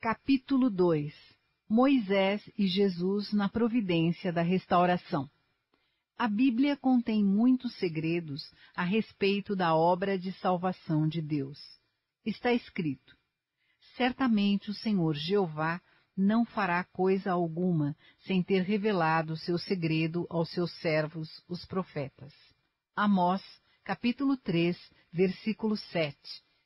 Capítulo 2 Moisés e Jesus na providência da restauração. A Bíblia contém muitos segredos a respeito da obra de salvação de Deus. Está escrito: certamente o Senhor Jeová não fará coisa alguma sem ter revelado seu segredo aos seus servos, os profetas. Amós, capítulo 3, versículo 7.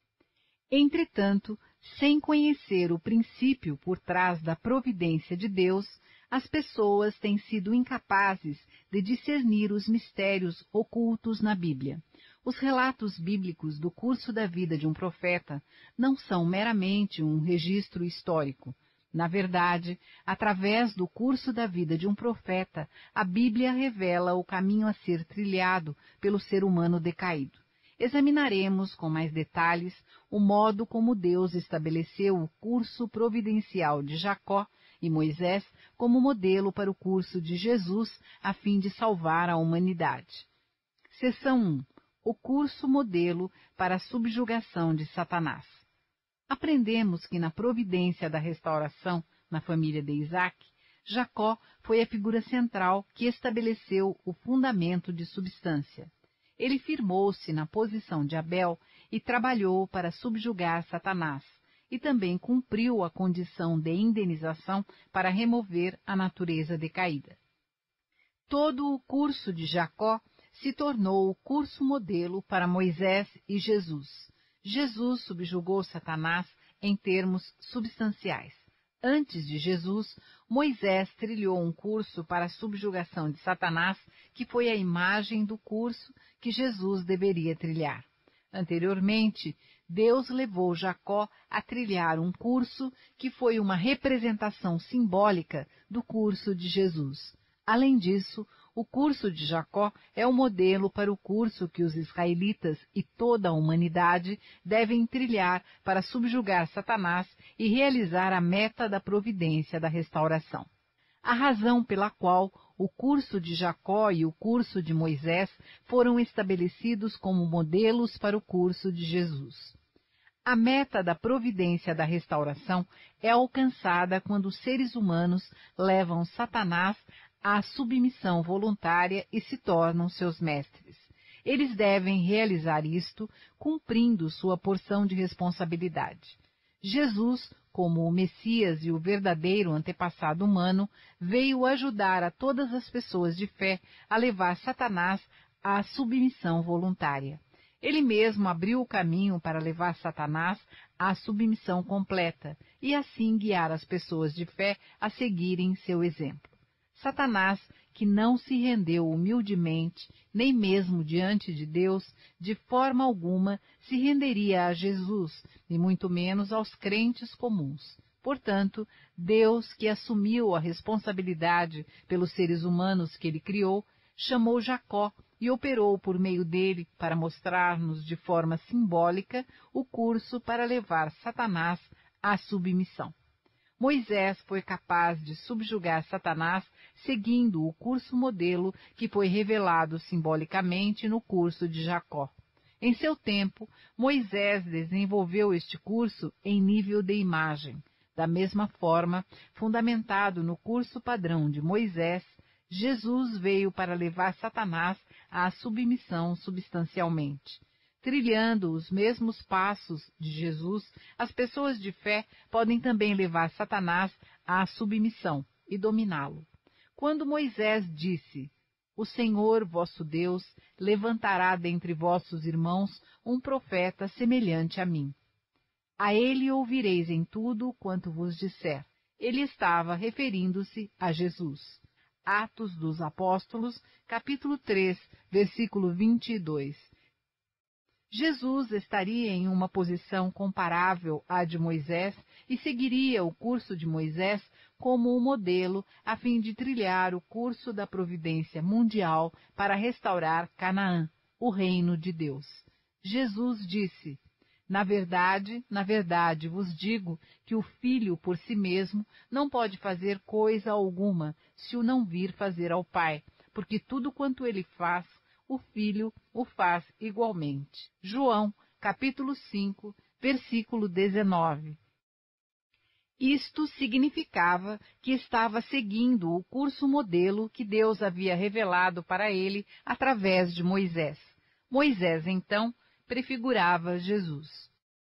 Entretanto, sem conhecer o princípio por trás da providência de Deus, as pessoas têm sido incapazes de discernir os mistérios ocultos na Bíblia. Os relatos bíblicos do curso da vida de um profeta não são meramente um registro histórico. Na verdade, através do curso da vida de um profeta, a Bíblia revela o caminho a ser trilhado pelo ser humano decaído. Examinaremos com mais detalhes o modo como Deus estabeleceu o curso providencial de Jacó e Moisés como modelo para o curso de Jesus a fim de salvar a humanidade. Seção 1. O curso modelo para a subjugação de Satanás. Aprendemos que na providência da restauração na família de Isaac, Jacó foi a figura central que estabeleceu o fundamento de substância. Ele firmou-se na posição de Abel e trabalhou para subjugar Satanás, e também cumpriu a condição de indenização para remover a natureza decaída. Todo o curso de Jacó se tornou o curso modelo para Moisés e Jesus. Jesus subjugou Satanás em termos substanciais. Antes de Jesus, Moisés trilhou um curso para a subjugação de Satanás, que foi a imagem do curso que Jesus deveria trilhar. Anteriormente, Deus levou Jacó a trilhar um curso que foi uma representação simbólica do curso de Jesus. Além disso, o curso de Jacó é o modelo para o curso que os israelitas e toda a humanidade devem trilhar para subjugar Satanás e realizar a meta da providência da restauração. A razão pela qual o curso de Jacó e o curso de Moisés foram estabelecidos como modelos para o curso de Jesus. A meta da providência da restauração é alcançada quando os seres humanos levam Satanás à submissão voluntária e se tornam seus mestres. Eles devem realizar isto cumprindo sua porção de responsabilidade. Jesus, como o Messias e o verdadeiro antepassado humano, veio ajudar a todas as pessoas de fé a levar Satanás à submissão voluntária. Ele mesmo abriu o caminho para levar Satanás à submissão completa e assim guiar as pessoas de fé a seguirem seu exemplo. Satanás, que não se rendeu humildemente, nem mesmo diante de Deus, de forma alguma se renderia a Jesus, e muito menos aos crentes comuns. Portanto, Deus, que assumiu a responsabilidade pelos seres humanos que ele criou, chamou Jacó e operou por meio dele para mostrar-nos de forma simbólica o curso para levar Satanás à submissão. Moisés foi capaz de subjugar Satanás seguindo o curso modelo que foi revelado simbolicamente no curso de Jacó. Em seu tempo, Moisés desenvolveu este curso em nível de imagem. Da mesma forma, fundamentado no curso padrão de Moisés, Jesus veio para levar Satanás à submissão substancialmente. Trilhando os mesmos passos de Jesus, as pessoas de fé podem também levar Satanás à submissão e dominá-lo. Quando Moisés disse: "O Senhor, vosso Deus, levantará dentre vossos irmãos um profeta semelhante a mim. A ele ouvireis em tudo quanto vos disser." Ele estava referindo-se a Jesus. Atos dos Apóstolos, capítulo 3, versículo 22. Jesus estaria em uma posição comparável à de Moisés e seguiria o curso de Moisés como um modelo a fim de trilhar o curso da providência mundial para restaurar Canaã, o reino de Deus. Jesus disse: na verdade, vos digo que o Filho por si mesmo não pode fazer coisa alguma se o não vir fazer ao Pai, porque tudo quanto ele faz, o Filho o faz igualmente. João, capítulo 5, versículo 19. Isto significava que estava seguindo o curso modelo que Deus havia revelado para ele através de Moisés. Moisés, então, prefigurava Jesus.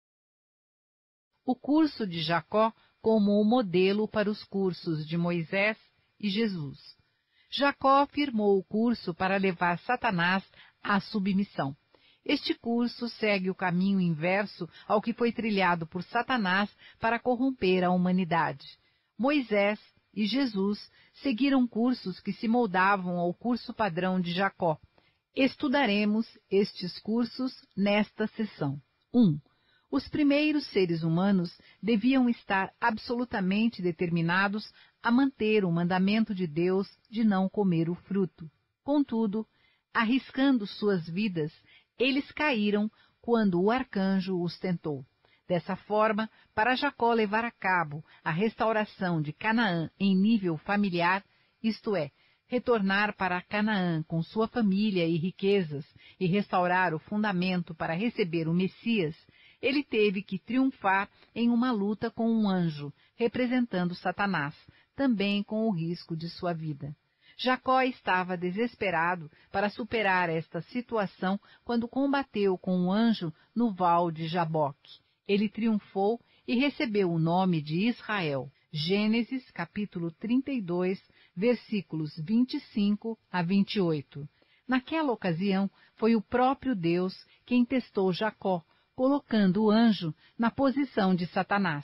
O curso de Jacó como o modelo para os cursos de Moisés e Jesus. Jacó firmou o curso para levar Satanás à submissão. Este curso segue o caminho inverso ao que foi trilhado por Satanás para corromper a humanidade. Moisés e Jesus seguiram cursos que se moldavam ao curso padrão de Jacó. Estudaremos estes cursos nesta sessão. 1. Os primeiros seres humanos deviam estar absolutamente determinados a manter o mandamento de Deus de não comer o fruto. Contudo, arriscando suas vidas, eles caíram quando o arcanjo os tentou. Dessa forma, para Jacó levar a cabo a restauração de Canaã em nível familiar, isto é, retornar para Canaã com sua família e riquezas e restaurar o fundamento para receber o Messias, ele teve que triunfar em uma luta com um anjo, representando Satanás, também com o risco de sua vida. Jacó estava desesperado para superar esta situação quando combateu com um anjo no val de Jaboque. Ele triunfou e recebeu o nome de Israel. Gênesis capítulo 32, versículos 25 a 28. Naquela ocasião, foi o próprio Deus quem testou Jacó, colocando o anjo na posição de Satanás.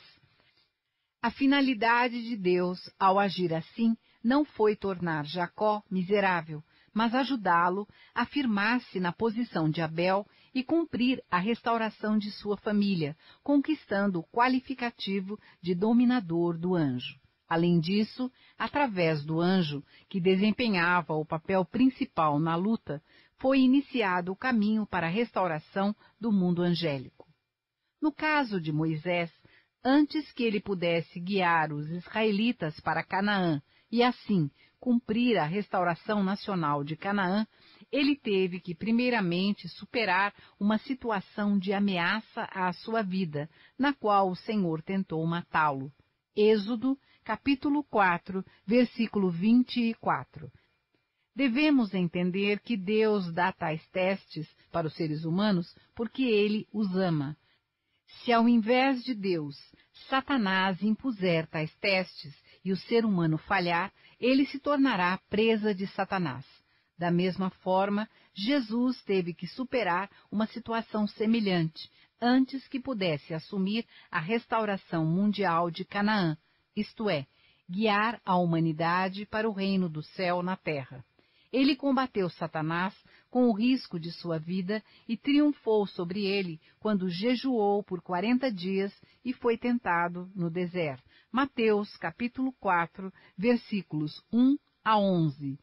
A finalidade de Deus, ao agir assim, não foi tornar Jacó miserável, mas ajudá-lo a firmar-se na posição de Abel e cumprir a restauração de sua família, conquistando o qualificativo de dominador do anjo. Além disso, através do anjo, que desempenhava o papel principal na luta, foi iniciado o caminho para a restauração do mundo angélico. No caso de Moisés, antes que ele pudesse guiar os israelitas para Canaã e, assim, cumprir a restauração nacional de Canaã, ele teve que, primeiramente, superar uma situação de ameaça à sua vida, na qual o Senhor tentou matá-lo. Êxodo, capítulo 4, versículo 24. Devemos entender que Deus dá tais testes para os seres humanos porque Ele os ama. Se ao invés de Deus, Satanás impuser tais testes e o ser humano falhar, ele se tornará presa de Satanás. Da mesma forma, Jesus teve que superar uma situação semelhante antes que pudesse assumir a restauração mundial de Canaã, isto é, guiar a humanidade para o reino do céu na terra. Ele combateu Satanás com o risco de sua vida e triunfou sobre ele quando jejuou por 40 dias e foi tentado no deserto. Mateus, capítulo 4, versículos 1 a 11.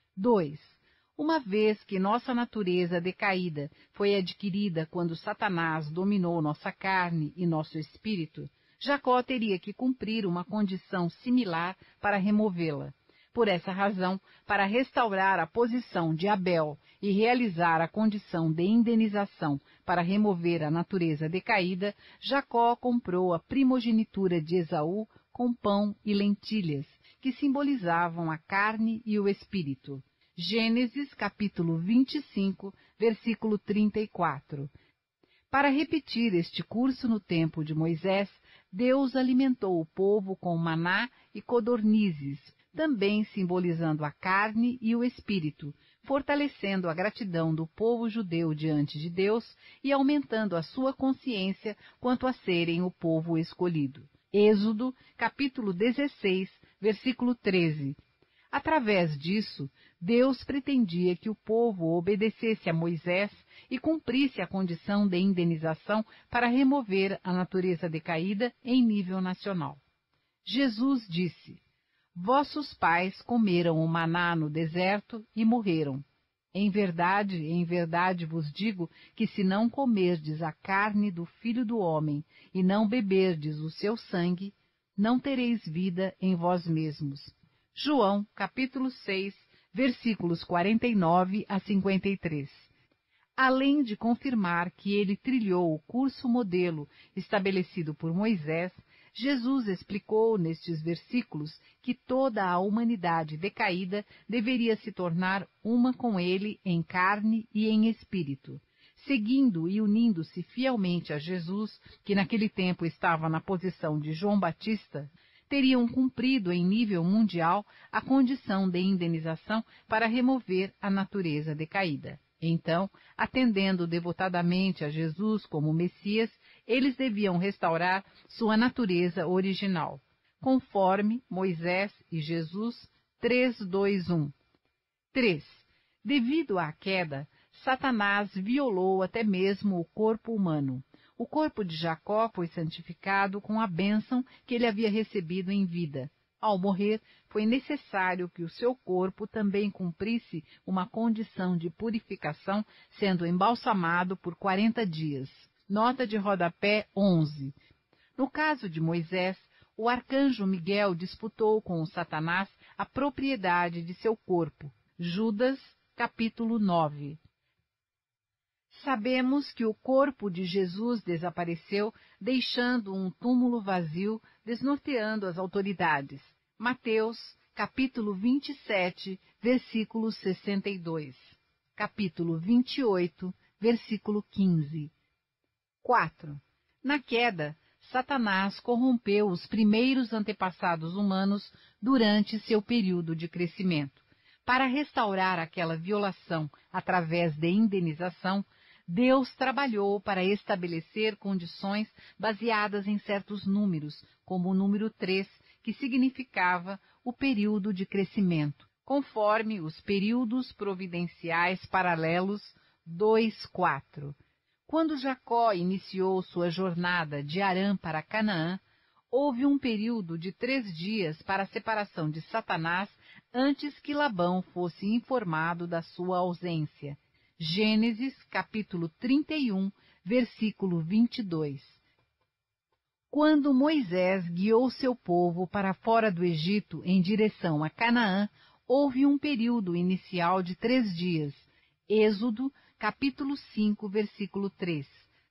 2. Uma vez que nossa natureza decaída foi adquirida quando Satanás dominou nossa carne e nosso espírito, Jacó teria que cumprir uma condição similar para removê-la. Por essa razão, para restaurar a posição de Abel e realizar a condição de indenização para remover a natureza decaída, Jacó comprou a primogenitura de Esaú com pão e lentilhas, que simbolizavam a carne e o espírito. Gênesis capítulo 25, versículo 34. Para repetir este curso no tempo de Moisés, Deus alimentou o povo com maná e codornizes, também simbolizando a carne e o espírito, fortalecendo a gratidão do povo judeu diante de Deus e aumentando a sua consciência quanto a serem o povo escolhido. Êxodo, capítulo 16, versículo 13. Através disso, Deus pretendia que o povo obedecesse a Moisés e cumprisse a condição de indenização para remover a natureza decaída em nível nacional. Jesus disse: Vossos pais comeram o maná no deserto e morreram. Em verdade vos digo que se não comerdes a carne do Filho do Homem e não beberdes o seu sangue, não tereis vida em vós mesmos. João, capítulo 6, versículos 49 a 53. Além de confirmar que ele trilhou o curso modelo estabelecido por Moisés, Jesus explicou nestes versículos que toda a humanidade decaída deveria se tornar uma com ele em carne e em espírito. Seguindo e unindo-se fielmente a Jesus, que naquele tempo estava na posição de João Batista, teriam cumprido em nível mundial a condição de indenização para remover a natureza decaída. Então, atendendo devotadamente a Jesus como Messias, eles deviam restaurar sua natureza original, conforme Moisés e Jesus 3:2:1. 3. Devido à queda, Satanás violou até mesmo o corpo humano. O corpo de Jacó foi santificado com a bênção que ele havia recebido em vida. Ao morrer, foi necessário que o seu corpo também cumprisse uma condição de purificação, sendo embalsamado por 40 dias. Nota de rodapé 11. No caso de Moisés, o arcanjo Miguel disputou com o Satanás a propriedade de seu corpo. Judas, capítulo 9. Sabemos que o corpo de Jesus desapareceu, deixando um túmulo vazio, desnorteando as autoridades. Mateus, capítulo 27, versículo 62. Capítulo 28, versículo 15. 4. Na queda, Satanás corrompeu os primeiros antepassados humanos durante seu período de crescimento. Para restaurar aquela violação através de indenização, Deus trabalhou para estabelecer condições baseadas em certos números, como o número 3, que significava o período de crescimento, conforme os períodos providenciais paralelos 2:4. Quando Jacó iniciou sua jornada de Harã para Canaã, houve um período de 3 dias para a separação de Satanás antes que Labão fosse informado da sua ausência. Gênesis, capítulo 31, versículo 22. Quando Moisés guiou seu povo para fora do Egito em direção a Canaã, houve um período inicial de 3 dias. Êxodo, capítulo 5, versículo 3.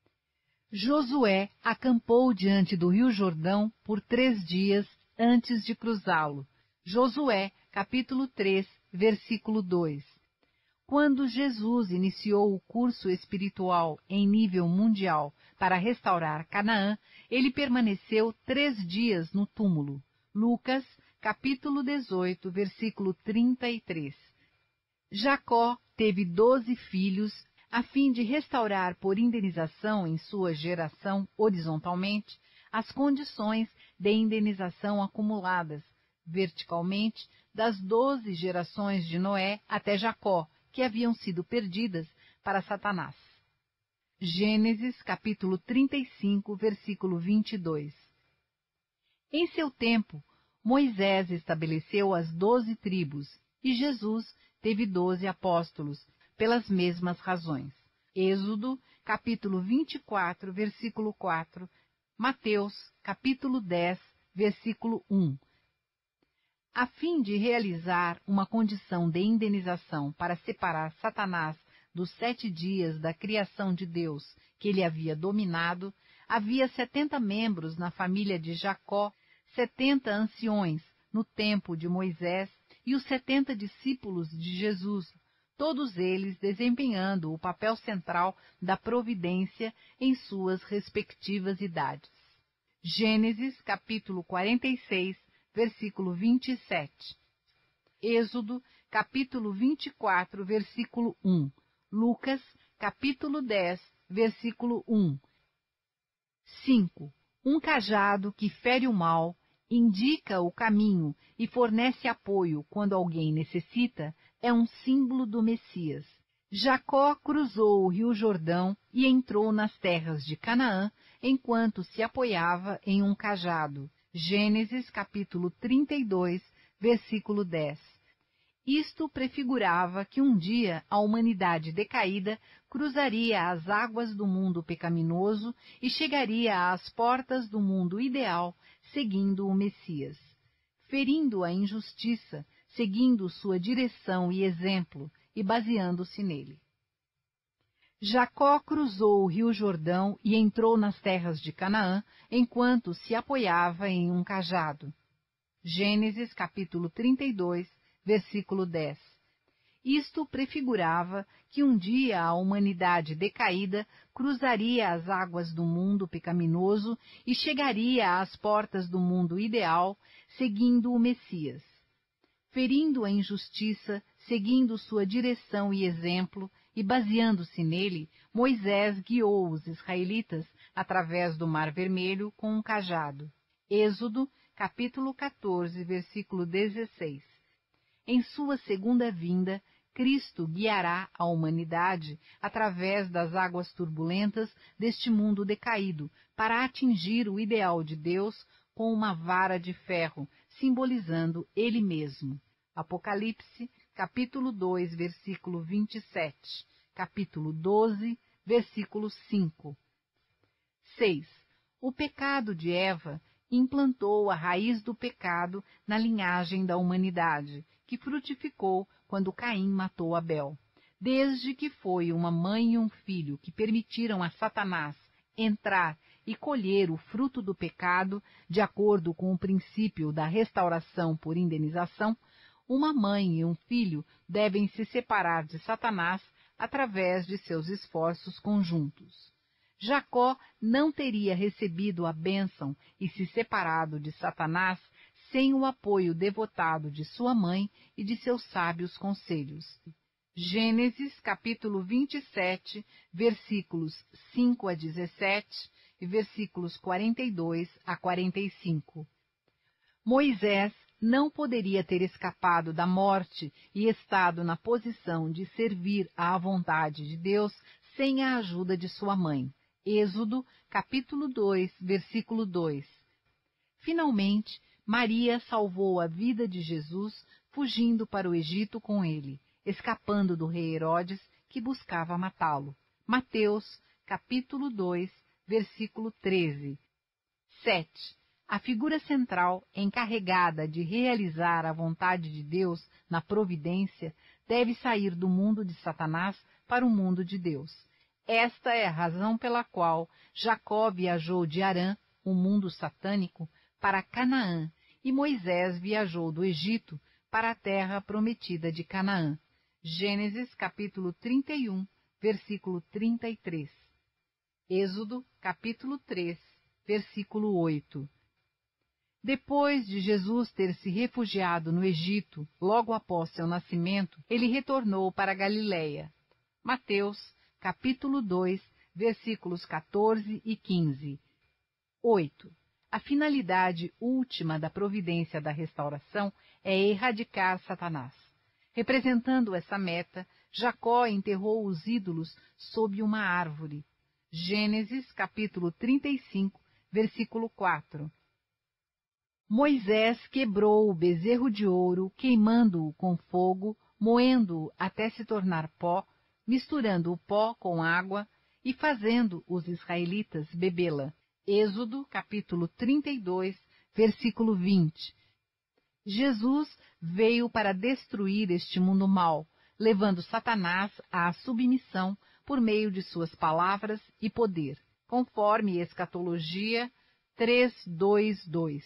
Josué acampou diante do rio Jordão por 3 dias antes de cruzá-lo. Josué, capítulo 3, versículo 2. Quando Jesus iniciou o curso espiritual em nível mundial para restaurar Canaã, ele permaneceu 3 dias no túmulo. Lucas, capítulo 18, versículo 33. Jacó teve 12 filhos, a fim de restaurar por indenização em sua geração, horizontalmente, as condições de indenização acumuladas, verticalmente, das 12 gerações de Noé até Jacó, que haviam sido perdidas para Satanás. Gênesis, capítulo 35, versículo 22. Em seu tempo, Moisés estabeleceu as 12 tribos, e Jesus teve 12 apóstolos, pelas mesmas razões. Êxodo, capítulo 24, versículo 4, Mateus, capítulo 10, versículo 1. A fim de realizar uma condição de indenização para separar Satanás dos 7 dias da criação de Deus que ele havia dominado, havia 70 membros na família de Jacó, 70 anciões no tempo de Moisés e os 70 discípulos de Jesus, todos eles desempenhando o papel central da providência em suas respectivas idades. Gênesis, capítulo 46, versículo 27. Êxodo, capítulo 24, versículo 1. Lucas, capítulo 10, versículo 1. 5. Um cajado que fere o mal, indica o caminho e fornece apoio quando alguém necessita, é um símbolo do Messias. Jacó cruzou o rio Jordão e entrou nas terras de Canaã, enquanto se apoiava em um cajado. Gênesis, capítulo 32, versículo 10. Isto prefigurava que um dia a humanidade decaída cruzaria as águas do mundo pecaminoso e chegaria às portas do mundo ideal, seguindo o Messias. Ferindo a injustiça, seguindo sua direção e exemplo, e baseando-se nele. Jacó cruzou o rio Jordão e entrou nas terras de Canaã, enquanto se apoiava em um cajado. Gênesis capítulo 32, versículo 10. Isto prefigurava que um dia a humanidade decaída cruzaria as águas do mundo pecaminoso e chegaria às portas do mundo ideal, seguindo o Messias. Ferindo a injustiça, seguindo sua direção e exemplo, e baseando-se nele, Moisés guiou os israelitas através do Mar Vermelho com um cajado. Êxodo, capítulo 14, versículo 16. Em sua segunda vinda, Cristo guiará a humanidade através das águas turbulentas deste mundo decaído, para atingir o ideal de Deus com uma vara de ferro, simbolizando Ele mesmo. Apocalipse, capítulo 2, versículo 27, capítulo 12, versículo 5. 6. O pecado de Eva implantou a raiz do pecado na linhagem da humanidade, que frutificou quando Caim matou Abel. Desde que foi uma mãe e um filho que permitiram a Satanás entrar e colher o fruto do pecado, de acordo com o princípio da restauração por indenização, uma mãe e um filho devem se separar de Satanás através de seus esforços conjuntos. Jacó não teria recebido a bênção e se separado de Satanás sem o apoio devotado de sua mãe e de seus sábios conselhos. Gênesis capítulo 27, versículos 5 a 17 e versículos 42 a 45. Moisés não poderia ter escapado da morte e estado na posição de servir à vontade de Deus sem a ajuda de sua mãe. Êxodo, capítulo 2, versículo 2. Finalmente, Maria salvou a vida de Jesus, fugindo para o Egito com ele, escapando do rei Herodes, que buscava matá-lo. Mateus, capítulo 2, versículo 13. 7. A figura central, encarregada de realizar a vontade de Deus na providência, deve sair do mundo de Satanás para o mundo de Deus. Esta é a razão pela qual Jacó viajou de Harã, o mundo satânico, para Canaã, e Moisés viajou do Egito para a terra prometida de Canaã. Gênesis capítulo 31, versículo 33. Êxodo capítulo 3, versículo 8. Depois de Jesus ter se refugiado no Egito, logo após seu nascimento, ele retornou para a Galiléia. Mateus, capítulo 2, versículos 14 e 15. 8. A finalidade última da providência da restauração é erradicar Satanás. Representando essa meta, Jacó enterrou os ídolos sob uma árvore. Gênesis, capítulo 35, versículo 4. Moisés quebrou o bezerro de ouro, queimando-o com fogo, moendo-o até se tornar pó, misturando o pó com água e fazendo os israelitas bebê-la. Êxodo, capítulo 32, versículo 20. Jesus veio para destruir este mundo mau, levando Satanás à submissão por meio de suas palavras e poder, conforme Escatologia 3:2:2.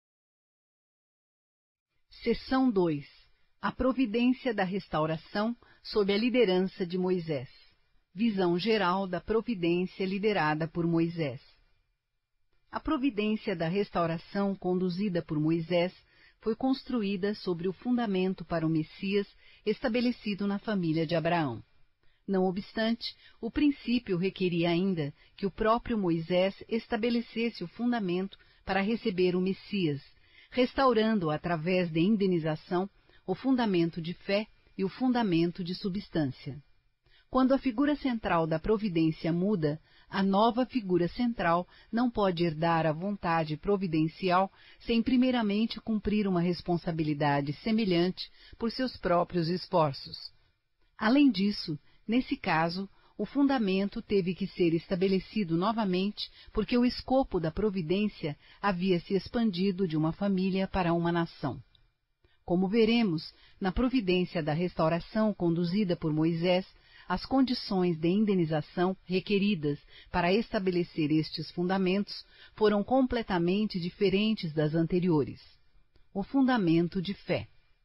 Seção 2. A providência da restauração sob a liderança de Moisés. Visão geral da providência liderada por Moisés. A providência da restauração conduzida por Moisés foi construída sobre o fundamento para o Messias estabelecido na família de Abraão. Não obstante, o princípio requeria ainda que o próprio Moisés estabelecesse o fundamento para receber o Messias, restaurando através de indenização o fundamento de fé e o fundamento de substância. Quando a figura central da providência muda, a nova figura central não pode herdar a vontade providencial sem primeiramente cumprir uma responsabilidade semelhante por seus próprios esforços. Além disso, nesse caso, o fundamento teve que ser estabelecido novamente porque o escopo da providência havia se expandido de uma família para uma nação. Como veremos, na providência da restauração conduzida por Moisés, as condições de indenização requeridas para estabelecer estes fundamentos foram completamente diferentes das anteriores. O fundamento de fé.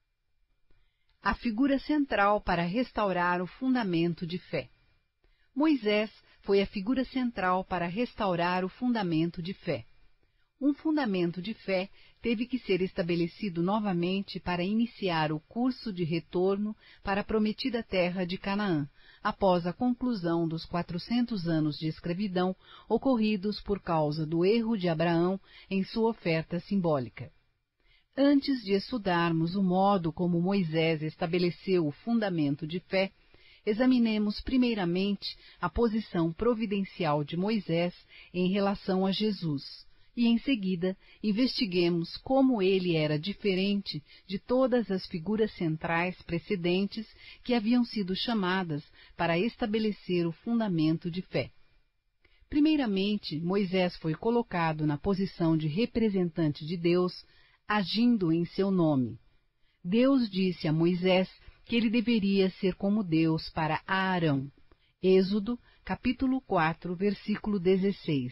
A figura central para restaurar o fundamento de fé. Moisés foi a figura central para restaurar o fundamento de fé. Um fundamento de fé teve que ser estabelecido novamente para iniciar o curso de retorno para a prometida terra de Canaã, após a conclusão dos 400 anos de escravidão ocorridos por causa do erro de Abraão em sua oferta simbólica. Antes de estudarmos o modo como Moisés estabeleceu o fundamento de fé, examinemos primeiramente a posição providencial de Moisés em relação a Jesus, e em seguida investiguemos como ele era diferente de todas as figuras centrais precedentes que haviam sido chamadas para estabelecer o fundamento de fé. Primeiramente, Moisés foi colocado na posição de representante de Deus, agindo em seu nome. Deus disse a Moisés que ele deveria ser como Deus para Arão. Êxodo, capítulo 4, versículo 16.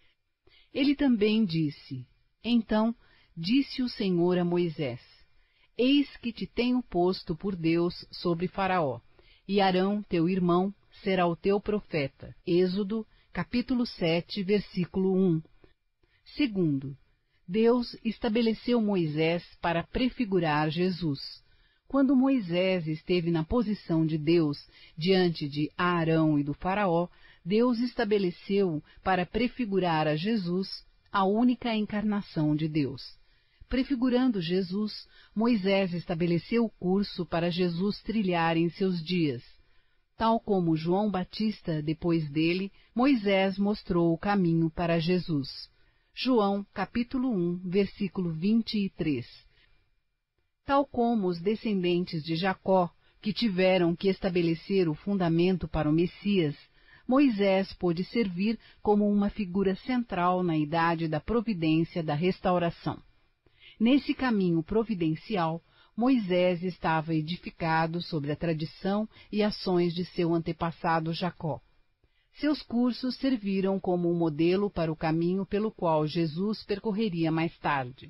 Ele também disse: Então disse o Senhor a Moisés: Eis que te tenho posto por Deus sobre Faraó, e Arão, teu irmão, será o teu profeta. Êxodo, capítulo 7, versículo 1. Segundo, Deus estabeleceu Moisés para prefigurar Jesus. Quando Moisés esteve na posição de Deus diante de Arão e do Faraó, Deus estabeleceu para prefigurar a Jesus, a única encarnação de Deus. Prefigurando Jesus, Moisés estabeleceu o curso para Jesus trilhar em seus dias. Tal como João Batista, depois dele, Moisés mostrou o caminho para Jesus. João, capítulo 1, versículo 23. Tal como os descendentes de Jacó, que tiveram que estabelecer o fundamento para o Messias, Moisés pôde servir como uma figura central na idade da providência da restauração. Nesse caminho providencial, Moisés estava edificado sobre a tradição e ações de seu antepassado Jacó. Seus cursos serviram como um modelo para o caminho pelo qual Jesus percorreria mais tarde.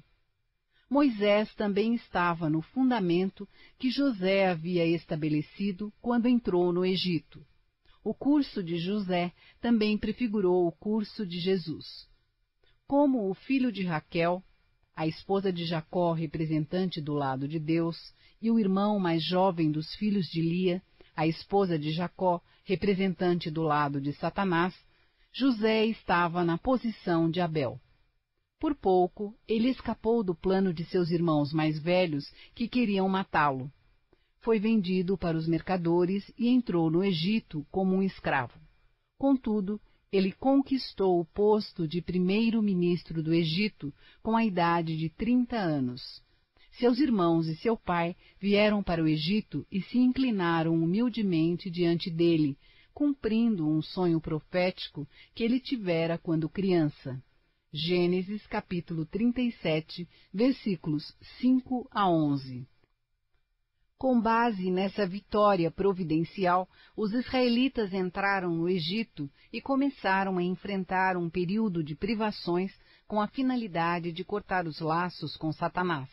Moisés também estava no fundamento que José havia estabelecido quando entrou no Egito. O curso de José também prefigurou o curso de Jesus. Como o filho de Raquel, a esposa de Jacó, representante do lado de Deus, e o irmão mais jovem dos filhos de Lia, a esposa de Jacó, representante do lado de Satanás, José estava na posição de Abel. Por pouco, ele escapou do plano de seus irmãos mais velhos que queriam matá-lo. Foi vendido para os mercadores e entrou no Egito como um escravo. Contudo, ele conquistou o posto de primeiro-ministro do Egito com a idade de 30 anos. Seus irmãos e seu pai vieram para o Egito e se inclinaram humildemente diante dele, cumprindo um sonho profético que ele tivera quando criança. Gênesis capítulo 37, versículos 5 a 11. Com base nessa vitória providencial, os israelitas entraram no Egito e começaram a enfrentar um período de privações com a finalidade de cortar os laços com Satanás.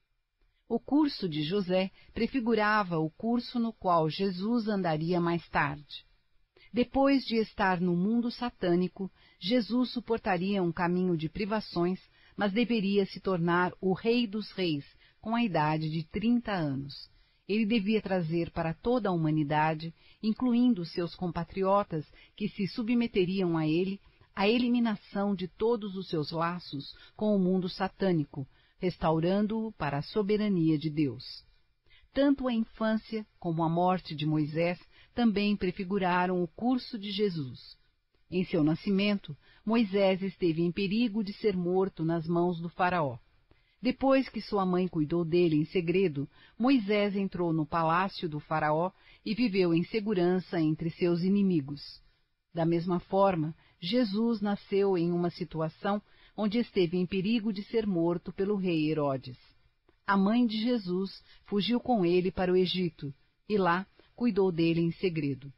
O curso de José prefigurava o curso no qual Jesus andaria mais tarde. Depois de estar no mundo satânico, Jesus suportaria um caminho de privações, mas deveria se tornar o Rei dos Reis, com a idade de 30 anos. Ele devia trazer para toda a humanidade, incluindo seus compatriotas que se submeteriam a ele, a eliminação de todos os seus laços com o mundo satânico, restaurando-o para a soberania de Deus. Tanto a infância como a morte de Moisés também prefiguraram o curso de Jesus. Em seu nascimento, Moisés esteve em perigo de ser morto nas mãos do faraó. Depois que sua mãe cuidou dele em segredo, Moisés entrou no palácio do faraó e viveu em segurança entre seus inimigos. Da mesma forma, Jesus nasceu em uma situação onde esteve em perigo de ser morto pelo rei Herodes. A mãe de Jesus fugiu com ele para o Egito, e lá cuidou dele em segredo.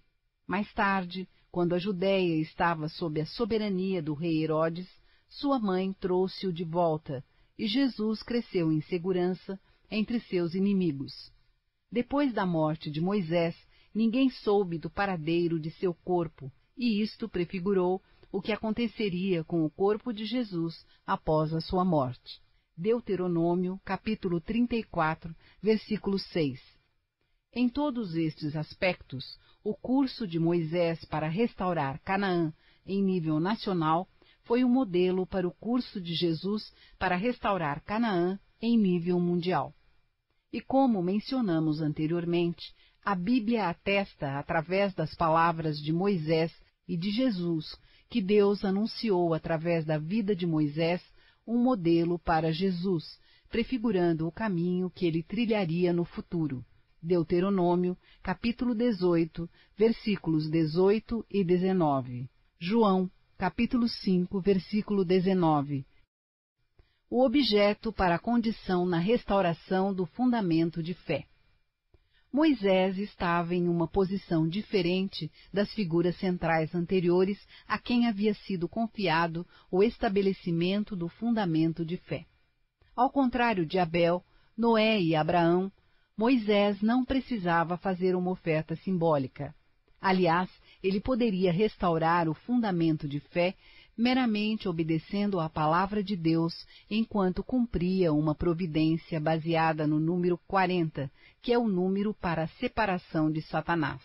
Mais tarde, quando a Judéia estava sob a soberania do rei Herodes, sua mãe trouxe-o de volta, e Jesus cresceu em segurança entre seus inimigos. Depois da morte de Moisés, ninguém soube do paradeiro de seu corpo, e isto prefigurou o que aconteceria com o corpo de Jesus após a sua morte. Deuteronômio, capítulo 34, versículo 6. Em todos estes aspectos, o curso de Moisés para restaurar Canaã em nível nacional foi um modelo para o curso de Jesus para restaurar Canaã em nível mundial. E como mencionamos anteriormente, a Bíblia atesta, através das palavras de Moisés e de Jesus, que Deus anunciou através da vida de Moisés um modelo para Jesus, prefigurando o caminho que ele trilharia no futuro. Deuteronômio, capítulo 18, versículos 18 e 19. João, capítulo 5, versículo 19. O objeto para a condição na restauração do fundamento de fé. Moisés estava em uma posição diferente das figuras centrais anteriores a quem havia sido confiado o estabelecimento do fundamento de fé. Ao contrário de Abel, Noé e Abraão, Moisés não precisava fazer uma oferta simbólica. Aliás, ele poderia restaurar o fundamento de fé meramente obedecendo à palavra de Deus, enquanto cumpria uma providência baseada no número 40, que é o número para a separação de Satanás.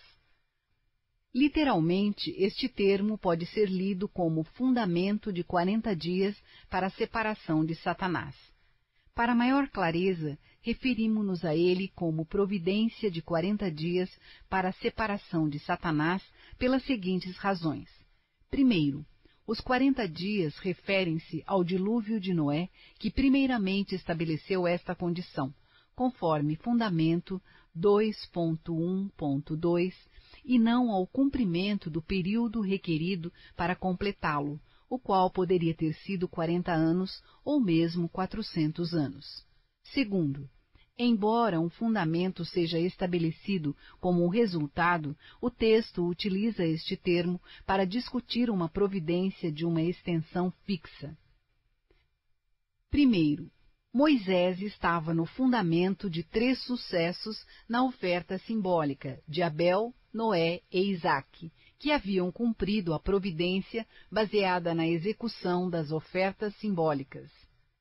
Literalmente, este termo pode ser lido como fundamento de 40 dias para a separação de Satanás. Para maior clareza, referimos-nos a ele como providência de 40 dias para a separação de Satanás pelas seguintes razões. Primeiro, os 40 dias referem-se ao dilúvio de Noé, que primeiramente estabeleceu esta condição, conforme Fundamento 2.1.2, e não ao cumprimento do período requerido para completá-lo, o qual poderia ter sido 40 anos ou mesmo 400 anos. Segundo, embora um fundamento seja estabelecido como um resultado, o texto utiliza este termo para discutir uma providência de uma extensão fixa. Primeiro, Moisés estava no fundamento de 3 sucessos na oferta simbólica de Abel, Noé e Isaque, que haviam cumprido a providência baseada na execução das ofertas simbólicas.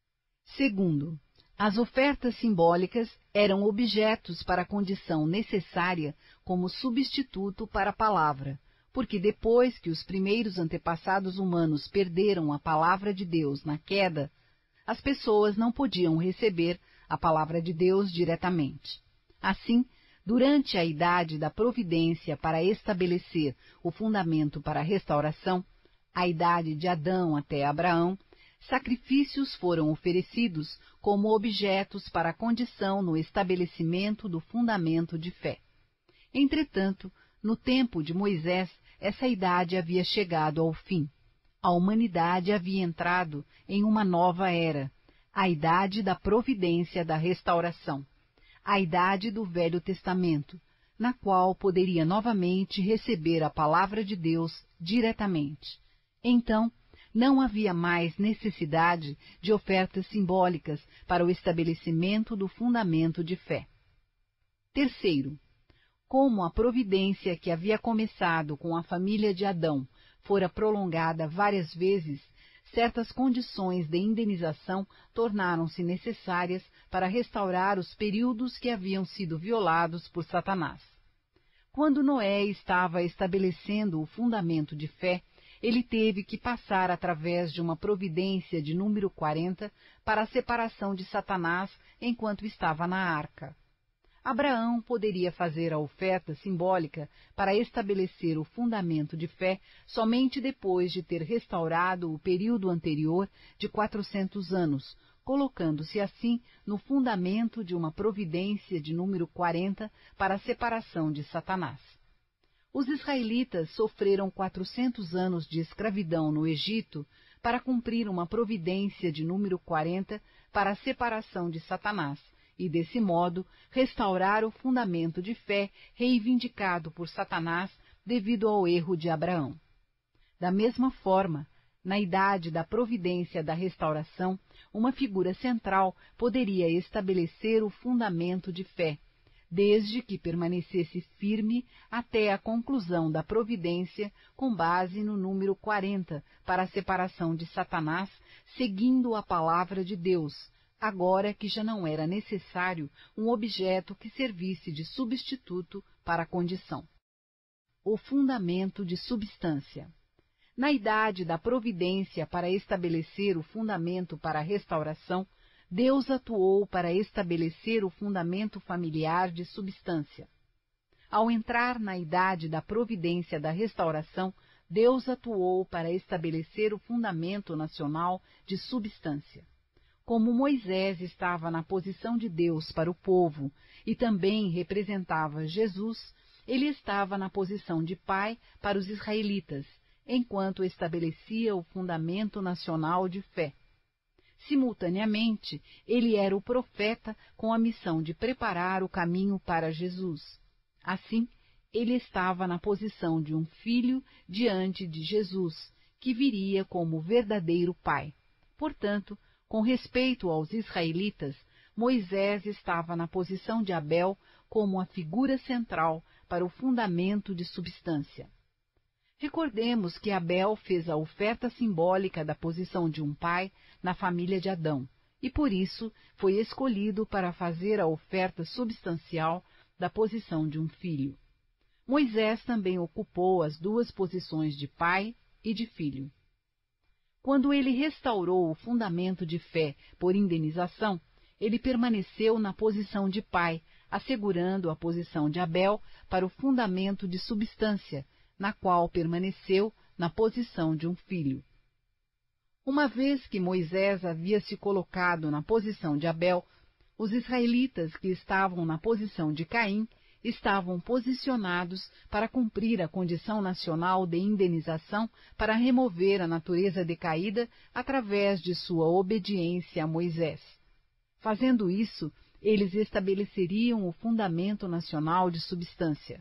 Segundo, as ofertas simbólicas eram objetos para a condição necessária como substituto para a palavra, porque depois que os primeiros antepassados humanos perderam a palavra de Deus na queda, as pessoas não podiam receber a palavra de Deus diretamente. Assim, durante a idade da providência para estabelecer o fundamento para a restauração, a idade de Adão até Abraão, sacrifícios foram oferecidos como objetos para a condição no estabelecimento do fundamento de fé. Entretanto, no tempo de Moisés, essa idade havia chegado ao fim. A humanidade havia entrado em uma nova era, a idade da providência da restauração, a idade do Velho Testamento, na qual poderia novamente receber a palavra de Deus diretamente. Então, não havia mais necessidade de ofertas simbólicas para o estabelecimento do fundamento de fé. Terceiro, como a providência que havia começado com a família de Adão fora prolongada várias vezes, certas condições de indenização tornaram-se necessárias para restaurar os períodos que haviam sido violados por Satanás. Quando Noé estava estabelecendo o fundamento de fé, ele teve que passar através de uma providência de número 40 para a separação de Satanás enquanto estava na arca. Abraão poderia fazer a oferta simbólica para estabelecer o fundamento de fé somente depois de ter restaurado o período anterior de 400 anos, colocando-se assim no fundamento de uma providência de número 40 para a separação de Satanás. Os israelitas sofreram 400 anos de escravidão no Egito para cumprir uma providência de número 40 para a separação de Satanás, e, desse modo, restaurar o fundamento de fé reivindicado por Satanás devido ao erro de Abraão. Da mesma forma, na idade da providência da restauração, uma figura central poderia estabelecer o fundamento de fé, desde que permanecesse firme até a conclusão da providência com base no número 40 para a separação de Satanás, seguindo a palavra de Deus, agora que já não era necessário um objeto que servisse de substituto para a condição. O fundamento de substância. Na idade da providência para estabelecer o fundamento para a restauração, Deus atuou para estabelecer o fundamento familiar de substância. Ao entrar na idade da providência da restauração, Deus atuou para estabelecer o fundamento nacional de substância. Como Moisés estava na posição de Deus para o povo e também representava Jesus, ele estava na posição de pai para os israelitas, enquanto estabelecia o fundamento nacional de fé. Simultaneamente, ele era o profeta com a missão de preparar o caminho para Jesus. Assim, ele estava na posição de um filho diante de Jesus, que viria como verdadeiro pai. Portanto, com respeito aos israelitas, Moisés estava na posição de Abel como a figura central para o fundamento de substância. Recordemos que Abel fez a oferta simbólica da posição de um pai na família de Adão, e por isso foi escolhido para fazer a oferta substancial da posição de um filho. Moisés também ocupou as duas posições de pai e de filho. Quando ele restaurou o fundamento de fé por indenização, ele permaneceu na posição de pai, assegurando a posição de Abel para o fundamento de substância, na qual permaneceu na posição de um filho. Uma vez que Moisés havia se colocado na posição de Abel, os israelitas que estavam na posição de Caim estavam posicionados para cumprir a condição nacional de indenização para remover a natureza decaída através de sua obediência a Moisés. Fazendo isso, eles estabeleceriam o fundamento nacional de substância.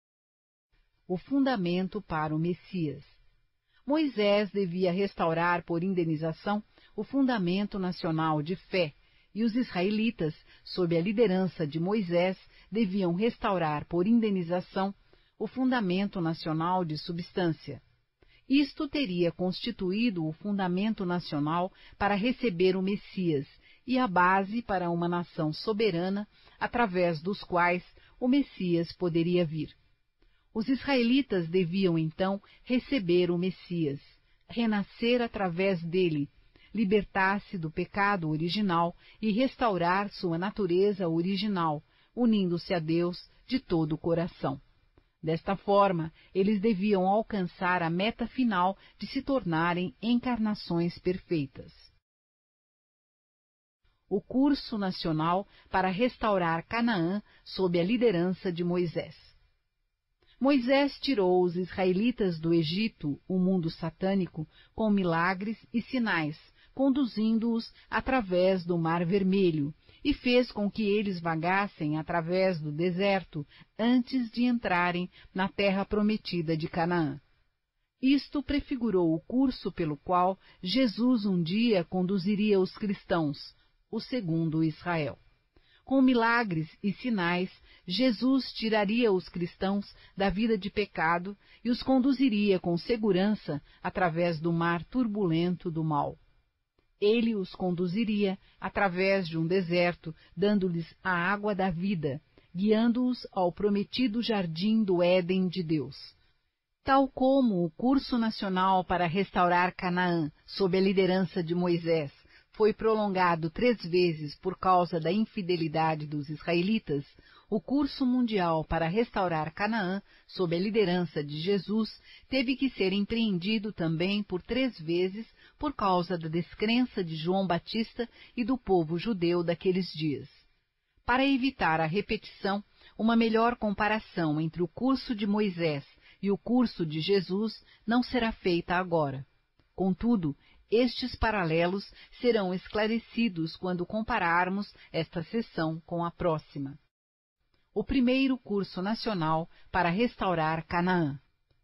O fundamento para o Messias. Moisés devia restaurar por indenização o fundamento nacional de fé, e os israelitas, sob a liderança de Moisés, deviam restaurar por indenização o fundamento nacional de substância. Isto teria constituído o fundamento nacional para receber o Messias e a base para uma nação soberana, através dos quais o Messias poderia vir. Os israelitas deviam, então, receber o Messias, renascer através dele, libertar-se do pecado original e restaurar sua natureza original, unindo-se a Deus de todo o coração. Desta forma, eles deviam alcançar a meta final de se tornarem encarnações perfeitas. O curso nacional para restaurar Canaã sob a liderança de Moisés. Moisés tirou os israelitas do Egito, o mundo satânico, com milagres e sinais, conduzindo-os através do Mar Vermelho, e fez com que eles vagassem através do deserto antes de entrarem na terra prometida de Canaã. Isto prefigurou o curso pelo qual Jesus um dia conduziria os cristãos, o segundo Israel. Com milagres e sinais, Jesus tiraria os cristãos da vida de pecado e os conduziria com segurança através do mar turbulento do mal. Ele os conduziria através de um deserto, dando-lhes a água da vida, guiando-os ao prometido jardim do Éden de Deus. Tal como o curso nacional para restaurar Canaã, sob a liderança de Moisés, foi prolongado 3 vezes por causa da infidelidade dos israelitas, o curso mundial para restaurar Canaã, sob a liderança de Jesus, teve que ser empreendido também por 3 vezes por causa da descrença de João Batista e do povo judeu daqueles dias. Para evitar a repetição, uma melhor comparação entre o curso de Moisés e o curso de Jesus não será feita agora. Contudo, estes paralelos serão esclarecidos quando compararmos esta sessão com a próxima. O primeiro curso nacional para restaurar Canaã.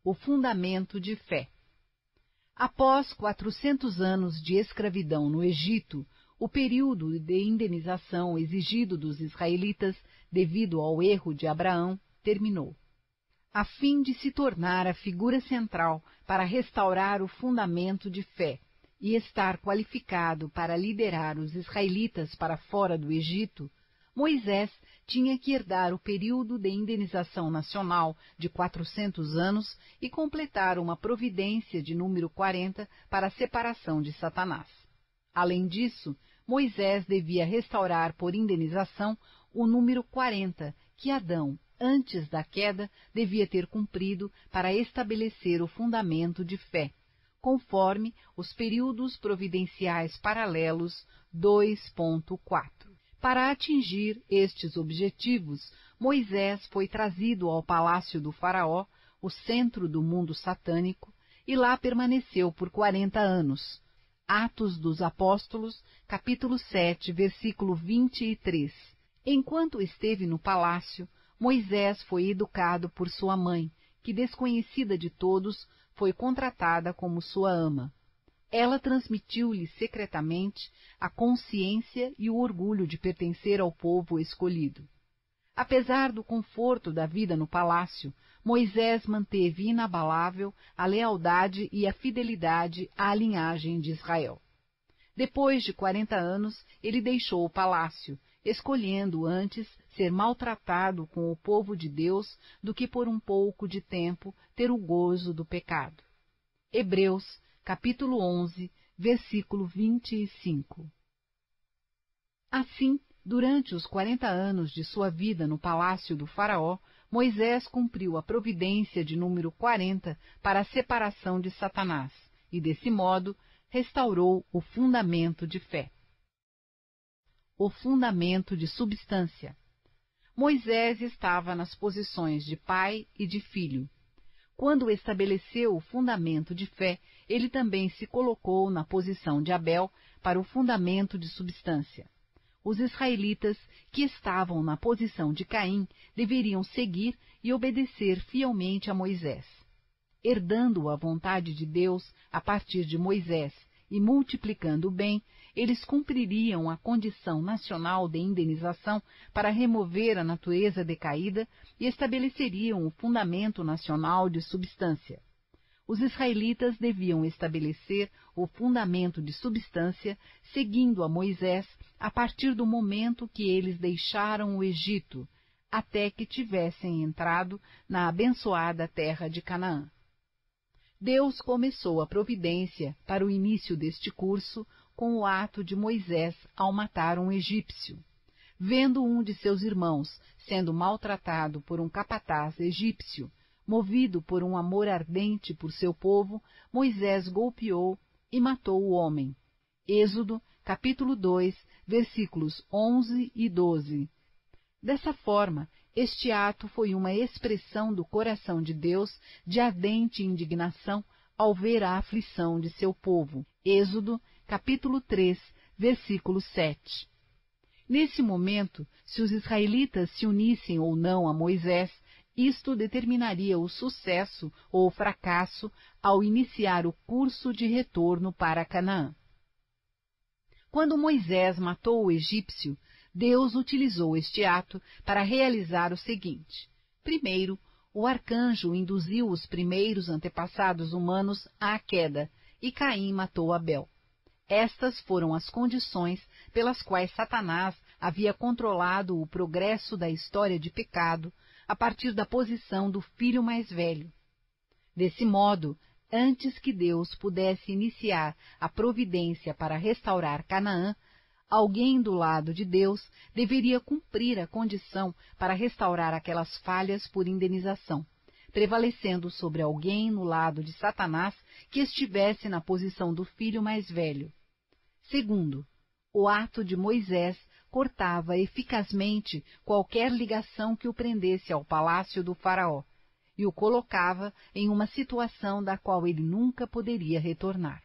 o fundamento de fé. Após 400 anos de escravidão no Egito, o período de indenização exigido dos israelitas devido ao erro de Abraão terminou. A fim de se tornar a figura central para restaurar o fundamento de fé e estar qualificado para liderar os israelitas para fora do Egito, Moisés tinha que herdar o período de indenização nacional de 400 anos e completar uma providência de número 40 para a separação de Satanás. Além disso, Moisés devia restaurar por indenização o número 40 que Adão, antes da queda, devia ter cumprido para estabelecer o fundamento de fé, conforme os períodos providenciais paralelos 2.4. Para atingir estes objetivos, Moisés foi trazido ao palácio do faraó, o centro do mundo satânico, e lá permaneceu por 40 anos. Atos dos Apóstolos, capítulo 7, versículo 23. Enquanto esteve no palácio, Moisés foi educado por sua mãe, que, desconhecida de todos, foi contratada como sua ama. Ela transmitiu-lhe secretamente a consciência e o orgulho de pertencer ao povo escolhido. Apesar do conforto da vida no palácio, Moisés manteve inabalável a lealdade e a fidelidade à linhagem de Israel. Depois de 40 anos, ele deixou o palácio, escolhendo antes ser maltratado com o povo de Deus do que por um pouco de tempo ter o gozo do pecado. Hebreus, capítulo 11, versículo 25. Assim, durante os 40 anos de sua vida no palácio do faraó, Moisés cumpriu a providência de número 40 para a separação de Satanás e, desse modo, restaurou o fundamento de fé. O fundamento de substância. Moisés estava nas posições de pai e de filho. Quando estabeleceu o fundamento de fé, ele também se colocou na posição de Abel para o fundamento de substância. Os israelitas, que estavam na posição de Caim, deveriam seguir e obedecer fielmente a Moisés. Herdando a vontade de Deus a partir de Moisés e multiplicando o bem, eles cumpririam a condição nacional de indenização para remover a natureza decaída e estabeleceriam o fundamento nacional de substância. Os israelitas deviam estabelecer o fundamento de substância seguindo a Moisés a partir do momento que eles deixaram o Egito, até que tivessem entrado na abençoada terra de Canaã. Deus começou a providência para o início deste curso com o ato de Moisés ao matar um egípcio. Vendo um de seus irmãos sendo maltratado por um capataz egípcio, movido por um amor ardente por seu povo, Moisés golpeou e matou o homem. Êxodo, capítulo 2, versículos 11 e 12. Dessa forma, este ato foi uma expressão do coração de Deus de ardente indignação ao ver a aflição de seu povo. Êxodo, capítulo 3, versículo 7. Nesse momento, se os israelitas se unissem ou não a Moisés, isto determinaria o sucesso ou o fracasso ao iniciar o curso de retorno para Canaã. Quando Moisés matou o egípcio, Deus utilizou este ato para realizar o seguinte. Primeiro, o arcanjo induziu os primeiros antepassados humanos à queda, e Caim matou Abel. Estas foram as condições pelas quais Satanás havia controlado o progresso da história de pecado a partir da posição do filho mais velho. Desse modo, antes que Deus pudesse iniciar a providência para restaurar Canaã, alguém do lado de Deus deveria cumprir a condição para restaurar aquelas falhas por indenização, prevalecendo sobre alguém no lado de Satanás que estivesse na posição do filho mais velho. Segundo, o ato de Moisés cortava eficazmente qualquer ligação que o prendesse ao palácio do faraó e o colocava em uma situação da qual ele nunca poderia retornar.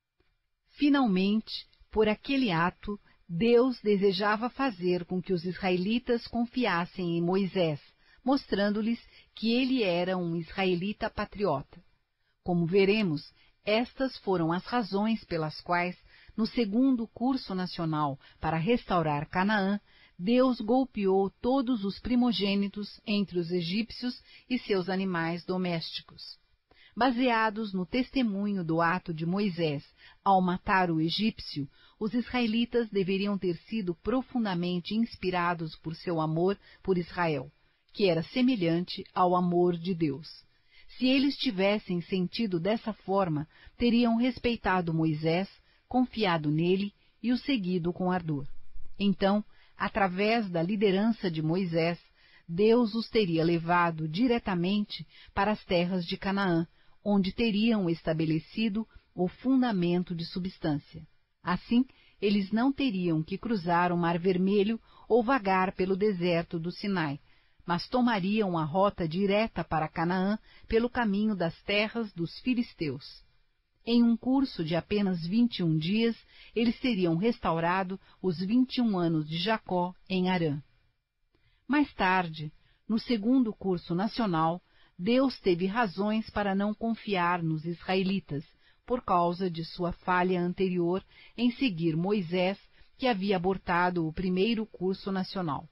Finalmente, por aquele ato, Deus desejava fazer com que os israelitas confiassem em Moisés, mostrando-lhes que ele era um israelita patriota. Como veremos, estas foram as razões pelas quais, no segundo curso nacional para restaurar Canaã, Deus golpeou todos os primogênitos entre os egípcios e seus animais domésticos. Baseados no testemunho do ato de Moisés ao matar o egípcio, os israelitas deveriam ter sido profundamente inspirados por seu amor por Israel, que era semelhante ao amor de Deus. Se eles tivessem sentido dessa forma, teriam respeitado Moisés, confiado nele e o seguido com ardor. Então, através da liderança de Moisés, Deus os teria levado diretamente para as terras de Canaã, onde teriam estabelecido o fundamento de substância. Assim, eles não teriam que cruzar o Mar Vermelho ou vagar pelo deserto do Sinai, mas tomariam a rota direta para Canaã pelo caminho das terras dos filisteus. Em um curso de apenas 21 dias, eles teriam restaurado os 21 anos de Jacó em Harã. Mais tarde, no segundo curso nacional, Deus teve razões para não confiar nos israelitas, por causa de sua falha anterior em seguir Moisés, que havia abortado o primeiro curso nacional.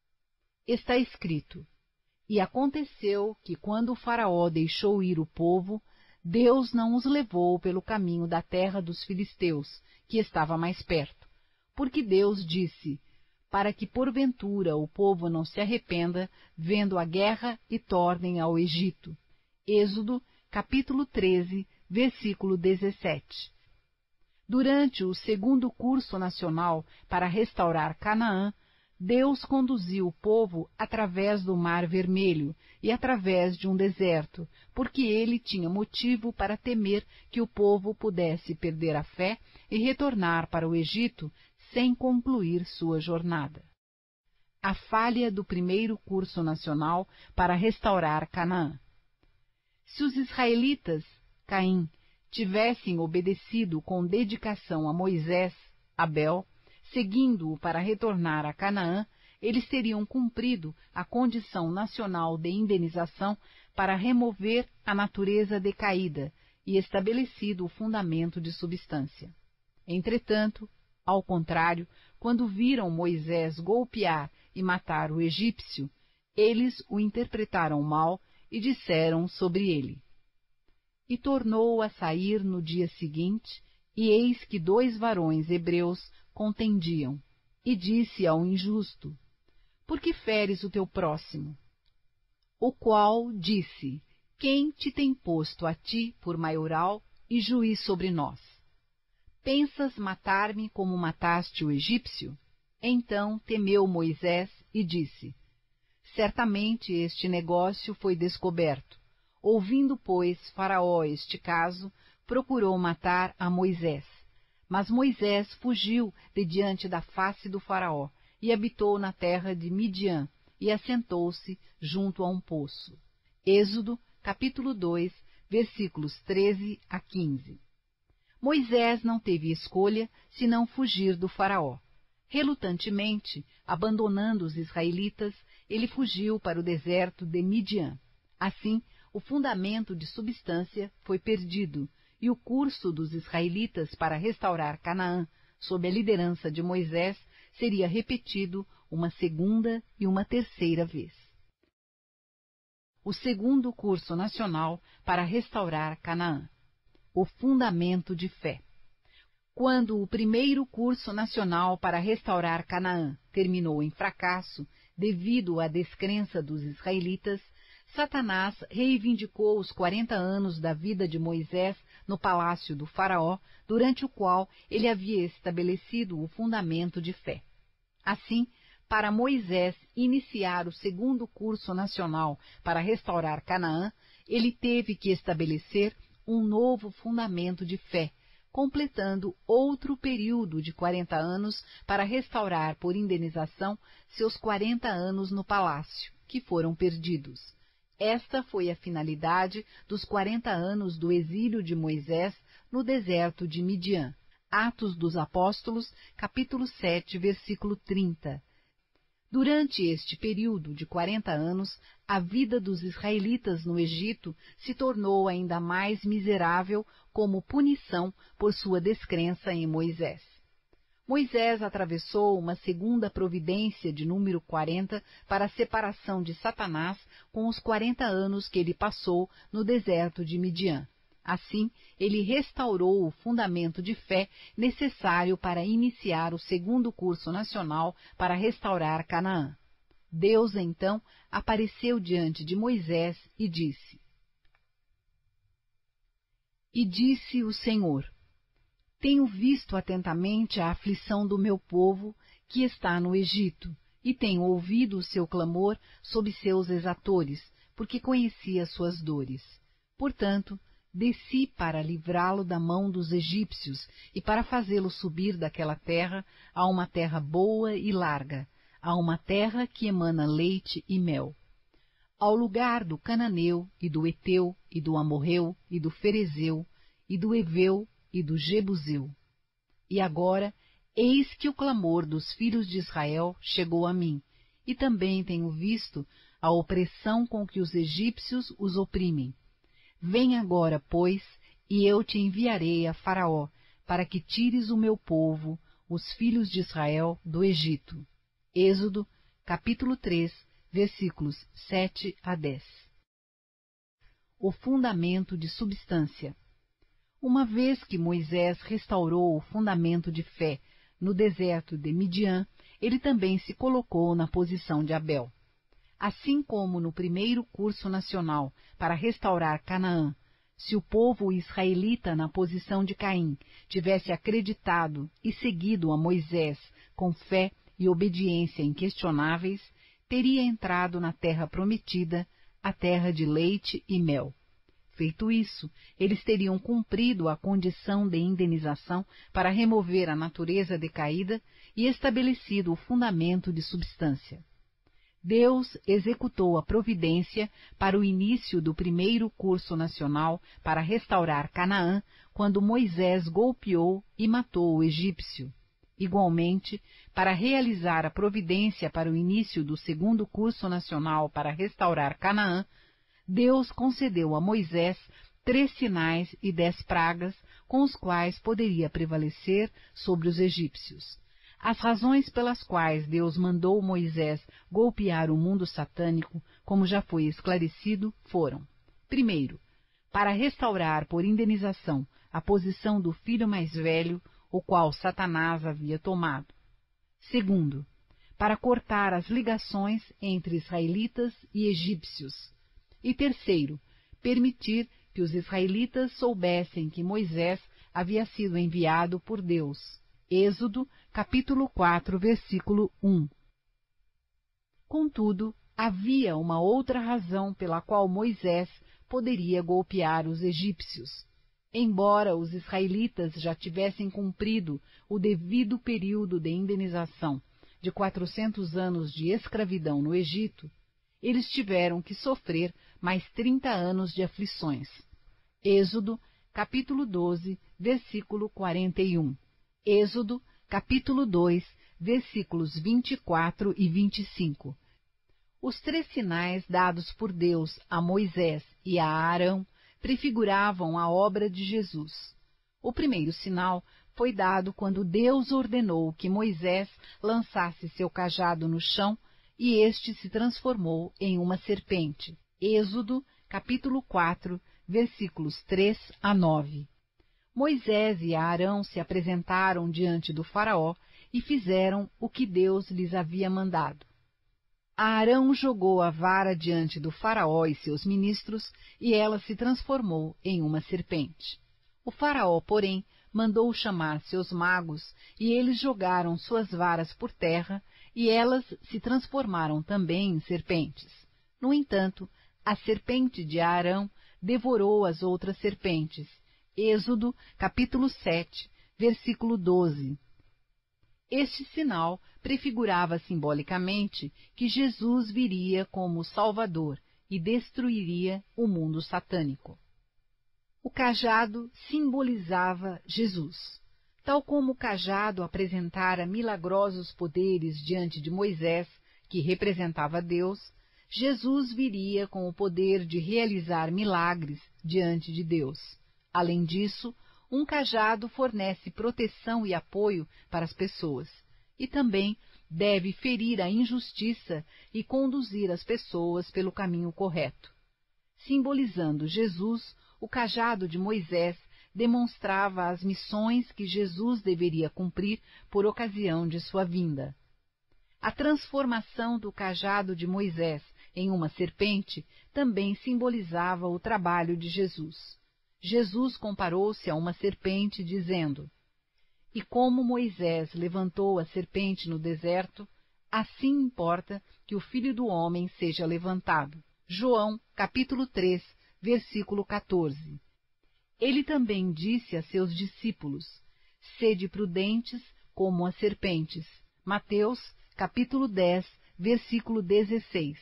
Está escrito: E aconteceu que, quando o faraó deixou ir o povo, Deus não os levou pelo caminho da terra dos filisteus, que estava mais perto, porque Deus disse: para que porventura o povo não se arrependa, vendo a guerra, e tornem ao Egito. Êxodo, capítulo 13, versículo 17. Durante o segundo curso nacional para restaurar Canaã, Deus conduziu o povo através do Mar Vermelho e através de um deserto, porque ele tinha motivo para temer que o povo pudesse perder a fé e retornar para o Egito sem concluir sua jornada. A falha do primeiro curso nacional para restaurar Canaã. Se os israelitas, Caim, tivessem obedecido com dedicação a Moisés, Abel, seguindo-o para retornar a Canaã, eles teriam cumprido a condição nacional de indenização para remover a natureza decaída e estabelecido o fundamento de substância. Entretanto, ao contrário, quando viram Moisés golpear e matar o egípcio, eles o interpretaram mal e disseram sobre ele: E tornou a sair no dia seguinte, e eis que 2 varões hebreus contendiam, e disse ao injusto: Por que feres o teu próximo? O qual disse: Quem te tem posto a ti por maioral e juiz sobre nós? Pensas matar-me como mataste o egípcio? Então temeu Moisés e disse: Certamente este negócio foi descoberto. Ouvindo, pois, Faraó este caso, procurou matar a Moisés. Mas Moisés fugiu de diante da face do Faraó e habitou na terra de Midian e assentou-se junto a um poço. Êxodo, capítulo 2, versículos 13 a 15. Moisés não teve escolha senão fugir do Faraó. Relutantemente, abandonando os israelitas, ele fugiu para o deserto de Midian. Assim, o fundamento de substância foi perdido, e o curso dos israelitas para restaurar Canaã, sob a liderança de Moisés, seria repetido uma segunda e uma terceira vez. O segundo curso nacional para restaurar Canaã. O fundamento de fé. Quando o primeiro curso nacional para restaurar Canaã terminou em fracasso, devido à descrença dos israelitas, Satanás reivindicou os 40 anos da vida de Moisés no palácio do faraó, durante o qual ele havia estabelecido o fundamento de fé. Assim, para Moisés iniciar o segundo curso nacional para restaurar Canaã, ele teve que estabelecer um novo fundamento de fé, completando outro período de 40 anos para restaurar por indenização seus 40 anos no palácio, que foram perdidos. Esta foi a finalidade dos 40 anos do exílio de Moisés no deserto de Midian. Atos dos Apóstolos, capítulo 7, versículo 30. Durante este período de 40 anos, a vida dos israelitas no Egito se tornou ainda mais miserável como punição por sua descrença em Moisés. Moisés atravessou uma segunda providência de número 40 para a separação de Satanás com os 40 anos que ele passou no deserto de Midian. Assim, ele restaurou o fundamento de fé necessário para iniciar o segundo curso nacional para restaurar Canaã. Deus, então, apareceu diante de Moisés e disse: E disse o Senhor: Tenho visto atentamente a aflição do meu povo que está no Egito, e tenho ouvido o seu clamor sob seus exatores, porque conheci as suas dores. Portanto, desci para livrá-lo da mão dos egípcios e para fazê-lo subir daquela terra a uma terra boa e larga, a uma terra que emana leite e mel, ao lugar do cananeu e do eteu e do amorreu e do ferezeu e do eveu e do jebuseu. E agora, eis que o clamor dos filhos de Israel chegou a mim, e também tenho visto a opressão com que os egípcios os oprimem. Vem agora, pois, e eu te enviarei a Faraó, para que tires o meu povo, os filhos de Israel, do Egito. Êxodo, capítulo 3, versículos 7 a 10. O fundamento de substância. Uma vez que Moisés restaurou o fundamento de fé no deserto de Midian, ele também se colocou na posição de Abel. Assim como no primeiro curso nacional para restaurar Canaã, se o povo israelita na posição de Caim tivesse acreditado e seguido a Moisés com fé e obediência inquestionáveis, teria entrado na terra prometida, a terra de leite e mel. Feito isso, eles teriam cumprido a condição de indenização para remover a natureza decaída e estabelecido o fundamento de substância. Deus executou a providência para o início do primeiro curso nacional para restaurar Canaã, quando Moisés golpeou e matou o egípcio. Igualmente, para realizar a providência para o início do segundo curso nacional para restaurar Canaã, Deus concedeu a Moisés 3 sinais e 10 pragas com os quais poderia prevalecer sobre os egípcios. As razões pelas quais Deus mandou Moisés golpear o mundo satânico, como já foi esclarecido, foram: primeiro, para restaurar por indenização a posição do filho mais velho, o qual Satanás havia tomado. Segundo, para cortar as ligações entre israelitas e egípcios. E terceiro, permitir que os israelitas soubessem que Moisés havia sido enviado por Deus. Êxodo, capítulo 4, versículo 1. Contudo, havia uma outra razão pela qual Moisés poderia golpear os egípcios. Embora os israelitas já tivessem cumprido o devido período de indenização de 400 anos de escravidão no Egito, eles tiveram que sofrer mais 30 anos de aflições. Êxodo, capítulo 12, versículo 41. Êxodo, capítulo 2, versículos 24 e 25. Os 3 sinais dados por Deus a Moisés e a Arão prefiguravam a obra de Jesus. O primeiro sinal foi dado quando Deus ordenou que Moisés lançasse seu cajado no chão e este se transformou em uma serpente. Êxodo, capítulo 4, versículos 3 a 9. Moisés e Arão se apresentaram diante do faraó e fizeram o que Deus lhes havia mandado. Arão jogou a vara diante do faraó e seus ministros, e ela se transformou em uma serpente. O faraó, porém, mandou chamar seus magos, e eles jogaram suas varas por terra, e elas se transformaram também em serpentes. No entanto, a serpente de Arão devorou as outras serpentes. Êxodo, capítulo 7, versículo 12. Este sinal prefigurava simbolicamente que Jesus viria como Salvador e destruiria o mundo satânico. O cajado simbolizava Jesus. Tal como o cajado apresentara milagrosos poderes diante de Moisés, que representava Deus, Jesus viria com o poder de realizar milagres diante de Deus. Além disso, um cajado fornece proteção e apoio para as pessoas, e também deve ferir a injustiça e conduzir as pessoas pelo caminho correto. Simbolizando Jesus, o cajado de Moisés demonstrava as missões que Jesus deveria cumprir por ocasião de sua vinda. A transformação do cajado de Moisés em uma serpente também simbolizava o trabalho de Jesus. Jesus comparou-se a uma serpente, dizendo: "E como Moisés levantou a serpente no deserto, assim importa que o Filho do Homem seja levantado." João, capítulo 3, versículo 14. Ele também disse a seus discípulos: "Sede prudentes como as serpentes." Mateus, capítulo 10, versículo 16.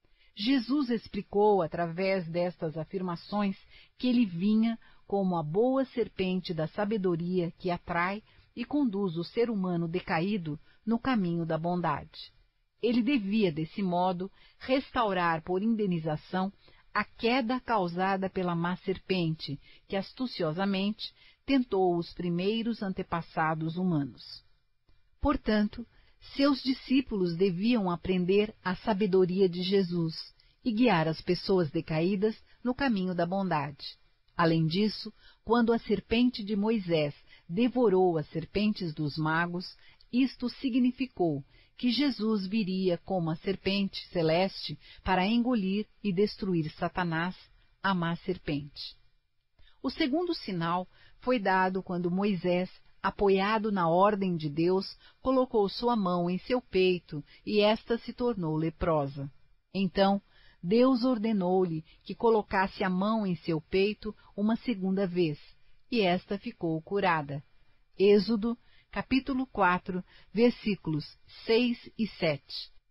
Jesus explicou através destas afirmações que ele vinha como a boa serpente da sabedoria que atrai e conduz o ser humano decaído no caminho da bondade. Ele devia, desse modo, restaurar por indenização a queda causada pela má serpente, que astuciosamente tentou os primeiros antepassados humanos. Portanto, seus discípulos deviam aprender a sabedoria de Jesus e guiar as pessoas decaídas no caminho da bondade. Além disso, quando a serpente de Moisés devorou as serpentes dos magos, isto significou que Jesus viria como a serpente celeste para engolir e destruir Satanás, a má serpente. O segundo sinal foi dado quando Moisés, apoiado na ordem de Deus, colocou sua mão em seu peito e esta se tornou leprosa. Então, Deus ordenou-lhe que colocasse a mão em seu peito uma segunda vez, e esta ficou curada. Êxodo, capítulo 4, versículos 6 e 7.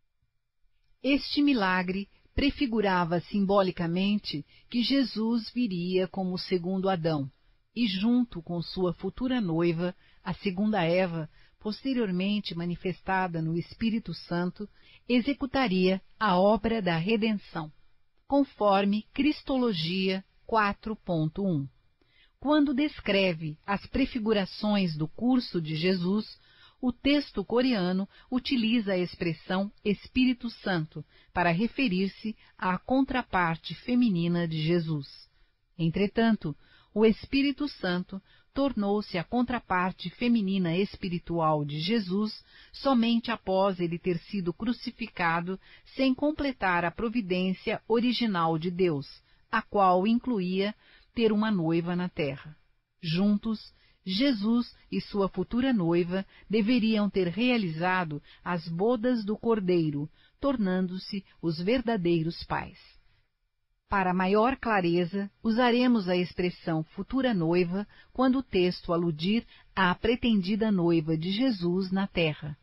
Este milagre prefigurava simbolicamente que Jesus viria como o segundo Adão, e junto com sua futura noiva, a segunda Eva, posteriormente manifestada no Espírito Santo, executaria a obra da redenção, conforme Cristologia 4.1. Quando descreve as prefigurações do curso de Jesus, o texto coreano utiliza a expressão Espírito Santo para referir-se à contraparte feminina de Jesus. Entretanto, o Espírito Santo tornou-se a contraparte feminina espiritual de Jesus somente após ele ter sido crucificado, sem completar a providência original de Deus, a qual incluía ter uma noiva na terra. Juntos, Jesus e sua futura noiva deveriam ter realizado as bodas do Cordeiro, tornando-se os verdadeiros pais. Para maior clareza, usaremos a expressão futura noiva quando o texto aludir à pretendida noiva de Jesus na terra.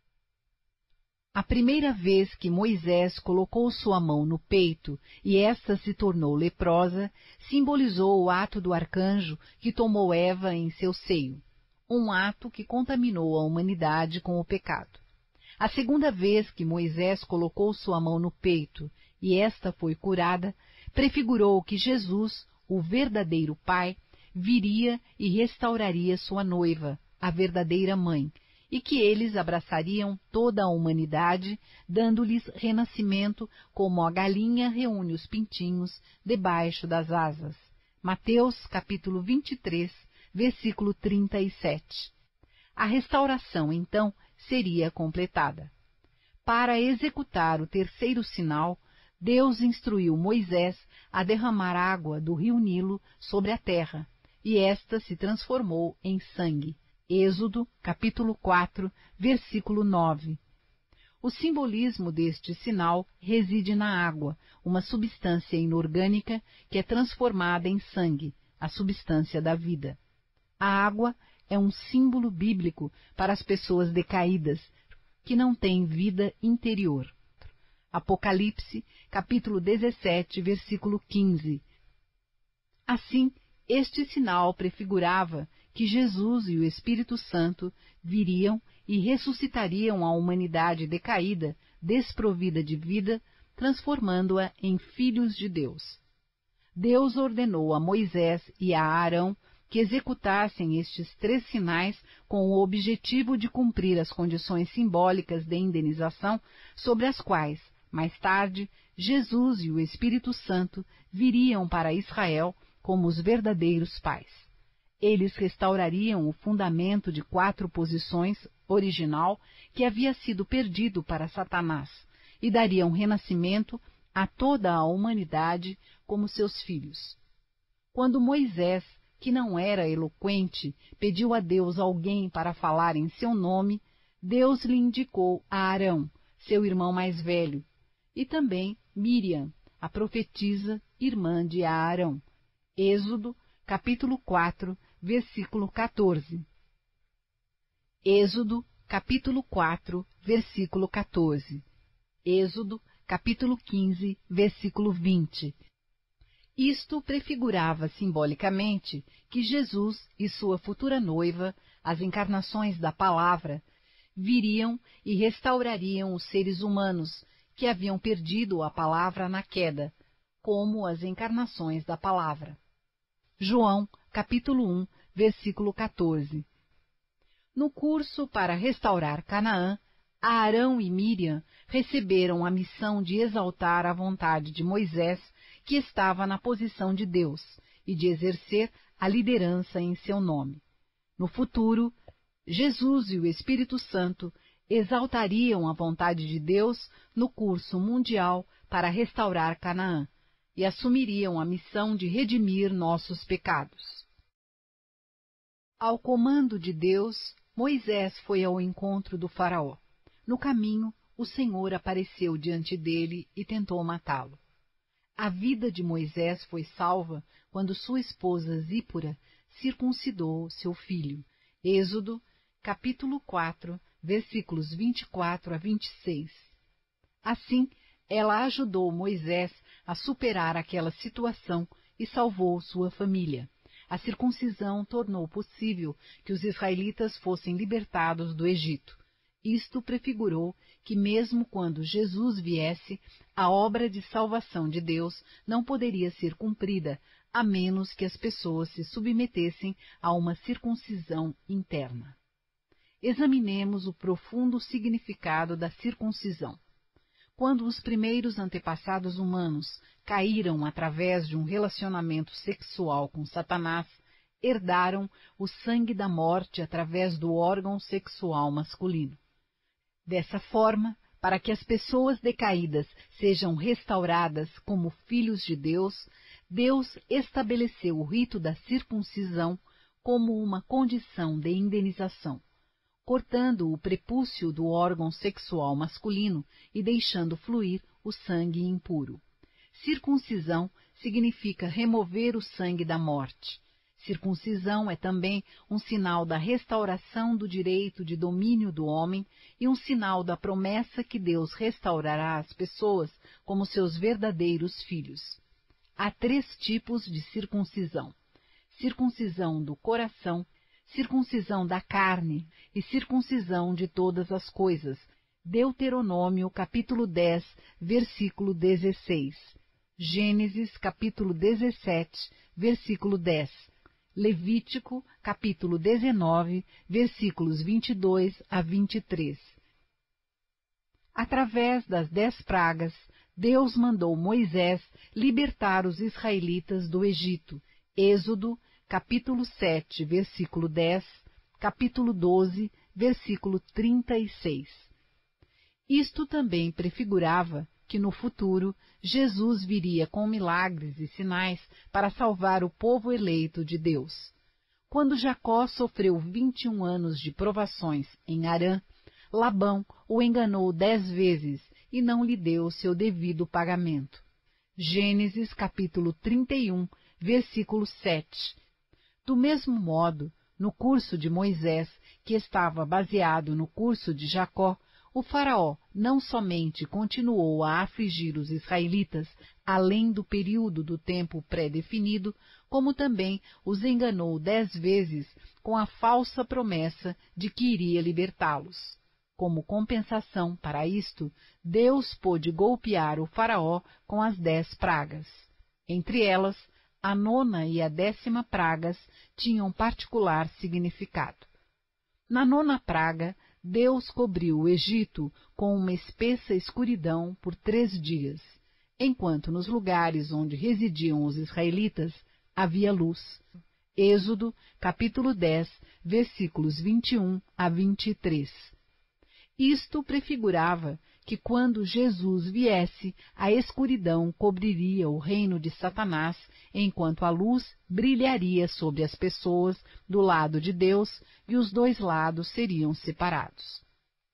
A primeira vez que Moisés colocou sua mão no peito e esta se tornou leprosa, simbolizou o ato do arcanjo que tomou Eva em seu seio, um ato que contaminou a humanidade com o pecado. A segunda vez que Moisés colocou sua mão no peito e esta foi curada, prefigurou que Jesus, o verdadeiro pai, viria e restauraria sua noiva, a verdadeira mãe, e que eles abraçariam toda a humanidade, dando-lhes renascimento como a galinha reúne os pintinhos debaixo das asas. Mateus capítulo 23, versículo 37. A restauração, então, seria completada. Para executar o terceiro sinal, Deus instruiu Moisés a derramar água do rio Nilo sobre a terra, e esta se transformou em sangue. Êxodo, capítulo 4, versículo 9. O simbolismo deste sinal reside na água, uma substância inorgânica que é transformada em sangue, a substância da vida. A água é um símbolo bíblico para as pessoas decaídas, que não têm vida interior. Apocalipse, capítulo 17, versículo 15. Assim, este sinal prefigurava que Jesus e o Espírito Santo viriam e ressuscitariam a humanidade decaída, desprovida de vida, transformando-a em filhos de Deus. Deus ordenou a Moisés e a Arão que executassem estes 3 sinais com o objetivo de cumprir as condições simbólicas de indenização sobre as quais, mais tarde, Jesus e o Espírito Santo viriam para Israel como os verdadeiros pais. Eles restaurariam o fundamento de 4 posições original que havia sido perdido para Satanás e dariam renascimento a toda a humanidade como seus filhos. Quando Moisés, que não era eloquente, pediu a Deus alguém para falar em seu nome, Deus lhe indicou a Arão, seu irmão mais velho, e também Míriam, a profetisa, irmã de Arão. Êxodo, capítulo 4, versículo 14. Êxodo, capítulo 4, versículo 14. Êxodo, capítulo 15, versículo 20. Isto prefigurava simbolicamente que Jesus e sua futura noiva, as encarnações da Palavra, viriam e restaurariam os seres humanos que haviam perdido a Palavra na queda, como as encarnações da Palavra. João, capítulo 1, versículo 14. No curso para restaurar Canaã, Arão e Míriam receberam a missão de exaltar a vontade de Moisés, que estava na posição de Deus, e de exercer a liderança em seu nome. No futuro, Jesus e o Espírito Santo exaltariam a vontade de Deus no curso mundial para restaurar Canaã, e assumiriam a missão de redimir nossos pecados. Ao comando de Deus, Moisés foi ao encontro do faraó. No caminho, o Senhor apareceu diante dele e tentou matá-lo. A vida de Moisés foi salva quando sua esposa Zípora circuncidou seu filho. Êxodo, capítulo 4, versículos 24 a 26. Assim, ela ajudou Moisés a superar aquela situação e salvou sua família. A circuncisão tornou possível que os israelitas fossem libertados do Egito. Isto prefigurou que mesmo quando Jesus viesse, a obra de salvação de Deus não poderia ser cumprida, a menos que as pessoas se submetessem a uma circuncisão interna. Examinemos o profundo significado da circuncisão. Quando os primeiros antepassados humanos caíram através de um relacionamento sexual com Satanás, herdaram o sangue da morte através do órgão sexual masculino. Dessa forma, para que as pessoas decaídas sejam restauradas como filhos de Deus, Deus estabeleceu o rito da circuncisão como uma condição de indenização, cortando o prepúcio do órgão sexual masculino e deixando fluir o sangue impuro. Circuncisão significa remover o sangue da morte. Circuncisão é também um sinal da restauração do direito de domínio do homem e um sinal da promessa que Deus restaurará as pessoas como seus verdadeiros filhos. Há 3 tipos de circuncisão: circuncisão do coração, circuncisão da carne e circuncisão de todas as coisas. Deuteronômio, capítulo 10, versículo 16. Gênesis, capítulo 17, versículo 10. Levítico, capítulo 19, versículos 22 a 23. Através das 10 pragas, Deus mandou Moisés libertar os israelitas do Egito. Êxodo, capítulo 7, versículo 10, capítulo 12, versículo 36. Isto também prefigurava que no futuro Jesus viria com milagres e sinais para salvar o povo eleito de Deus. Quando Jacó sofreu 21 anos de provações em Harã, Labão o enganou 10 vezes e não lhe deu seu devido pagamento. Gênesis capítulo 31, versículo 7. Do mesmo modo, no curso de Moisés, que estava baseado no curso de Jacó, O faraó não somente continuou a afligir os israelitas além do período do tempo pré-definido, como também os enganou 10 vezes com a falsa promessa de que iria libertá-los. Como compensação para isto, Deus pôde golpear o faraó com as 10 pragas. Entre elas, a 9ª e a 10ª pragas tinham particular significado. Na 9ª praga, Deus cobriu o Egito com uma espessa escuridão por 3 dias, enquanto nos lugares onde residiam os israelitas havia luz. Êxodo, capítulo 10, versículos 21 a 23. Isto prefigurava que quando Jesus viesse, a escuridão cobriria o reino de Satanás, enquanto a luz brilharia sobre as pessoas do lado de Deus e os 2 lados seriam separados.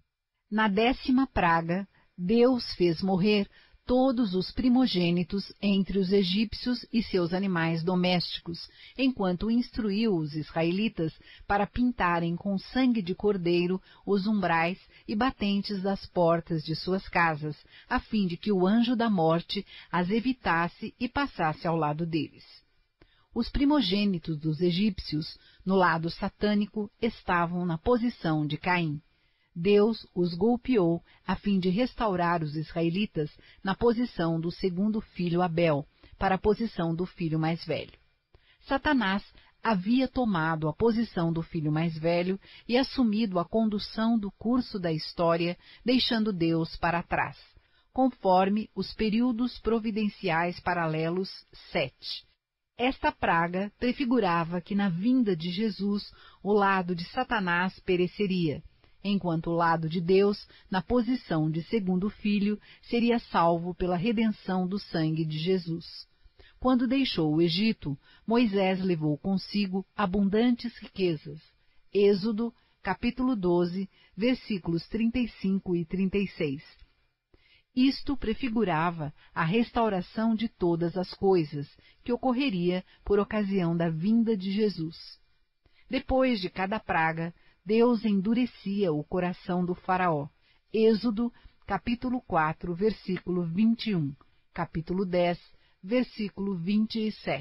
Na 10ª praga, Deus fez morrer todos os primogênitos entre os egípcios e seus animais domésticos, enquanto instruiu os israelitas para pintarem com sangue de cordeiro os umbrais e batentes das portas de suas casas, a fim de que o anjo da morte as evitasse e passasse ao lado deles. Os primogênitos dos egípcios, no lado satânico, estavam na posição de Caim. Deus os golpeou a fim de restaurar os israelitas na posição do segundo filho Abel, para a posição do filho mais velho. Satanás havia tomado a posição do filho mais velho e assumido a condução do curso da história, deixando Deus para trás, conforme os períodos providenciais paralelos 7. Esta praga prefigurava que na vinda de Jesus o lado de Satanás pereceria, enquanto o lado de Deus, na posição de segundo filho, seria salvo pela redenção do sangue de Jesus. Quando deixou o Egito, Moisés levou consigo abundantes riquezas. Êxodo, capítulo 12, versículos 35 e 36. Isto prefigurava a restauração de todas as coisas, que ocorreria por ocasião da vinda de Jesus. Depois de cada praga, Deus endurecia o coração do faraó. Êxodo, capítulo 4, versículo 21, capítulo 10, versículo 27.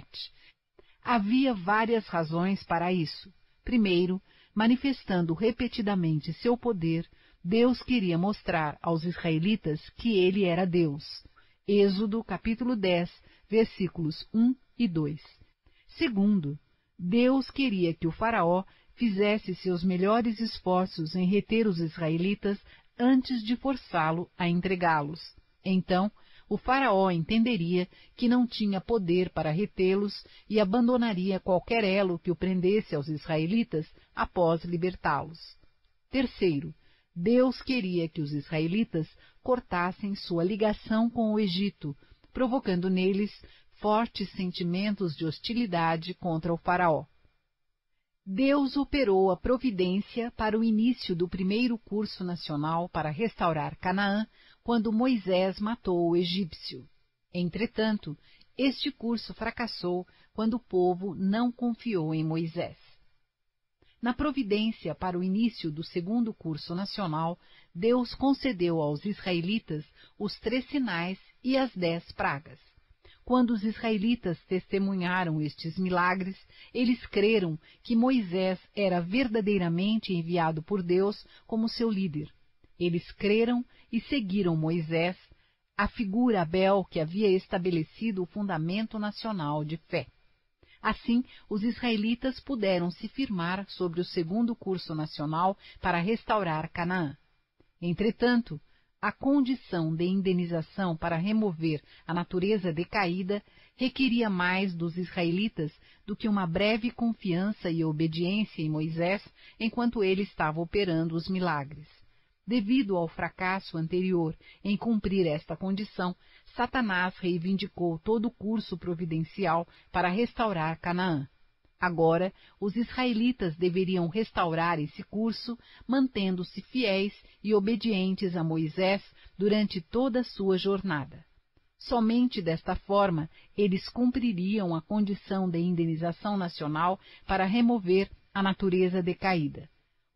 Havia várias razões para isso. Primeiro, manifestando repetidamente seu poder, Deus queria mostrar aos israelitas que ele era Deus. Êxodo, capítulo 10, versículos 1 e 2. Segundo, Deus queria que o faraó fizesse seus melhores esforços em reter os israelitas antes de forçá-lo a entregá-los. Então, o faraó entenderia que não tinha poder para retê-los e abandonaria qualquer elo que o prendesse aos israelitas após libertá-los. Terceiro, Deus queria que os israelitas cortassem sua ligação com o Egito, provocando neles fortes sentimentos de hostilidade contra o faraó. Deus operou a providência para o início do primeiro curso nacional para restaurar Canaã, quando Moisés matou o egípcio. Entretanto, este curso fracassou quando o povo não confiou em Moisés. Na providência para o início do segundo curso nacional, Deus concedeu aos israelitas os 3 sinais e as 10 pragas. Quando os israelitas testemunharam estes milagres, eles creram que Moisés era verdadeiramente enviado por Deus como seu líder. Eles creram e seguiram Moisés, a figura Abel que havia estabelecido o fundamento nacional de fé. Assim, os israelitas puderam se firmar sobre o segundo curso nacional para restaurar Canaã. Entretanto, a condição de indenização para remover a natureza decaída requeria mais dos israelitas do que uma breve confiança e obediência em Moisés enquanto ele estava operando os milagres. Devido ao fracasso anterior em cumprir esta condição, Satanás reivindicou todo o curso providencial para restaurar Canaã. Agora, os israelitas deveriam restaurar esse curso, mantendo-se fiéis e obedientes a Moisés durante toda a sua jornada. Somente desta forma eles cumpririam a condição de indenização nacional para remover a natureza decaída.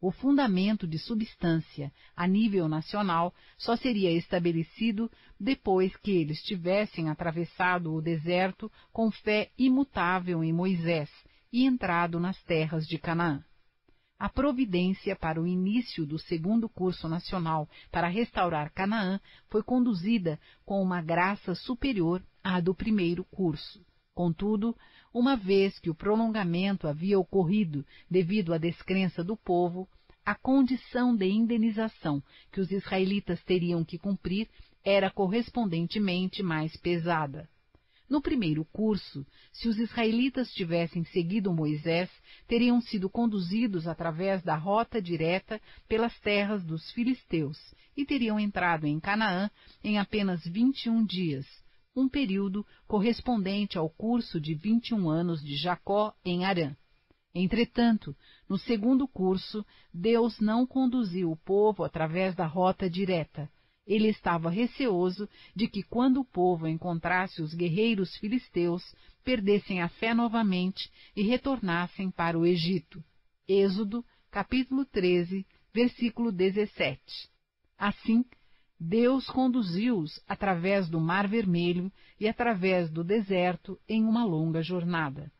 O fundamento de substância a nível nacional só seria estabelecido depois que eles tivessem atravessado o deserto com fé imutável em Moisés e entrado nas terras de Canaã. A providência para o início do segundo curso nacional para restaurar Canaã foi conduzida com uma graça superior à do primeiro curso. Contudo, uma vez que o prolongamento havia ocorrido devido à descrença do povo, a condição de indenização que os israelitas teriam que cumprir era correspondentemente mais pesada. No primeiro curso, se os israelitas tivessem seguido Moisés, teriam sido conduzidos através da rota direta pelas terras dos filisteus e teriam entrado em Canaã em apenas 21 dias, um período correspondente ao curso de 21 anos de Jacó em Harã. Entretanto, no segundo curso, Deus não conduziu o povo através da rota direta. Ele estava receoso de que, quando o povo encontrasse os guerreiros filisteus, perdessem a fé novamente e retornassem para o Egito. Êxodo, capítulo 13, versículo 17. Assim, Deus conduziu-os através do Mar Vermelho e através do deserto em uma longa jornada.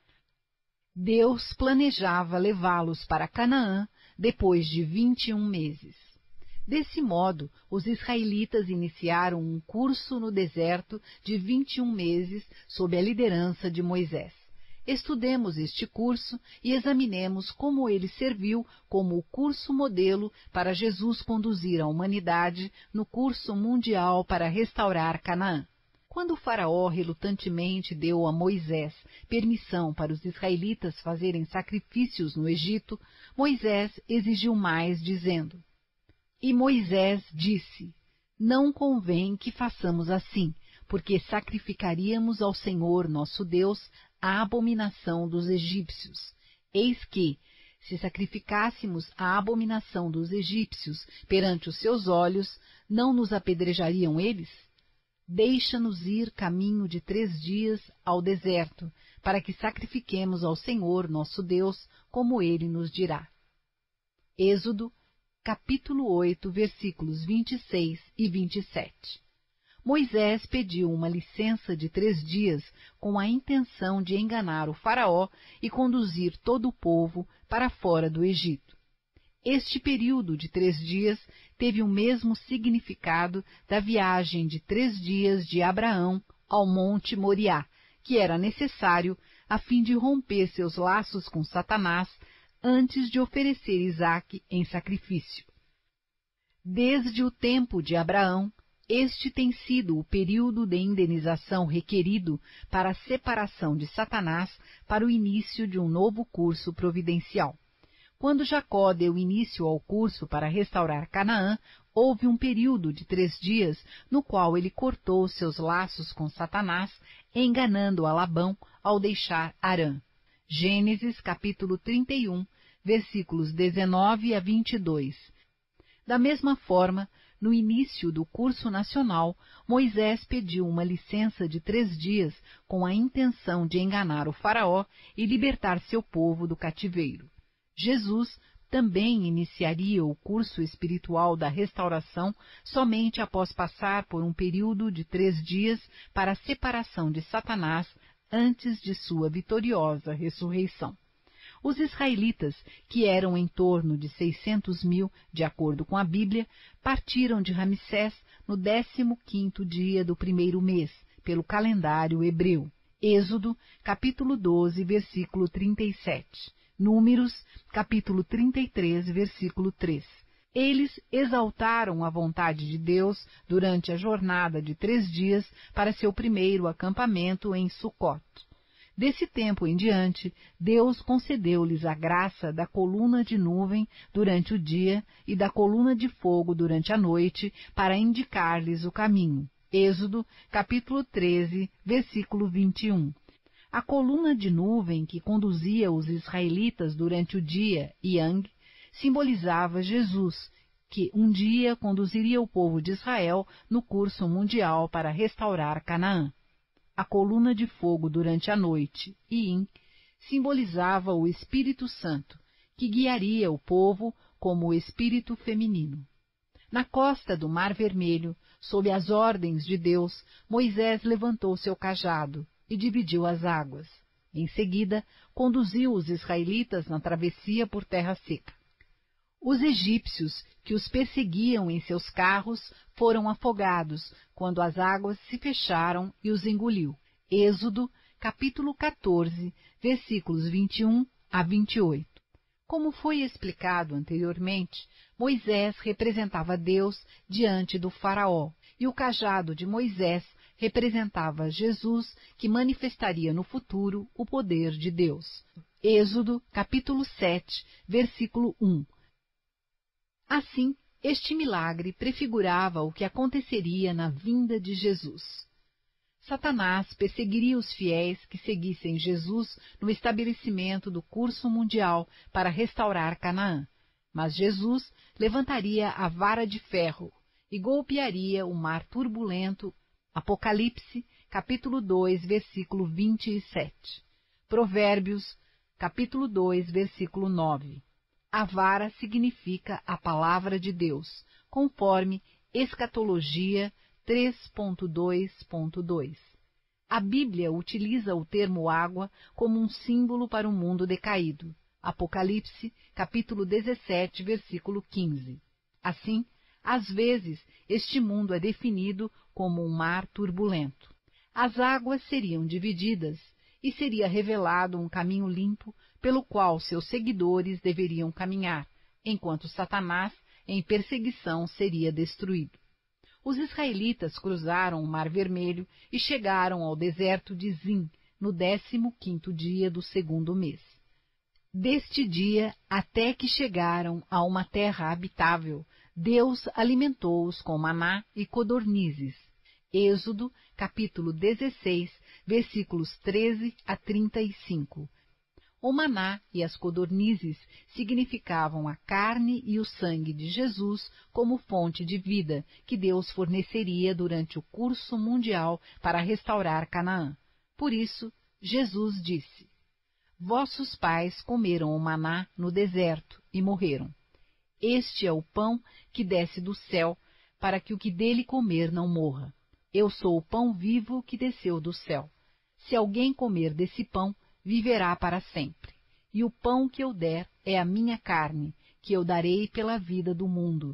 Deus planejava levá-los para Canaã depois de 21 meses. Desse modo, os israelitas iniciaram um curso no deserto de 21 meses sob a liderança de Moisés. Estudemos este curso e examinemos como ele serviu como o curso modelo para Jesus conduzir a humanidade no curso mundial para restaurar Canaã. Quando o faraó relutantemente deu a Moisés permissão para os israelitas fazerem sacrifícios no Egito, Moisés exigiu mais, dizendo: E Moisés disse: Não convém que façamos assim, porque sacrificaríamos ao Senhor nosso Deus a abominação dos egípcios. Eis que, se sacrificássemos a abominação dos egípcios perante os seus olhos, não nos apedrejariam eles? Deixa-nos ir caminho de 3 dias ao deserto, para que sacrifiquemos ao Senhor nosso Deus, como ele nos dirá. Êxodo, capítulo 8, versículos 26 e 27. Moisés pediu uma licença de 3 dias com a intenção de enganar o faraó e conduzir todo o povo para fora do Egito. Este período de 3 dias teve o mesmo significado da viagem de 3 dias de Abraão ao Monte Moriá, que era necessário a fim de romper seus laços com Satanás antes de oferecer Isaque em sacrifício. Desde o tempo de Abraão, este tem sido o período de indenização requerido para a separação de Satanás para o início de um novo curso providencial. Quando Jacó deu início ao curso para restaurar Canaã, houve um período de 3 dias no qual ele cortou seus laços com Satanás, enganando a Labão ao deixar Harã. Gênesis capítulo 31, versículos 19 a 22. Da mesma forma, no início do curso nacional, Moisés pediu uma licença de 3 dias com a intenção de enganar o faraó e libertar seu povo do cativeiro. Jesus também iniciaria o curso espiritual da restauração somente após passar por um período de 3 dias para a separação de Satanás antes de sua vitoriosa ressurreição. Os israelitas, que eram em torno de 600.000, de acordo com a Bíblia, partiram de Ramsés no 15º dia do 1º mês, pelo calendário hebreu. Êxodo, capítulo 12, versículo 37. Números, capítulo 33, versículo 3. Eles exaltaram a vontade de Deus durante a jornada de 3 dias para seu primeiro acampamento em Sucote. Desse tempo em diante, Deus concedeu-lhes a graça da coluna de nuvem durante o dia e da coluna de fogo durante a noite para indicar-lhes o caminho. Êxodo, capítulo 13, versículo 21. A coluna de nuvem que conduzia os israelitas durante o dia, Yang, simbolizava Jesus, que um dia conduziria o povo de Israel no curso mundial para restaurar Canaã. A coluna de fogo durante a noite, Yin, simbolizava o Espírito Santo, que guiaria o povo como o espírito feminino. Na costa do Mar Vermelho, sob as ordens de Deus, Moisés levantou seu cajado e dividiu as águas. Em seguida, conduziu os israelitas na travessia por terra seca. Os egípcios que os perseguiam em seus carros foram afogados quando as águas se fecharam e os engoliu. Êxodo, capítulo 14, versículos 21 a 28. Como foi explicado anteriormente, Moisés representava Deus diante do faraó, e o cajado de Moisés representava Jesus, que manifestaria no futuro o poder de Deus. Êxodo, capítulo 7, versículo 1. Assim, este milagre prefigurava o que aconteceria na vinda de Jesus. Satanás perseguiria os fiéis que seguissem Jesus no estabelecimento do curso mundial para restaurar Canaã, mas Jesus levantaria a vara de ferro e golpearia o mar turbulento. Apocalipse, capítulo 2, versículo 27. Provérbios, capítulo 2, versículo 9. A vara significa a palavra de Deus, conforme Escatologia 3.2.2. A Bíblia utiliza o termo água como um símbolo para o mundo decaído. Apocalipse, capítulo 17, versículo 15. Assim, às vezes, este mundo é definido como um mar turbulento. As águas seriam divididas e seria revelado um caminho limpo pelo qual seus seguidores deveriam caminhar, enquanto Satanás, em perseguição, seria destruído. Os israelitas cruzaram o Mar Vermelho e chegaram ao deserto de Zim, no 15º dia do 2º mês. Deste dia até que chegaram a uma terra habitável, Deus alimentou-os com maná e codornizes. Êxodo, capítulo 16, versículos 13 a 35. O maná e as codornizes significavam a carne e o sangue de Jesus como fonte de vida que Deus forneceria durante o curso mundial para restaurar Canaã. Por isso, Jesus disse: Vossos pais comeram o maná no deserto e morreram. Este é o pão que desce do céu, para que o que dele comer não morra. Eu sou o pão vivo que desceu do céu. Se alguém comer desse pão, viverá para sempre. E o pão que eu der é a minha carne, que eu darei pela vida do mundo.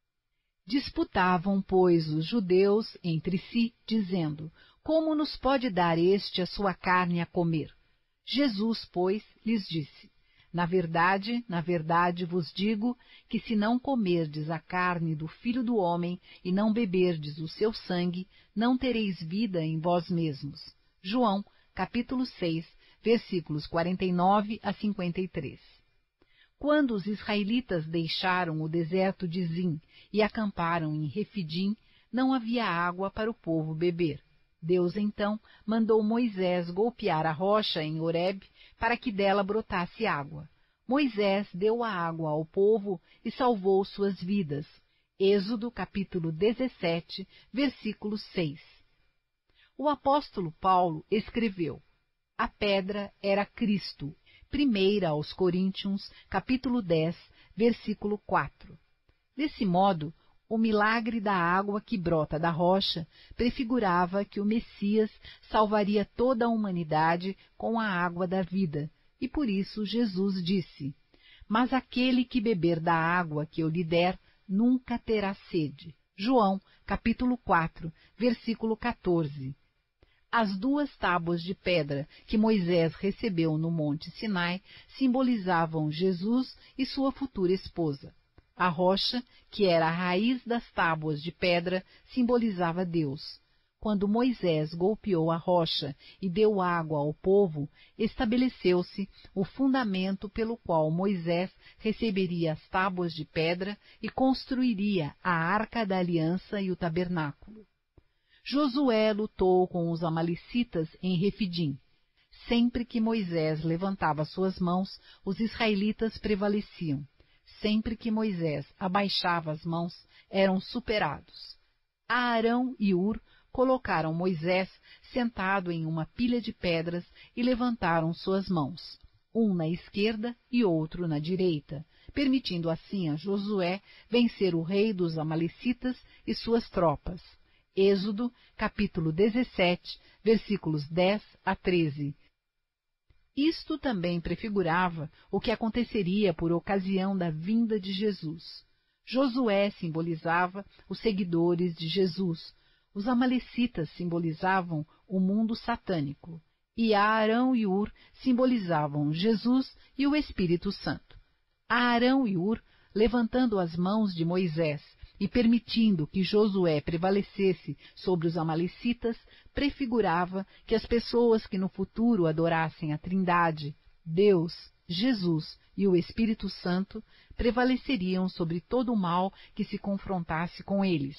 Disputavam, pois, os judeus entre si, dizendo: Como nos pode dar este a sua carne a comer? Jesus, pois, lhes disse: na verdade vos digo que se não comerdes a carne do Filho do Homem e não beberdes o seu sangue, não tereis vida em vós mesmos. João, capítulo 6, versículos 49 a 53. Quando os israelitas deixaram o deserto de Zim e acamparam em Refidim, não havia água para o povo beber. Deus então mandou Moisés golpear a rocha em Horebe para que dela brotasse água. Moisés deu a água ao povo e salvou suas vidas. Êxodo capítulo 17, versículo 6. O apóstolo Paulo escreveu: a pedra era Cristo. 1 aos Coríntios, capítulo 10, versículo 4. Desse modo, o milagre da água que brota da rocha prefigurava que o Messias salvaria toda a humanidade com a água da vida, e por isso Jesus disse: Mas aquele que beber da água que eu lhe der, nunca terá sede. João, capítulo 4, versículo 14. As 2 tábuas de pedra que Moisés recebeu no Monte Sinai simbolizavam Jesus e sua futura esposa. A rocha, que era a raiz das tábuas de pedra, simbolizava Deus. Quando Moisés golpeou a rocha e deu água ao povo, estabeleceu-se o fundamento pelo qual Moisés receberia as tábuas de pedra e construiria a Arca da Aliança e o tabernáculo. Josué lutou com os amalecitas em Refidim. Sempre que Moisés levantava suas mãos, os israelitas prevaleciam. Sempre que Moisés abaixava as mãos, eram superados. Arão e Hur colocaram Moisés sentado em uma pilha de pedras e levantaram suas mãos, um na esquerda e outro na direita, permitindo assim a Josué vencer o rei dos Amalecitas e suas tropas. Êxodo, capítulo 17, versículos 10 a 13. Isto também prefigurava o que aconteceria por ocasião da vinda de Jesus. Josué simbolizava os seguidores de Jesus. Os Amalecitas simbolizavam o mundo satânico. E Arão e Ur simbolizavam Jesus e o Espírito Santo. Arão e Ur, levantando as mãos de Moisés e permitindo que Josué prevalecesse sobre os Amalecitas, prefigurava que as pessoas que no futuro adorassem a Trindade, Deus, Jesus e o Espírito Santo, prevaleceriam sobre todo o mal que se confrontasse com eles.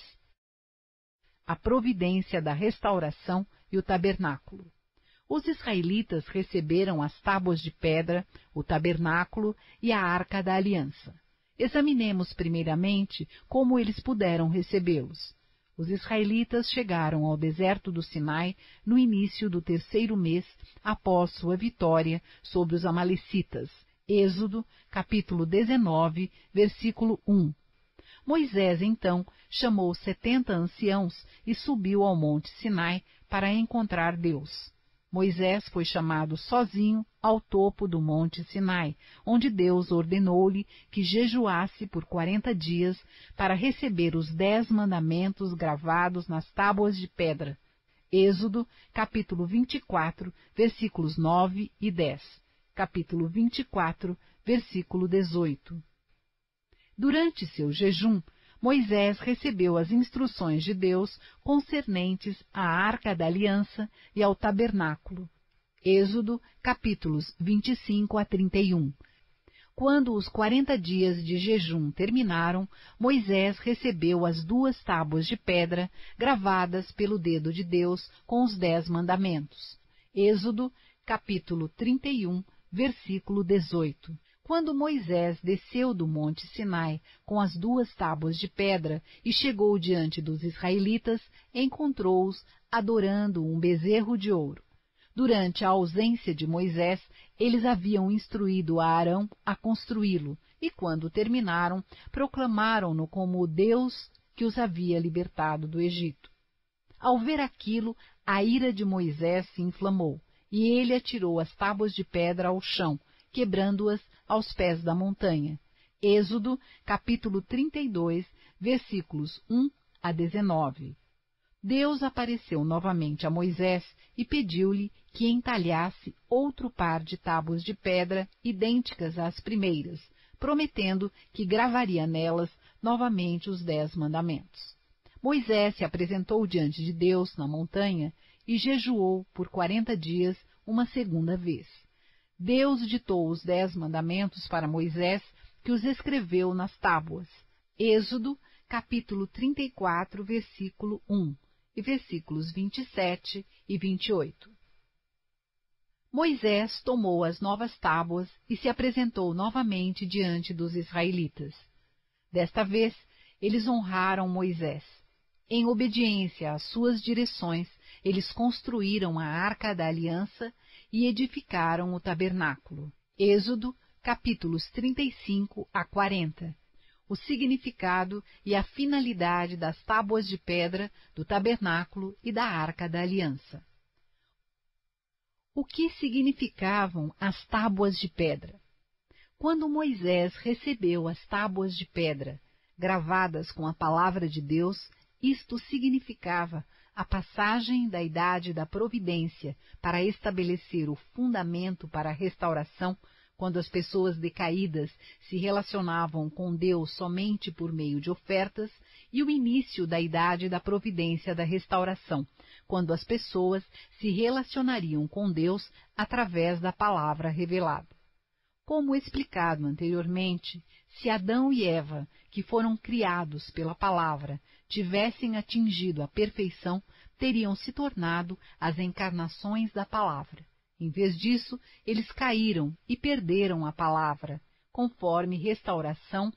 A providência da restauração e o tabernáculo. Os israelitas receberam as tábuas de pedra, o tabernáculo e a arca da aliança. Examinemos primeiramente como eles puderam recebê-los. Os israelitas chegaram ao deserto do Sinai no início do 3º mês após sua vitória sobre os Amalecitas. Êxodo, capítulo 19, versículo 1. Moisés, então, chamou 70 anciãos e subiu ao monte Sinai para encontrar Deus. Moisés foi chamado sozinho ao topo do monte Sinai, onde Deus ordenou-lhe que jejuasse por 40 dias para receber os 10 mandamentos gravados nas tábuas de pedra. Êxodo, capítulo 24, versículos 9 e 10. Capítulo 24, versículo 18. Durante seu jejum, Moisés recebeu as instruções de Deus concernentes à Arca da Aliança e ao Tabernáculo. Êxodo, capítulos 25 a 31. Quando os 40 dias de jejum terminaram, Moisés recebeu as 2 tábuas de pedra gravadas pelo dedo de Deus com os 10 mandamentos. Êxodo, capítulo 31, versículo 18. Quando Moisés desceu do monte Sinai com as 2 tábuas de pedra e chegou diante dos israelitas, encontrou-os adorando um bezerro de ouro. Durante a ausência de Moisés, eles haviam instruído a Arão a construí-lo, e quando terminaram, proclamaram-no como o Deus que os havia libertado do Egito. Ao ver aquilo, a ira de Moisés se inflamou, e ele atirou as tábuas de pedra ao chão, quebrando-as aos pés da montanha. Êxodo, capítulo 32, versículos 1 a 19. Deus apareceu novamente a Moisés e pediu-lhe que entalhasse outro par de tábuas de pedra idênticas às primeiras, prometendo que gravaria nelas novamente os 10 mandamentos. Moisés se apresentou diante de Deus na montanha e jejuou por 40 dias uma segunda vez. Deus ditou os 10 mandamentos para Moisés, que os escreveu nas tábuas. Êxodo, capítulo 34, versículo 1, e versículos 27 e 28. Moisés tomou as novas tábuas e se apresentou novamente diante dos israelitas. Desta vez, eles honraram Moisés. Em obediência às suas direções, eles construíram a Arca da Aliança e edificaram o tabernáculo. Êxodo, capítulos 35 a 40. O significado e a finalidade das tábuas de pedra, do tabernáculo e da Arca da Aliança. O que significavam as tábuas de pedra? Quando Moisés recebeu as tábuas de pedra, gravadas com a palavra de Deus, isto significava a passagem da idade da providência para estabelecer o fundamento para a restauração, quando as pessoas decaídas se relacionavam com Deus somente por meio de ofertas, e o início da idade da providência da restauração, quando as pessoas se relacionariam com Deus através da palavra revelada. Como explicado anteriormente, se Adão e Eva, que foram criados pela palavra, tivessem atingido a perfeição, teriam se tornado as encarnações da palavra. Em vez disso, eles caíram e perderam a palavra, conforme Restauração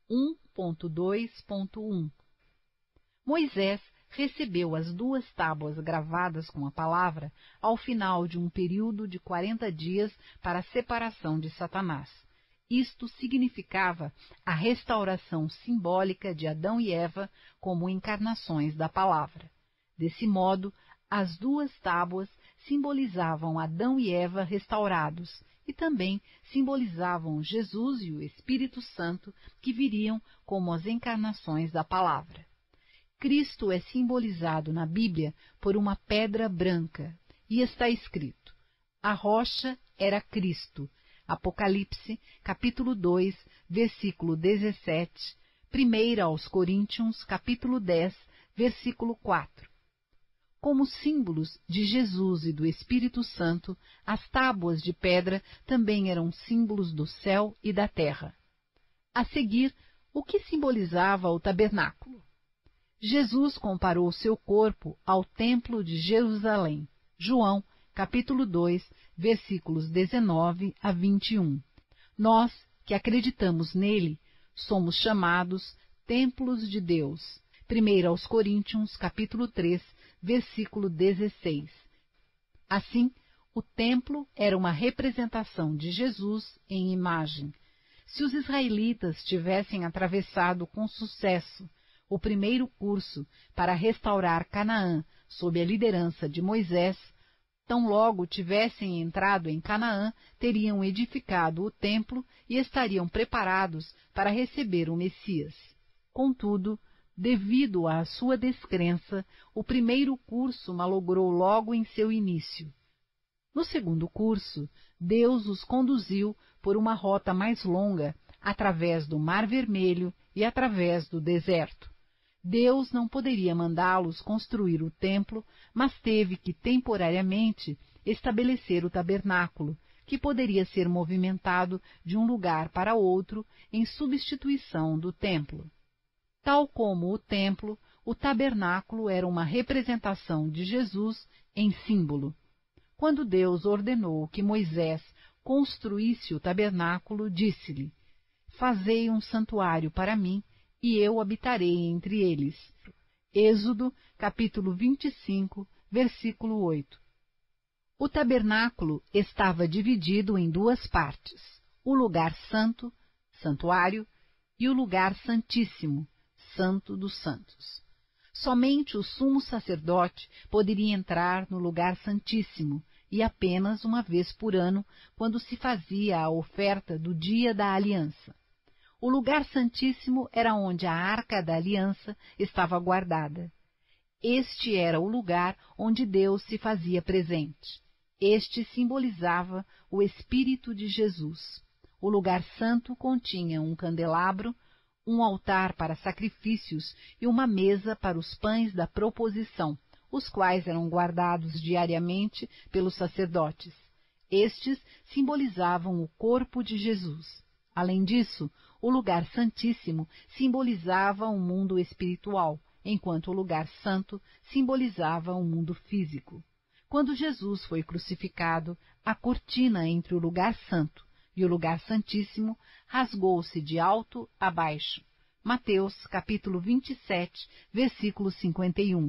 1.2.1. Moisés recebeu as 2 tábuas gravadas com a palavra ao final de um período de 40 dias para a separação de Satanás. Isto significava a restauração simbólica de Adão e Eva como encarnações da palavra. Desse modo, as duas tábuas simbolizavam Adão e Eva restaurados e também simbolizavam Jesus e o Espírito Santo que viriam como as encarnações da palavra. Cristo é simbolizado na Bíblia por uma pedra branca e está escrito: a rocha era Cristo. Apocalipse, capítulo 2, versículo 17, 1 aos Coríntios, capítulo 10, versículo 4. Como símbolos de Jesus e do Espírito Santo, as tábuas de pedra também eram símbolos do céu e da terra. A seguir, o que simbolizava o tabernáculo? Jesus comparou seu corpo ao templo de Jerusalém. João, capítulo 2, versículos 19 a 21. Nós, que acreditamos nele, somos chamados templos de Deus. 1 aos Coríntios, capítulo 3, versículo 16. Assim, o templo era uma representação de Jesus em imagem. Se os israelitas tivessem atravessado com sucesso o primeiro curso para restaurar Canaã sob a liderança de Moisés, tão logo tivessem entrado em Canaã, teriam edificado o templo e estariam preparados para receber o Messias. Contudo, devido à sua descrença, o primeiro curso malogrou logo em seu início. No segundo curso, Deus os conduziu por uma rota mais longa, através do Mar Vermelho e através do deserto. Deus não poderia mandá-los construir o templo, mas teve que temporariamente estabelecer o tabernáculo, que poderia ser movimentado de um lugar para outro em substituição do templo. Tal como o templo, o tabernáculo era uma representação de Jesus em símbolo. Quando Deus ordenou que Moisés construísse o tabernáculo, disse-lhe: fazei um santuário para mim, e eu habitarei entre eles. Êxodo, capítulo 25, versículo 8. O tabernáculo estava dividido em duas partes: o lugar santo, santuário, e o lugar santíssimo, santo dos santos. Somente o sumo sacerdote poderia entrar no lugar santíssimo, e apenas uma vez por ano, quando se fazia a oferta do dia da aliança. O lugar santíssimo era onde a arca da aliança estava guardada. Este era o lugar onde Deus se fazia presente. Este simbolizava o Espírito de Jesus. O lugar santo continha um candelabro, um altar para sacrifícios e uma mesa para os pães da proposição, os quais eram guardados diariamente pelos sacerdotes. Estes simbolizavam o corpo de Jesus. Além disso, o lugar santíssimo simbolizava um mundo espiritual, enquanto o lugar santo simbolizava um mundo físico. Quando Jesus foi crucificado, a cortina entre o lugar santo e o lugar santíssimo rasgou-se de alto a baixo. Mateus, capítulo 27, versículo 51.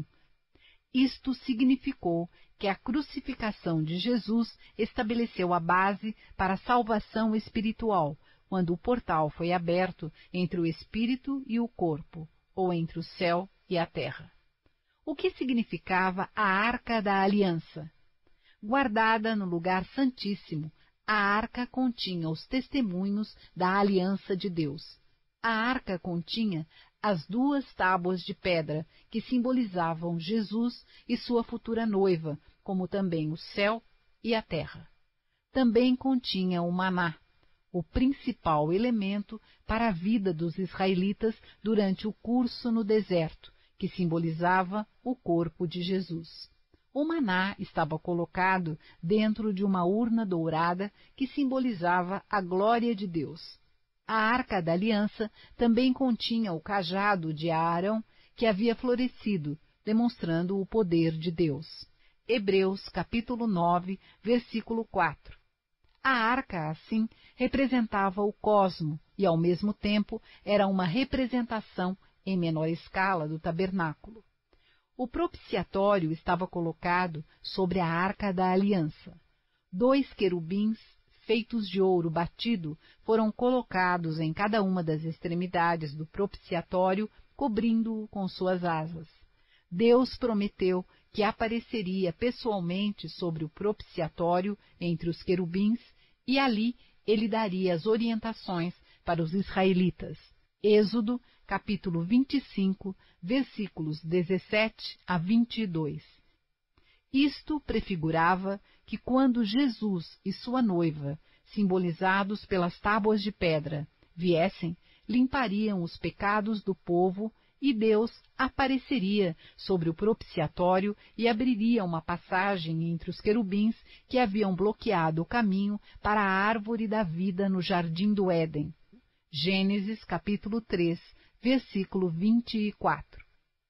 Isto significou que a crucificação de Jesus estabeleceu a base para a salvação espiritual, quando o portal foi aberto entre o espírito e o corpo, ou entre o céu e a terra. O que significava a Arca da Aliança? Guardada no lugar santíssimo, a arca continha os testemunhos da aliança de Deus. A arca continha as duas tábuas de pedra que simbolizavam Jesus e sua futura noiva, como também o céu e a terra. Também continha o maná, o principal elemento para a vida dos israelitas durante o curso no deserto, que simbolizava o corpo de Jesus. O maná estava colocado dentro de uma urna dourada que simbolizava a glória de Deus. A Arca da Aliança também continha o cajado de Arão, que havia florescido, demonstrando o poder de Deus. Hebreus, capítulo 9, versículo 4. A arca, assim, representava o cosmo e, ao mesmo tempo, era uma representação, em menor escala, do tabernáculo. O propiciatório estava colocado sobre a Arca da Aliança. 2 querubins feitos de ouro batido, foram colocados em cada uma das extremidades do propiciatório, cobrindo-o com suas asas. Deus prometeu que apareceria pessoalmente sobre o propiciatório entre os querubins, e ali ele daria as orientações para os israelitas. Êxodo, capítulo 25, versículos 17 a 22. Isto prefigurava que quando Jesus e sua noiva, simbolizados pelas tábuas de pedra, viessem, limpariam os pecados do povo e Deus apareceria sobre o propiciatório e abriria uma passagem entre os querubins que haviam bloqueado o caminho para a árvore da vida no jardim do Éden. Gênesis capítulo 3, versículo 24.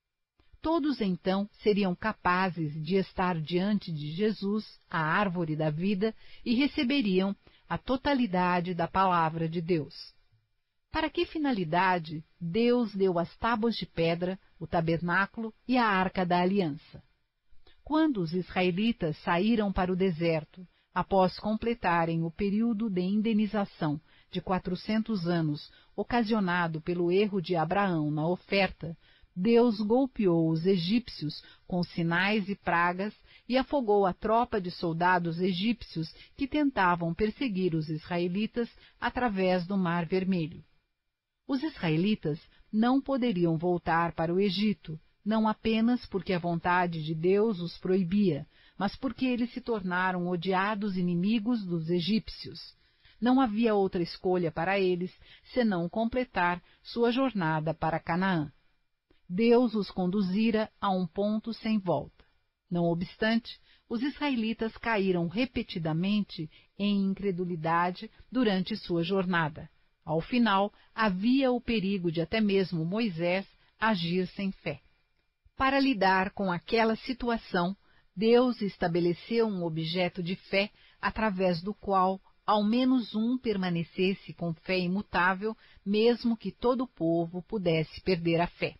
Todos então seriam capazes de estar diante de Jesus, a árvore da vida, e receberiam a totalidade da palavra de Deus. Para que finalidade Deus deu as tábuas de pedra, o tabernáculo e a arca da aliança? Quando os israelitas saíram para o deserto, após completarem o período de indenização de 400 anos, ocasionado pelo erro de Abraão na oferta, Deus golpeou os egípcios com sinais e pragas e afogou a tropa de soldados egípcios que tentavam perseguir os israelitas através do Mar Vermelho. Os israelitas não poderiam voltar para o Egito, não apenas porque a vontade de Deus os proibia, mas porque eles se tornaram odiados inimigos dos egípcios. Não havia outra escolha para eles senão completar sua jornada para Canaã. Deus os conduzira a um ponto sem volta. Não obstante, os israelitas caíram repetidamente em incredulidade durante sua jornada. Ao final, havia o perigo de até mesmo Moisés agir sem fé. Para lidar com aquela situação, Deus estabeleceu um objeto de fé através do qual ao menos um permanecesse com fé imutável, mesmo que todo o povo pudesse perder a fé.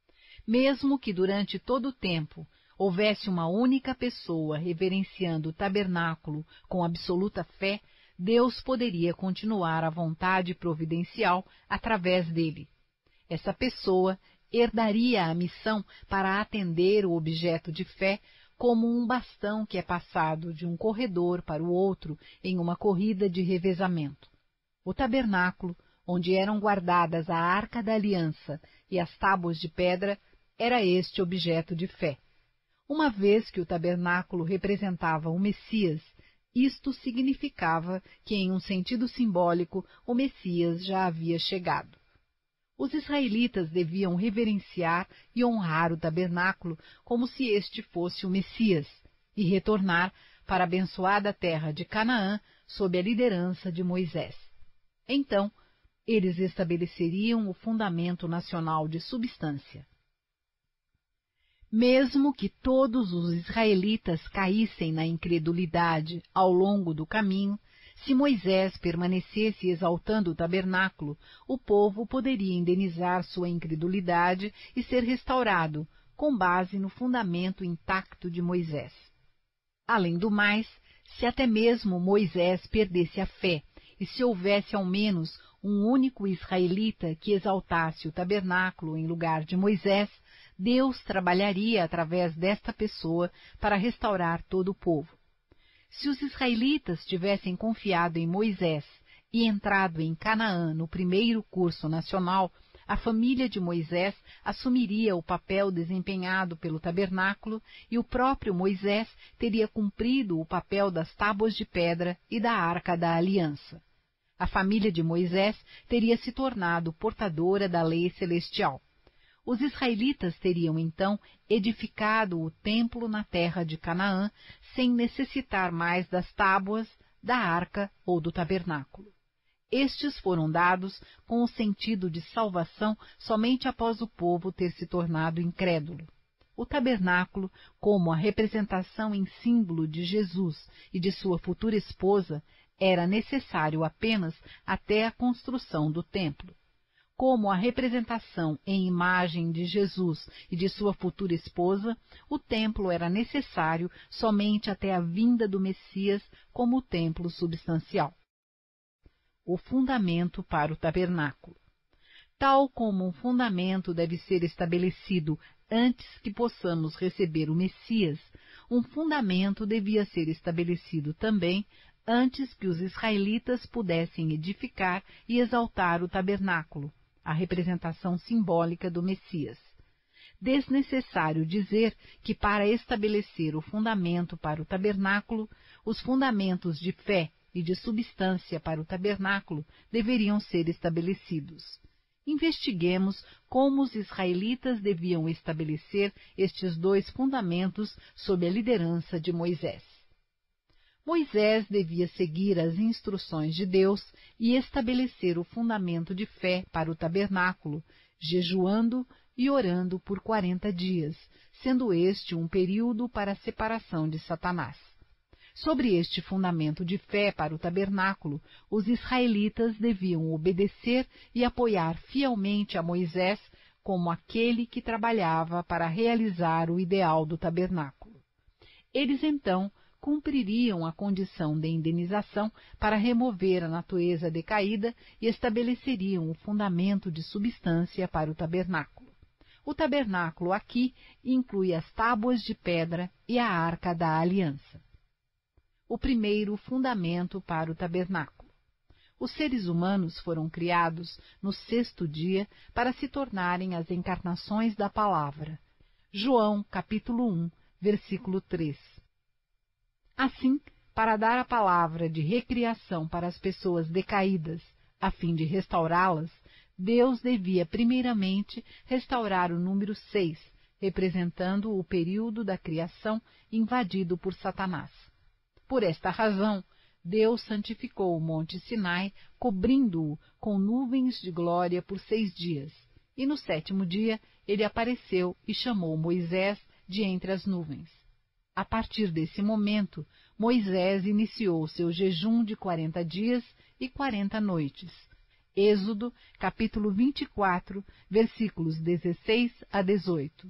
Mesmo que durante todo o tempo houvesse uma única pessoa reverenciando o tabernáculo com absoluta fé, Deus poderia continuar a vontade providencial através dele. Essa pessoa herdaria a missão para atender o objeto de fé como um bastão que é passado de um corredor para o outro em uma corrida de revezamento. O tabernáculo, onde eram guardadas a arca da aliança e as tábuas de pedra, era este objeto de fé. Uma vez que o tabernáculo representava o Messias, isto significava que, em um sentido simbólico, o Messias já havia chegado. Os israelitas deviam reverenciar e honrar o tabernáculo como se este fosse o Messias, e retornar para a abençoada terra de Canaã sob a liderança de Moisés. Então, eles estabeleceriam o fundamento nacional de substância. Mesmo que todos os israelitas caíssem na incredulidade ao longo do caminho, se Moisés permanecesse exaltando o tabernáculo, o povo poderia indenizar sua incredulidade e ser restaurado, com base no fundamento intacto de Moisés. Além do mais, se até mesmo Moisés perdesse a fé, e se houvesse ao menos um único israelita que exaltasse o tabernáculo em lugar de Moisés, Deus trabalharia através desta pessoa para restaurar todo o povo. Se os israelitas tivessem confiado em Moisés e entrado em Canaã no primeiro curso nacional, a família de Moisés assumiria o papel desempenhado pelo tabernáculo e o próprio Moisés teria cumprido o papel das tábuas de pedra e da arca da aliança. A família de Moisés teria se tornado portadora da lei celestial. Os israelitas teriam, então, edificado o templo na terra de Canaã, sem necessitar mais das tábuas, da arca ou do tabernáculo. Estes foram dados com o sentido de salvação somente após o povo ter se tornado incrédulo. O tabernáculo, como a representação em símbolo de Jesus e de sua futura esposa, era necessário apenas até a construção do templo. Como a representação em imagem de Jesus e de sua futura esposa, o templo era necessário somente até a vinda do Messias como o templo substancial. o fundamento para o tabernáculo. Tal como um fundamento deve ser estabelecido antes que possamos receber o Messias, um fundamento devia ser estabelecido também antes que os israelitas pudessem edificar e exaltar o tabernáculo, a representação simbólica do Messias. Desnecessário dizer que, para estabelecer o fundamento para o tabernáculo, os fundamentos de fé e de substância para o tabernáculo deveriam ser estabelecidos. Investiguemos como os israelitas deviam estabelecer estes dois fundamentos sob a liderança de Moisés. Moisés devia seguir as instruções de Deus e estabelecer o fundamento de fé para o tabernáculo, jejuando e orando por 40 dias, sendo este um período para a separação de Satanás. Sobre este fundamento de fé para o tabernáculo, os israelitas deviam obedecer e apoiar fielmente a Moisés como aquele que trabalhava para realizar o ideal do tabernáculo. Eles, então, cumpririam a condição de indenização para remover a natureza decaída e estabeleceriam o fundamento de substância para o tabernáculo. O tabernáculo aqui inclui as tábuas de pedra e a arca da aliança. O primeiro fundamento para o tabernáculo. Os seres humanos foram criados no 6º dia para se tornarem as encarnações da palavra. João, capítulo 1, versículo 3. Assim, para dar a palavra de recriação para as pessoas decaídas, a fim de restaurá-las, Deus devia primeiramente restaurar o número 6, representando o período da criação invadido por Satanás. Por esta razão, Deus santificou o Monte Sinai, cobrindo-o com nuvens de glória por 6 dias, e no 7º dia ele apareceu e chamou Moisés de entre as nuvens. A partir desse momento, Moisés iniciou seu jejum de 40 dias e 40 noites. Êxodo, capítulo 24, versículos 16 a 18.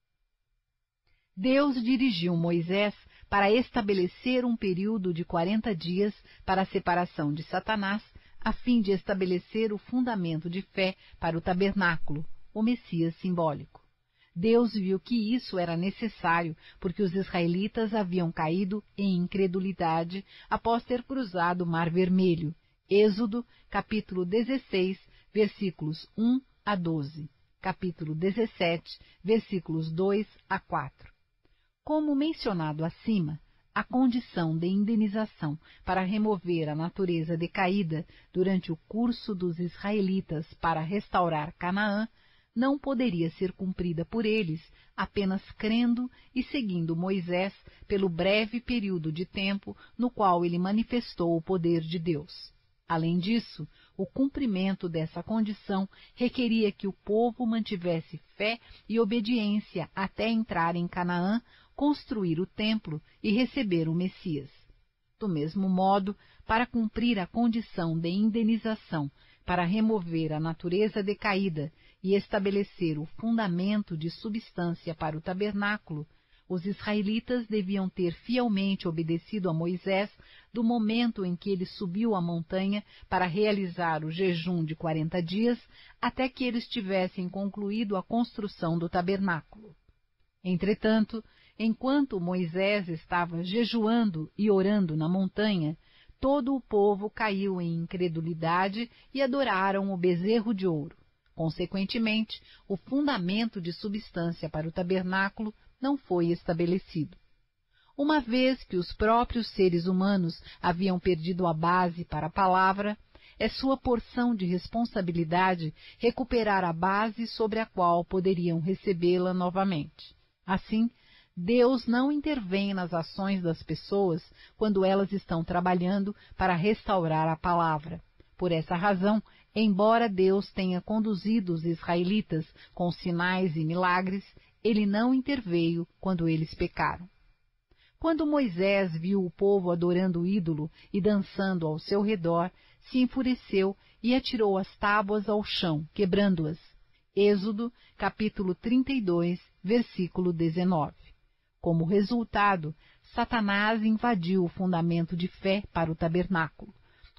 Deus dirigiu Moisés para estabelecer um período de 40 dias para a separação de Satanás, a fim de estabelecer o fundamento de fé para o tabernáculo, o Messias simbólico. Deus viu que isso era necessário porque os israelitas haviam caído em incredulidade após ter cruzado o Mar Vermelho. Êxodo, capítulo 16, versículos 1 a 12, capítulo 17, versículos 2 a 4. Como mencionado acima, a condição de indenização para remover a natureza decaída durante o curso dos israelitas para restaurar Canaã não poderia ser cumprida por eles apenas crendo e seguindo Moisés pelo breve período de tempo no qual ele manifestou o poder de Deus. Além disso, o cumprimento dessa condição requeria que o povo mantivesse fé e obediência até entrar em Canaã, construir o templo e receber o Messias. Do mesmo modo, para cumprir a condição de indenização, para remover a natureza decaída e estabelecer o fundamento de substância para o tabernáculo, os israelitas deviam ter fielmente obedecido a Moisés do momento em que ele subiu a montanha para realizar o jejum de 40 dias até que eles tivessem concluído a construção do tabernáculo. Entretanto, enquanto Moisés estava jejuando e orando na montanha, todo o povo caiu em incredulidade e adoraram o bezerro de ouro. Consequentemente, o fundamento de substância para o tabernáculo não foi estabelecido. Uma vez que os próprios seres humanos haviam perdido a base para a palavra, é sua porção de responsabilidade recuperar a base sobre a qual poderiam recebê-la novamente. Assim, Deus não intervém nas ações das pessoas quando elas estão trabalhando para restaurar a palavra. Por essa razão, embora Deus tenha conduzido os israelitas com sinais e milagres, ele não interveio quando eles pecaram. Quando Moisés viu o povo adorando o ídolo e dançando ao seu redor, se enfureceu e atirou as tábuas ao chão, quebrando-as. Êxodo, capítulo 32, versículo 19. Como resultado, Satanás invadiu o fundamento de fé para o tabernáculo.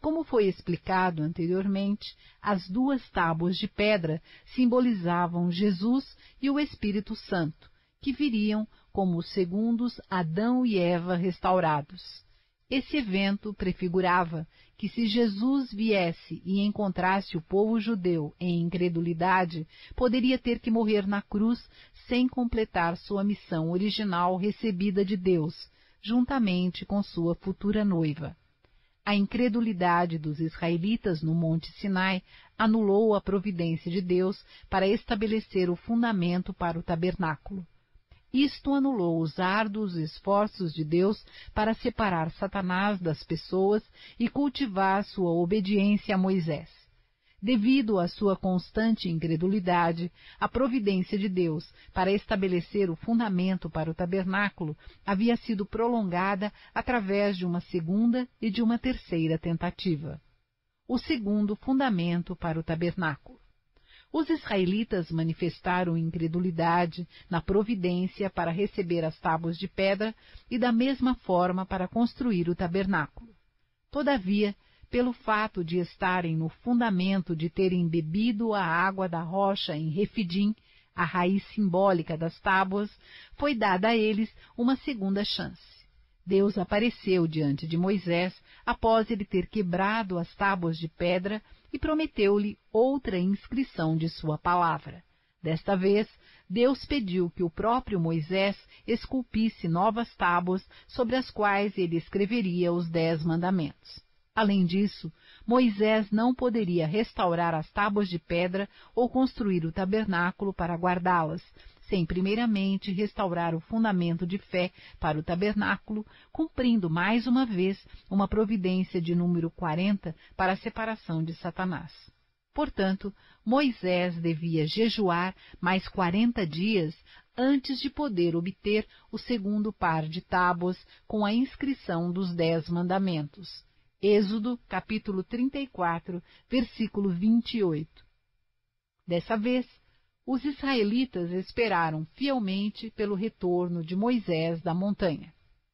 como foi explicado anteriormente, as 2 tábuas de pedra simbolizavam Jesus e o Espírito Santo, que viriam como os segundos Adão e Eva restaurados. Esse evento prefigurava que, se Jesus viesse e encontrasse o povo judeu em incredulidade, poderia ter que morrer na cruz sem completar sua missão original recebida de Deus, juntamente com sua futura noiva. A incredulidade dos israelitas no Monte Sinai anulou a providência de Deus para estabelecer o fundamento para o tabernáculo. Isto anulou os árduos esforços de Deus para separar Satanás das pessoas e cultivar sua obediência a Moisés. Devido à sua constante incredulidade, a providência de Deus para estabelecer o fundamento para o tabernáculo havia sido prolongada através de uma segunda e de uma terceira tentativa. O segundo fundamento para o tabernáculo. Os israelitas manifestaram incredulidade na providência para receber as tábuas de pedra e da mesma forma para construir o tabernáculo. Todavia, pelo fato de estarem no fundamento de terem bebido a água da rocha em Refidim, a raiz simbólica das tábuas, foi dada a eles uma segunda chance. Deus apareceu diante de Moisés após ele ter quebrado as tábuas de pedra e prometeu-lhe outra inscrição de sua palavra. Desta vez, Deus pediu que o próprio Moisés esculpisse novas tábuas sobre as quais ele escreveria os 10 mandamentos. Além disso, Moisés não poderia restaurar as tábuas de pedra ou construir o tabernáculo para guardá-las, sem primeiramente restaurar o fundamento de fé para o tabernáculo, cumprindo mais uma vez uma providência de número 40 para a separação de Satanás. Portanto, Moisés devia jejuar mais 40 dias antes de poder obter o segundo par de tábuas com a inscrição dos 10 mandamentos. Êxodo, capítulo 34, versículo 28. Dessa vez, os israelitas esperaram fielmente pelo retorno de Moisés da montanha.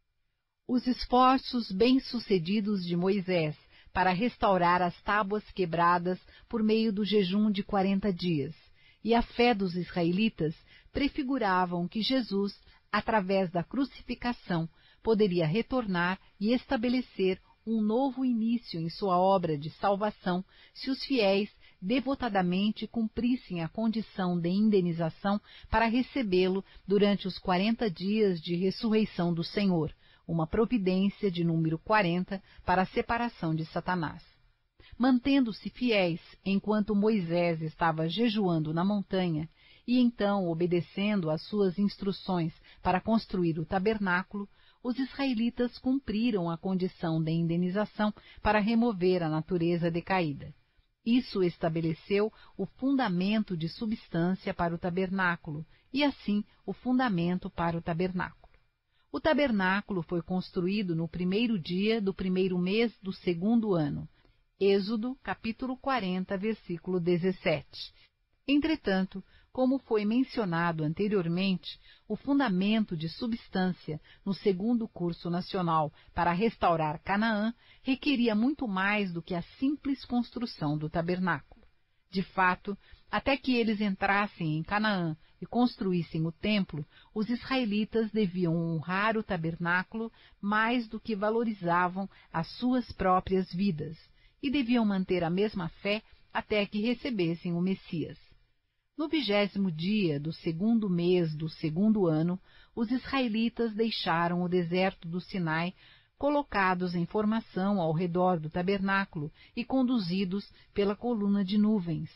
Os esforços bem-sucedidos de Moisés para restaurar as tábuas quebradas por meio do jejum de 40 dias e a fé dos israelitas prefiguravam que Jesus, através da crucificação, poderia retornar e estabelecer um novo início em sua obra de salvação se os fiéis devotadamente cumprissem a condição de indenização para recebê-lo durante os 40 dias de ressurreição do Senhor, uma providência de número 40 para a separação de Satanás. Mantendo-se fiéis enquanto Moisés estava jejuando na montanha e então obedecendo às suas instruções para construir o tabernáculo, os israelitas cumpriram a condição de indenização para remover a natureza decaída. Isso estabeleceu o fundamento de substância para o tabernáculo e, assim, o fundamento para o tabernáculo. O tabernáculo foi construído no 1º dia do 1º mês do 2º ano. Êxodo, capítulo 40, versículo 17. Entretanto, como foi mencionado anteriormente, o fundamento de substância no 2º curso nacional para restaurar Canaã requeria muito mais do que a simples construção do tabernáculo. De fato, até que eles entrassem em Canaã e construíssem o templo, os israelitas deviam honrar o tabernáculo mais do que valorizavam as suas próprias vidas, e deviam manter a mesma fé até que recebessem o Messias. No 20º dia do 2º mês do 2º ano, os israelitas deixaram o deserto do Sinai, colocados em formação ao redor do tabernáculo e conduzidos pela coluna de nuvens.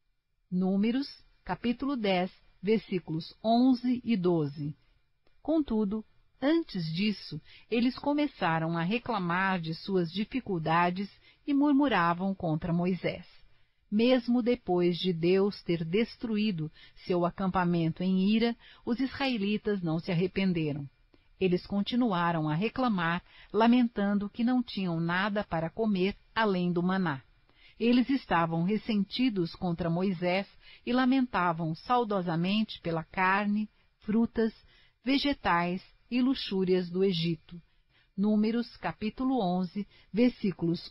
Números, capítulo 10, versículos 11 e 12. Contudo, antes disso, eles começaram a reclamar de suas dificuldades e murmuravam contra Moisés. Mesmo depois de Deus ter destruído seu acampamento em ira, os israelitas não se arrependeram. Eles continuaram a reclamar, lamentando que não tinham nada para comer além do maná. Eles estavam ressentidos contra Moisés e lamentavam saudosamente pela carne, frutas, vegetais e luxúrias do Egito. Números, capítulo 11, versículos 1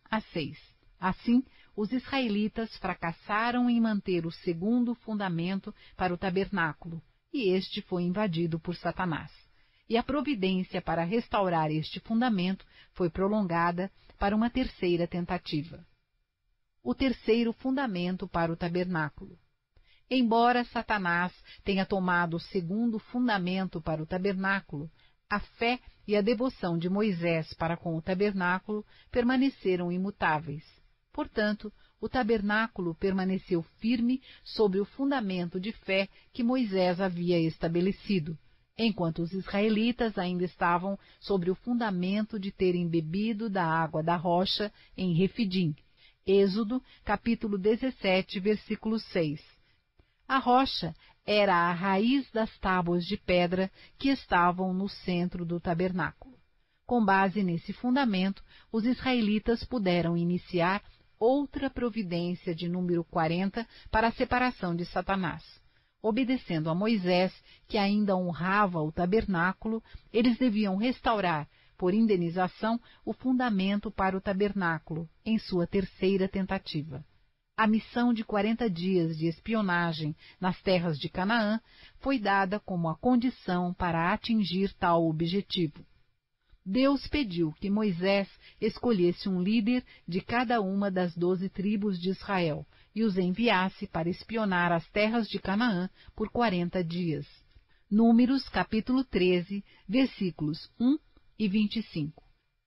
a 6. Assim, os israelitas fracassaram em manter o segundo fundamento para o tabernáculo, e este foi invadido por Satanás. E a providência para restaurar este fundamento foi prolongada para uma terceira tentativa. O terceiro fundamento para o tabernáculo. Embora Satanás tenha tomado o segundo fundamento para o tabernáculo, a fé e a devoção de Moisés para com o tabernáculo permaneceram imutáveis. Portanto, o tabernáculo permaneceu firme sobre o fundamento de fé que Moisés havia estabelecido, enquanto os israelitas ainda estavam sobre o fundamento de terem bebido da água da rocha em Refidim. Êxodo, capítulo 17, versículo 6. A rocha era a raiz das tábuas de pedra que estavam no centro do tabernáculo. Com base nesse fundamento, os israelitas puderam iniciar outra providência de número 40 para a separação de Satanás. Obedecendo a Moisés, que ainda honrava o tabernáculo, eles deviam restaurar, por indenização, o fundamento para o tabernáculo, em sua terceira tentativa. A missão de 40 dias de espionagem nas terras de Canaã foi dada como a condição para atingir tal objetivo. Deus pediu que Moisés escolhesse um líder de cada uma das 12 tribos de Israel e os enviasse para espionar as terras de Canaã por 40 dias. Números capítulo 13, versículos 1 e 25.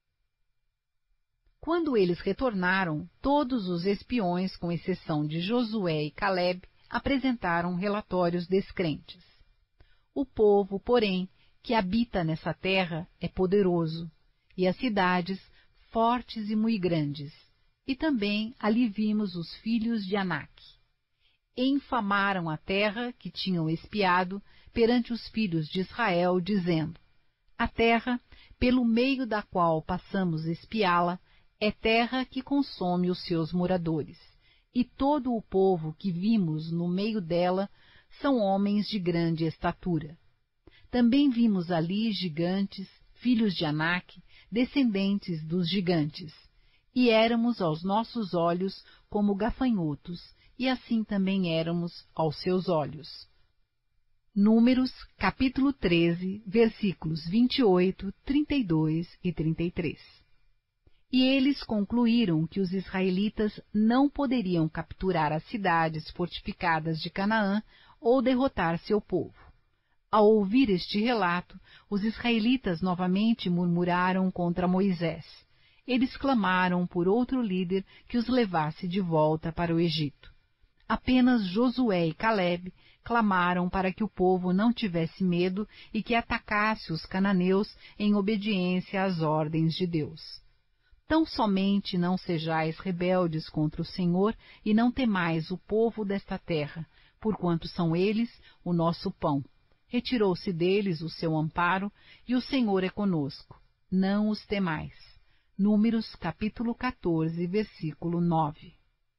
Quando eles retornaram, todos os espiões, com exceção de Josué e Caleb, apresentaram relatórios descrentes. O povo, porém, que habita nessa terra é poderoso, e as cidades fortes e muito grandes, e também ali vimos os filhos de Anak. Infamaram a terra que tinham espiado perante os filhos de Israel, dizendo: a terra, pelo meio da qual passamos espiá-la, é terra que consome os seus moradores, e todo o povo que vimos no meio dela são homens de grande estatura. Também vimos ali gigantes, filhos de Anak, descendentes dos gigantes, e éramos aos nossos olhos como gafanhotos, e assim também éramos aos seus olhos. Números, capítulo 13, versículos 28, 32 e 33. E eles concluíram que os israelitas não poderiam capturar as cidades fortificadas de Canaã ou derrotar seu povo. Ao ouvir este relato, os israelitas novamente murmuraram contra Moisés. Eles clamaram por outro líder que os levasse de volta para o Egito. Apenas Josué e Caleb clamaram para que o povo não tivesse medo e que atacasse os cananeus em obediência às ordens de Deus. Tão somente não sejais rebeldes contra o Senhor e não temais o povo desta terra, porquanto são eles o nosso pão. Retirou-se deles o seu amparo, e o Senhor é conosco. Não os temais. Números, capítulo 14, versículo 9.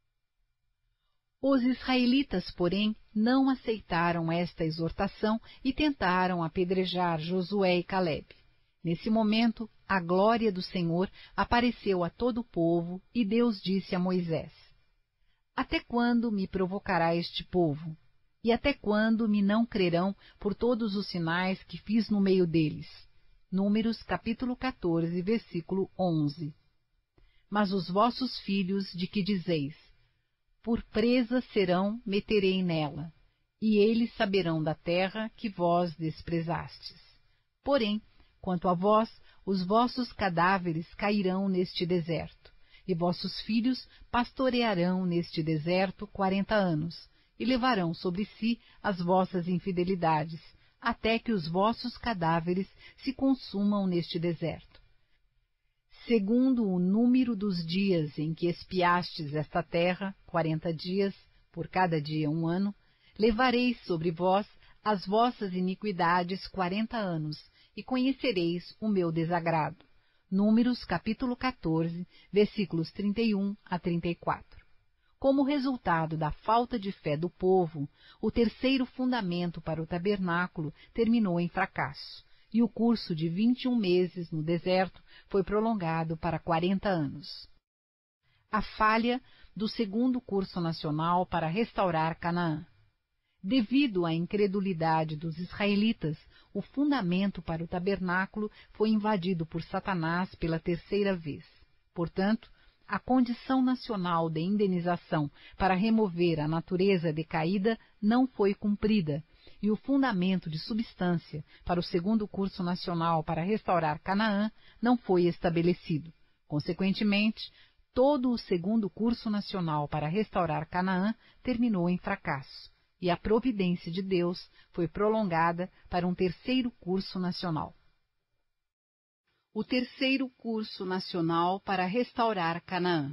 Os israelitas, porém, não aceitaram esta exortação e tentaram apedrejar Josué e Caleb. Nesse momento, a glória do Senhor apareceu a todo o povo, e Deus disse a Moisés: até quando me provocará este povo? E até quando me não crerão por todos os sinais que fiz no meio deles? Números, capítulo 14, versículo 11. Mas os vossos filhos, de que dizeis: por presa serão, meterei nela, e eles saberão da terra que vós desprezastes. Porém, quanto a vós, os vossos cadáveres cairão neste deserto, e vossos filhos pastorearão neste deserto 40 anos, e levarão sobre si as vossas infidelidades, até que os vossos cadáveres se consumam neste deserto. Segundo o número dos dias em que espiastes esta terra, 40 dias, por cada dia 1 ano, levareis sobre vós as vossas iniquidades 40 anos, e conhecereis o meu desagrado. Números, capítulo 14, versículos 31 a 34. Como resultado da falta de fé do povo, o terceiro fundamento para o tabernáculo terminou em fracasso, e o curso de 21 meses no deserto foi prolongado para 40 anos. A falha do segundo curso nacional para restaurar Canaã. Devido à incredulidade dos israelitas, o fundamento para o tabernáculo foi invadido por Satanás pela terceira vez. Portanto, a condição nacional de indenização para remover a natureza decaída não foi cumprida, e o fundamento de substância para o segundo curso nacional para restaurar Canaã não foi estabelecido. Consequentemente, todo o segundo curso nacional para restaurar Canaã terminou em fracasso, e a providência de Deus foi prolongada para um terceiro curso nacional. O terceiro curso nacional para restaurar Canaã.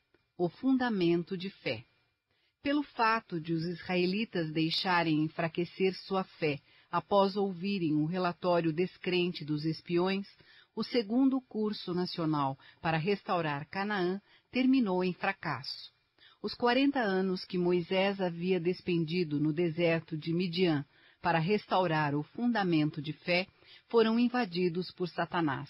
O fundamento de fé. Pelo fato de os israelitas deixarem enfraquecer sua fé após ouvirem o relatório descrente dos espiões, o segundo curso nacional para restaurar Canaã terminou em fracasso. Os 40 anos que Moisés havia despendido no deserto de Midian para restaurar o fundamento de fé foram invadidos por Satanás.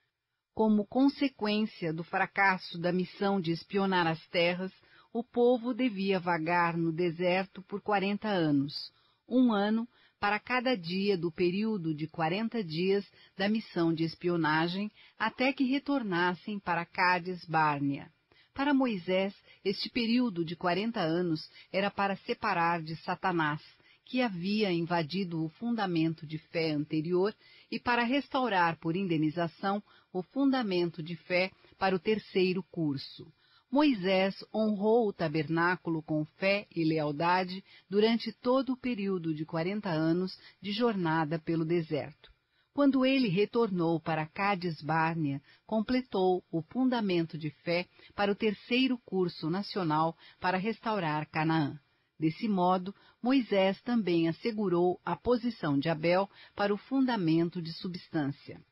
Como consequência do fracasso da missão de espionar as terras, o povo devia vagar no deserto por 40 anos, um ano para cada dia do período de 40 dias da missão de espionagem, até que retornassem para Cádiz Bárnea. Para Moisés, este período de 40 anos era para separar de Satanás, que havia invadido o fundamento de fé anterior, e para restaurar por indenização o fundamento de fé para o terceiro curso. Moisés honrou o tabernáculo com fé e lealdade durante todo o período de 40 anos de jornada pelo deserto. Quando ele retornou para Cádiz Bárnea, completou o fundamento de fé para o terceiro curso nacional para restaurar Canaã. Desse modo, Moisés também assegurou a posição de Abel para o fundamento de substância.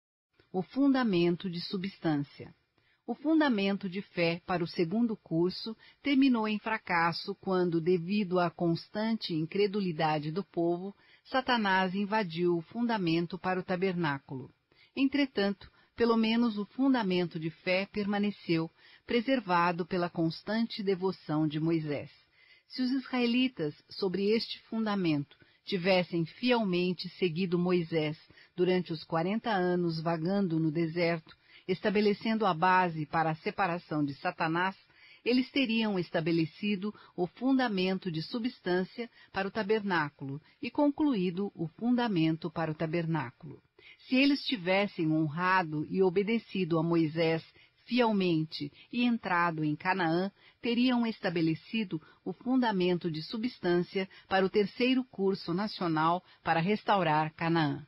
O fundamento de substância. O fundamento de fé para o segundo curso terminou em fracasso quando, devido à constante incredulidade do povo, Satanás invadiu o fundamento para o tabernáculo. Entretanto, pelo menos o fundamento de fé permaneceu, preservado pela constante devoção de Moisés. Se os israelitas, sobre este fundamento, tivessem fielmente seguido Moisés durante os 40 anos vagando no deserto, estabelecendo a base para a separação de Satanás, eles teriam estabelecido o fundamento de substância para o tabernáculo e concluído o fundamento para o tabernáculo. Se eles tivessem honrado e obedecido a Moisés fielmente e entrado em Canaã, teriam estabelecido o fundamento de substância para o terceiro curso nacional para restaurar Canaã.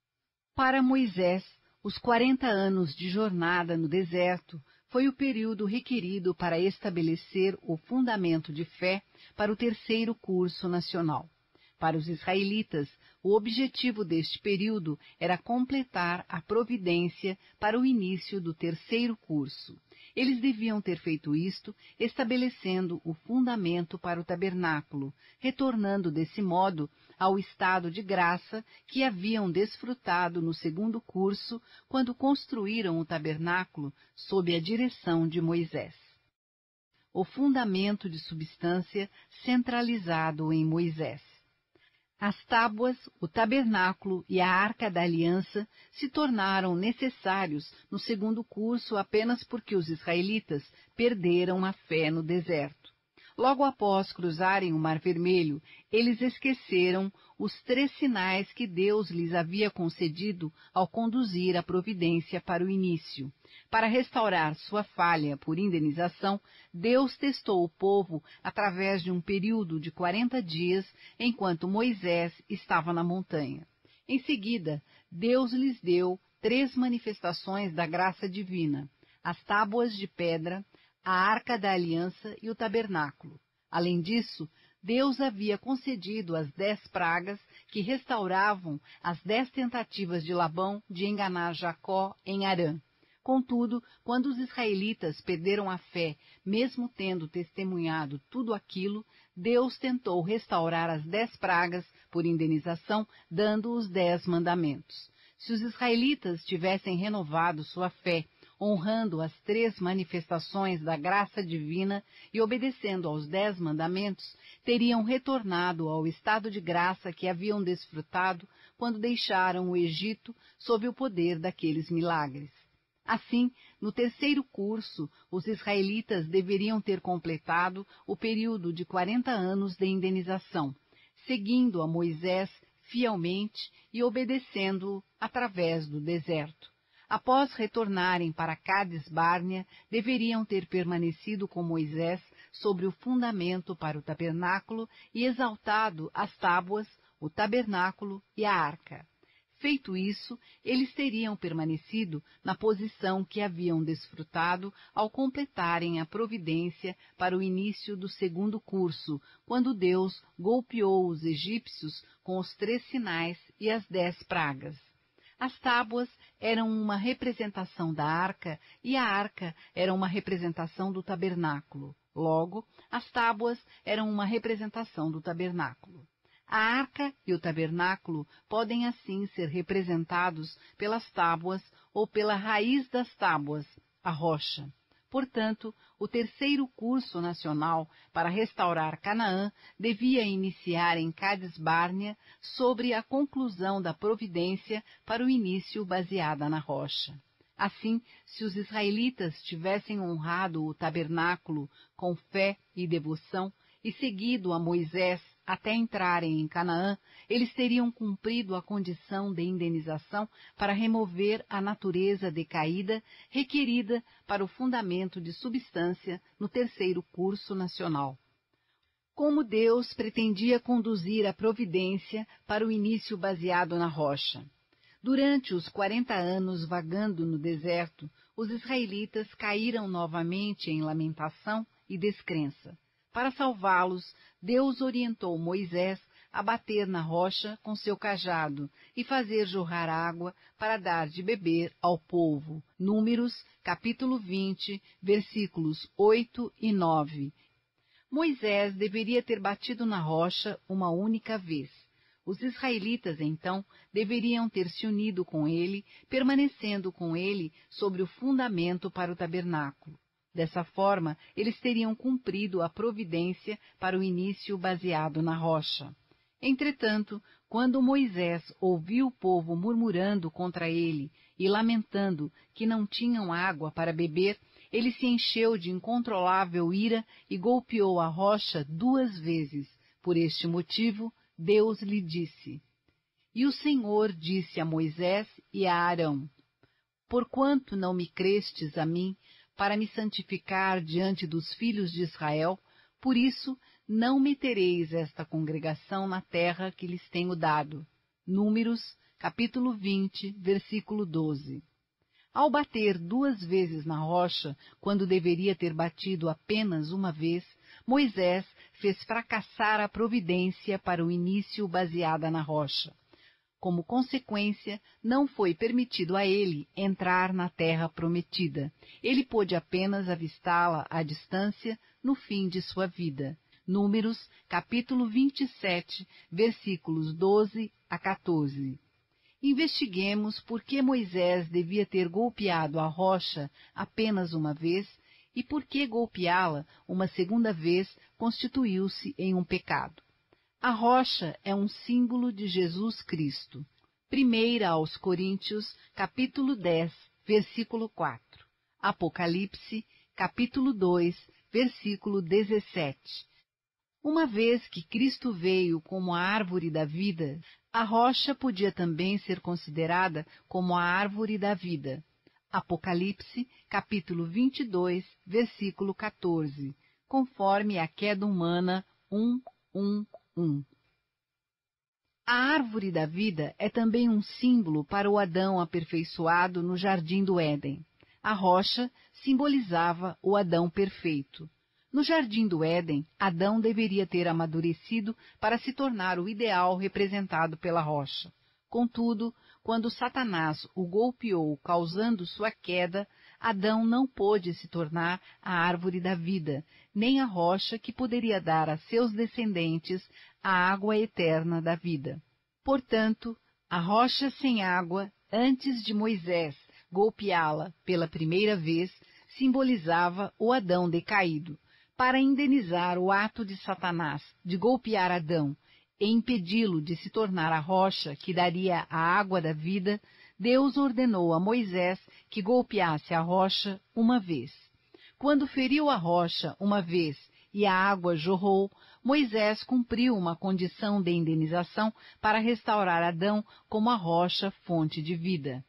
Para Moisés, os 40 anos de jornada no deserto foi o período requerido para estabelecer o fundamento de fé para o terceiro curso nacional. Para os israelitas, o objetivo deste período era completar a providência para o início do terceiro curso. Eles deviam ter feito isto, estabelecendo o fundamento para o tabernáculo, retornando desse modo ao estado de graça que haviam desfrutado no segundo curso, quando construíram o tabernáculo sob a direção de Moisés. O fundamento de substância centralizado em Moisés. As tábuas, o tabernáculo e a arca da aliança se tornaram necessários no segundo curso apenas porque os israelitas perderam a fé no deserto. Logo após cruzarem o Mar Vermelho, eles esqueceram os 3 sinais que Deus lhes havia concedido ao conduzir a providência para o início. Para restaurar sua falha por indenização, Deus testou o povo através de um período de 40 dias, enquanto Moisés estava na montanha. Em seguida, Deus lhes deu 3 manifestações da graça divina: as tábuas de pedra, a arca da aliança e o tabernáculo. Além disso, Deus havia concedido as 10 pragas que restauravam as 10 tentativas de Labão de enganar Jacó em Harã. Contudo, quando os israelitas perderam a fé, mesmo tendo testemunhado tudo aquilo, Deus tentou restaurar as 10 pragas por indenização, dando os 10 mandamentos. Se os israelitas tivessem renovado sua fé, honrando as 3 manifestações da graça divina e obedecendo aos 10 mandamentos, teriam retornado ao estado de graça que haviam desfrutado quando deixaram o Egito sob o poder daqueles milagres. Assim, no 3º curso, os israelitas deveriam ter completado o período de 40 anos de indenização, seguindo a Moisés fielmente e obedecendo-o através do deserto. Após retornarem para Cades Bárnea, deveriam ter permanecido com Moisés sobre o fundamento para o tabernáculo e exaltado as tábuas, o tabernáculo e a arca. Feito isso, eles teriam permanecido na posição que haviam desfrutado ao completarem a providência para o início do 2º curso, quando Deus golpeou os egípcios com os 3 sinais e as 10 pragas. As tábuas eram uma representação da arca e a arca era uma representação do tabernáculo. Logo, as tábuas eram uma representação do tabernáculo. A arca e o tabernáculo podem assim ser representados pelas tábuas ou pela raiz das tábuas, a rocha. Portanto, o 3º curso nacional para restaurar Canaã devia iniciar em Cades Bárnea sobre a conclusão da providência para o início baseada na rocha. Assim, se os israelitas tivessem honrado o tabernáculo com fé e devoção e seguido a Moisés até entrarem em Canaã, eles teriam cumprido a condição de indenização para remover a natureza decaída requerida para o fundamento de substância no 3º curso nacional. Como Deus pretendia conduzir a providência para o início baseado na rocha? Durante os 40 anos vagando no deserto, os israelitas caíram novamente em lamentação e descrença. Para salvá-los, Deus orientou Moisés a bater na rocha com seu cajado e fazer jorrar água para dar de beber ao povo. Números, capítulo 20, versículos 8 e 9. Moisés deveria ter batido na rocha uma única vez. Os israelitas, então, deveriam ter se unido com ele, permanecendo com ele sobre o fundamento para o tabernáculo. Dessa forma, eles teriam cumprido a providência para o início baseado na rocha. Entretanto, quando Moisés ouviu o povo murmurando contra ele e lamentando que não tinham água para beber, ele se encheu de incontrolável ira e golpeou a rocha 2 vezes. Por este motivo, Deus lhe disse: E o Senhor disse a Moisés e a Arão: Porquanto não me crestes a mim, para me santificar diante dos filhos de Israel, por isso não metereis esta congregação na terra que lhes tenho dado. Números, capítulo 20, versículo 12. Ao bater 2 vezes na rocha, quando deveria ter batido apenas uma vez, Moisés fez fracassar a providência para o início baseada na rocha. Como consequência, não foi permitido a ele entrar na terra prometida. Ele pôde apenas avistá-la à distância no fim de sua vida. Números, capítulo 27, versículos 12 a 14. Investiguemos por que Moisés devia ter golpeado a rocha apenas uma vez e por que golpeá-la uma segunda vez constituiu-se em um pecado. A rocha é um símbolo de Jesus Cristo. 1 aos Coríntios, capítulo 10, versículo 4. Apocalipse, capítulo 2, versículo 17. Uma vez que Cristo veio como a árvore da vida, a rocha podia também ser considerada como a árvore da vida. Apocalipse, capítulo 22, versículo 14, conforme a queda humana 1:1:1. A árvore da vida é também um símbolo para o Adão aperfeiçoado no jardim do Éden. A rocha simbolizava o Adão perfeito. No jardim do Éden, Adão deveria ter amadurecido para se tornar o ideal representado pela rocha. Contudo, quando Satanás o golpeou, causando sua queda, Adão não pôde se tornar a árvore da vida, nem a rocha que poderia dar a seus descendentes a água eterna da vida. Portanto, a rocha sem água, antes de Moisés, golpeá-la pela primeira vez, simbolizava o Adão decaído. Para indenizar o ato de Satanás de golpear Adão e impedi-lo de se tornar a rocha que daria a água da vida, Deus ordenou a Moisés que golpeasse a rocha uma vez. Quando feriu a rocha uma vez e a água jorrou, Moisés cumpriu uma condição de indenização para restaurar Adão como a rocha fonte de vida.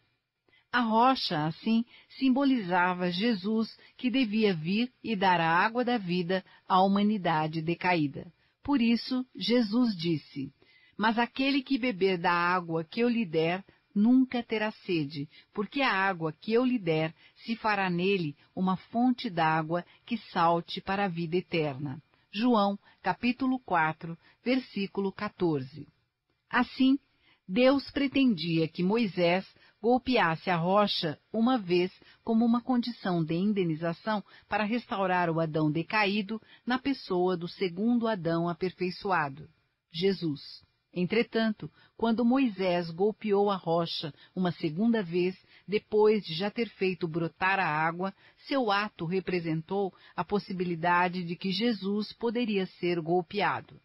A rocha, assim, simbolizava Jesus, que devia vir e dar a água da vida à humanidade decaída. Por isso, Jesus disse: "Mas aquele que beber da água que eu lhe der, nunca terá sede, porque a água que eu lhe der se fará nele uma fonte d'água que salte para a vida eterna." João, capítulo 4, versículo 14. Assim, Deus pretendia que Moisés golpeasse a rocha uma vez como uma condição de indenização para restaurar o Adão decaído na pessoa do segundo Adão aperfeiçoado, Jesus. Entretanto, quando Moisés golpeou a rocha uma segunda vez, depois de já ter feito brotar a água, seu ato representou a possibilidade de que Jesus poderia ser golpeado.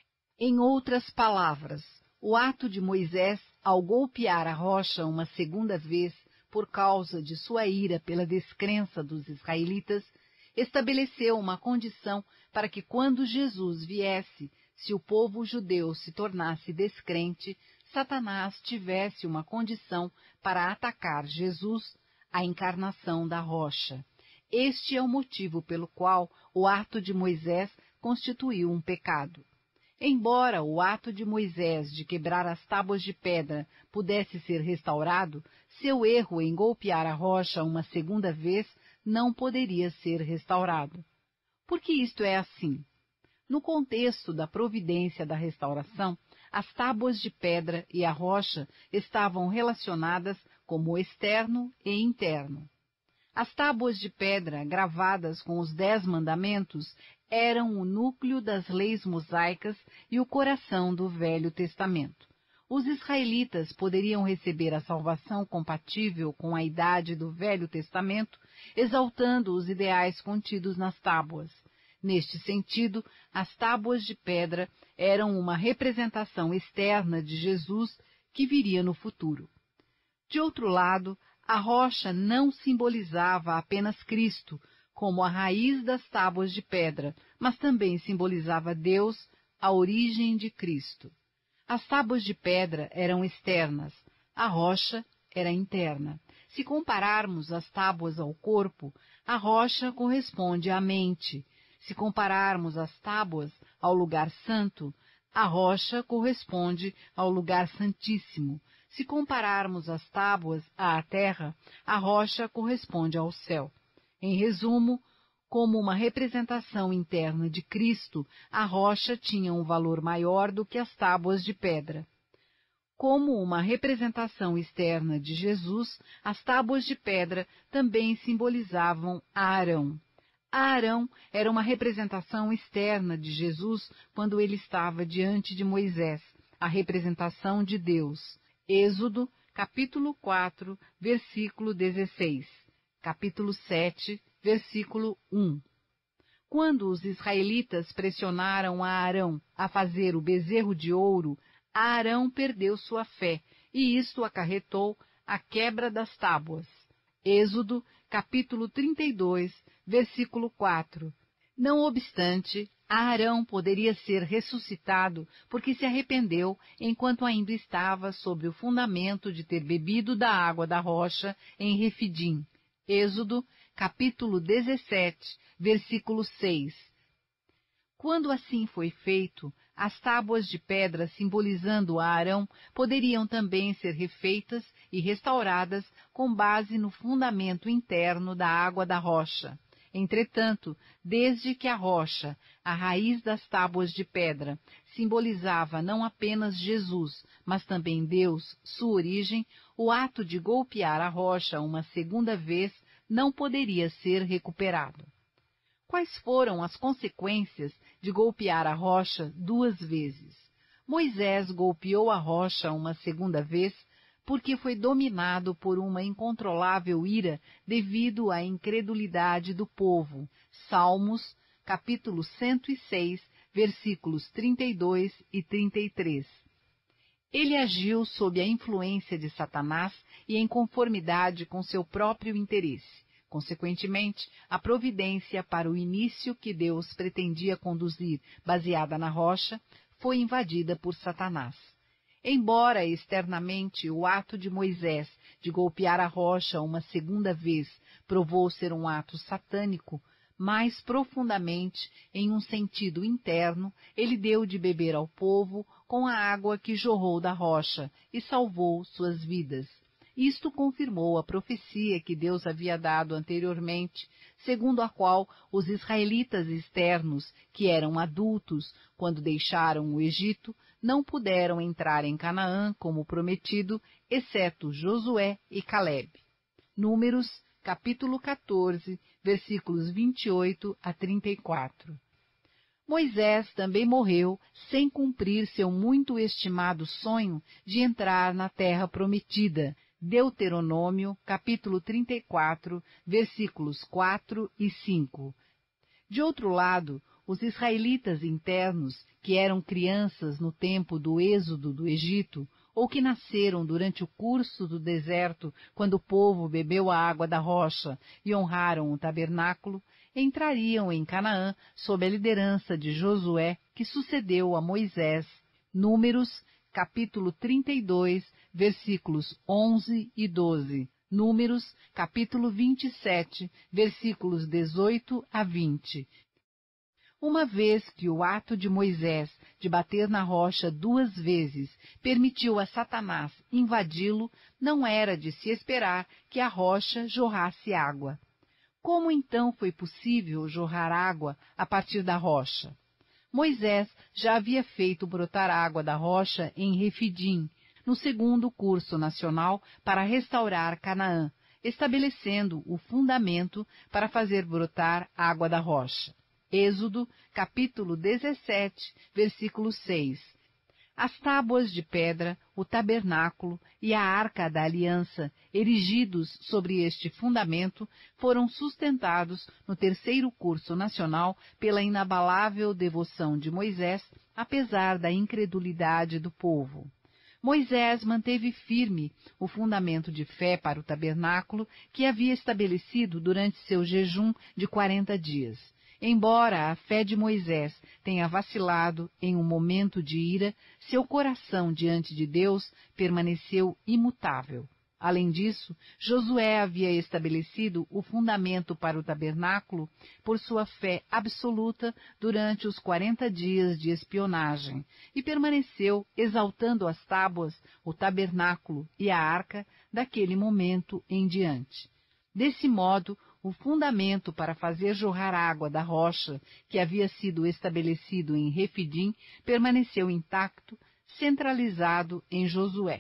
Em outras palavras, o ato de Moisés, ao golpear a rocha uma segunda vez, por causa de sua ira pela descrença dos israelitas, estabeleceu uma condição para que quando Jesus viesse, se o povo judeu se tornasse descrente, Satanás tivesse uma condição para atacar Jesus, a encarnação da rocha. Este é o motivo pelo qual o ato de Moisés constituiu um pecado. Embora o ato de Moisés de quebrar as tábuas de pedra pudesse ser restaurado, seu erro em golpear a rocha uma segunda vez não poderia ser restaurado. Por que isto é assim? No contexto da providência da restauração, as tábuas de pedra e a rocha estavam relacionadas como o externo e interno. As tábuas de pedra, gravadas com os 10 mandamentos, eram o núcleo das leis mosaicas e o coração do Velho Testamento. Os israelitas poderiam receber a salvação compatível com a idade do Velho Testamento, exaltando os ideais contidos nas tábuas. Neste sentido, as tábuas de pedra eram uma representação externa de Jesus que viria no futuro. De outro lado, a rocha não simbolizava apenas Cristo, como a raiz das tábuas de pedra, mas também simbolizava Deus, a origem de Cristo. As tábuas de pedra eram externas, a rocha era interna. Se compararmos as tábuas ao corpo, a rocha corresponde à mente. Se compararmos as tábuas ao lugar santo, a rocha corresponde ao lugar santíssimo. Se compararmos as tábuas à terra, a rocha corresponde ao céu. Em resumo, como uma representação interna de Cristo, a rocha tinha um valor maior do que as tábuas de pedra. Como uma representação externa de Jesus, as tábuas de pedra também simbolizavam Arão. Arão era uma representação externa de Jesus quando ele estava diante de Moisés, a representação de Deus. Êxodo, capítulo 4, versículo 16. Capítulo 7, versículo 1. Quando os israelitas pressionaram a Arão a fazer o bezerro de ouro, Arão perdeu sua fé, e isto acarretou a quebra das tábuas. Êxodo, capítulo 32, versículo 4. Não obstante, Arão poderia ser ressuscitado porque se arrependeu enquanto ainda estava sobre o fundamento de ter bebido da água da rocha em Refidim. Êxodo, capítulo 17, versículo 6. Quando assim foi feito, as tábuas de pedra simbolizando Arão poderiam também ser refeitas e restauradas com base no fundamento interno da água da rocha. Entretanto, desde que a rocha, a raiz das tábuas de pedra, simbolizava não apenas Jesus, mas também Deus, sua origem, o ato de golpear a rocha uma segunda vez não poderia ser recuperado. Quais foram as consequências de golpear a rocha 2 vezes? Moisés golpeou a rocha uma segunda vez porque foi dominado por uma incontrolável ira devido à incredulidade do povo. Salmos, capítulo 106, versículos 32 e 33. Ele agiu sob a influência de Satanás e em conformidade com seu próprio interesse. Consequentemente, a providência para o início que Deus pretendia conduzir, baseada na rocha, foi invadida por Satanás. Embora externamente o ato de Moisés de golpear a rocha uma segunda vez provou ser um ato satânico, mais profundamente, em um sentido interno, ele deu de beber ao povo com a água que jorrou da rocha e salvou suas vidas. Isto confirmou a profecia que Deus havia dado anteriormente, segundo a qual os israelitas externos, que eram adultos quando deixaram o Egito, não puderam entrar em Canaã como prometido, exceto Josué e Caleb. Números, capítulo 14, versículos 28 a 34. Moisés também morreu sem cumprir seu muito estimado sonho de entrar na terra prometida. Deuteronômio, capítulo 34, versículos 4 e 5. De outro lado, os israelitas internos, que eram crianças no tempo do êxodo do Egito, ou que nasceram durante o curso do deserto, quando o povo bebeu a água da rocha e honraram o tabernáculo, entrariam em Canaã sob a liderança de Josué, que sucedeu a Moisés. Números, capítulo 32, versículos 11 e 12. Números, capítulo 27, versículos 18 a 20. Uma vez que o ato de Moisés de bater na rocha 2 vezes permitiu a Satanás invadi-lo, não era de se esperar que a rocha jorrasse água. Como então foi possível jorrar água a partir da rocha? Moisés já havia feito brotar água da rocha em Refidim, no segundo curso nacional para restaurar Canaã, estabelecendo o fundamento para fazer brotar água da rocha. Êxodo, capítulo 17, versículo 6. As tábuas de pedra, o tabernáculo e a arca da aliança, erigidos sobre este fundamento, foram sustentados no terceiro curso nacional pela inabalável devoção de Moisés, apesar da incredulidade do povo. Moisés manteve firme o fundamento de fé para o tabernáculo que havia estabelecido durante seu jejum de 40 dias. Embora a fé de Moisés tenha vacilado em um momento de ira, seu coração diante de Deus permaneceu imutável. Além disso, Josué havia estabelecido o fundamento para o tabernáculo por sua fé absoluta durante os 40 dias de espionagem e permaneceu exaltando as tábuas, o tabernáculo e a arca daquele momento em diante. Desse modo, o fundamento para fazer jorrar água da rocha, que havia sido estabelecido em Refidim, permaneceu intacto, centralizado em Josué.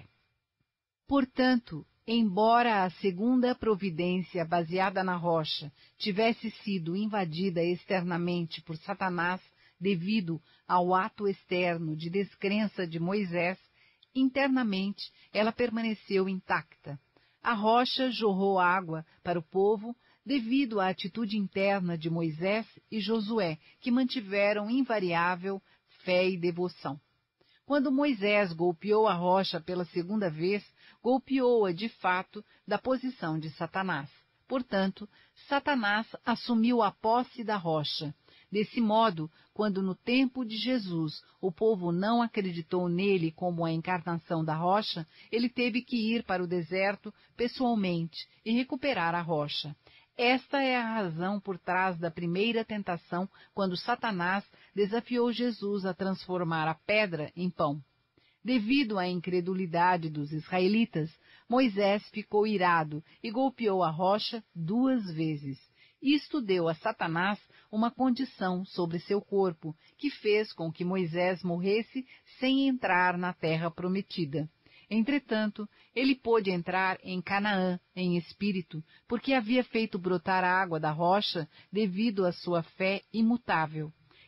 Portanto, embora a segunda providência baseada na rocha tivesse sido invadida externamente por Satanás devido ao ato externo de descrença de Moisés, internamente ela permaneceu intacta. A rocha jorrou água para o povo devido à atitude interna de Moisés e Josué, que mantiveram invariável fé e devoção. Quando Moisés golpeou a rocha pela segunda vez, golpeou-a de fato da posição de Satanás. Portanto, Satanás assumiu a posse da rocha. Desse modo, quando no tempo de Jesus o povo não acreditou nele como a encarnação da rocha, ele teve que ir para o deserto pessoalmente e recuperar a rocha. Esta é a razão por trás da primeira tentação, quando Satanás desafiou Jesus a transformar a pedra em pão. Devido à incredulidade dos israelitas, Moisés ficou irado e golpeou a rocha 2 vezes. Isto deu a Satanás uma condição sobre seu corpo, que fez com que Moisés morresse sem entrar na terra prometida. Entretanto, ele pôde entrar em Canaã em espírito, porque havia feito brotar a água da rocha devido à sua fé imutável.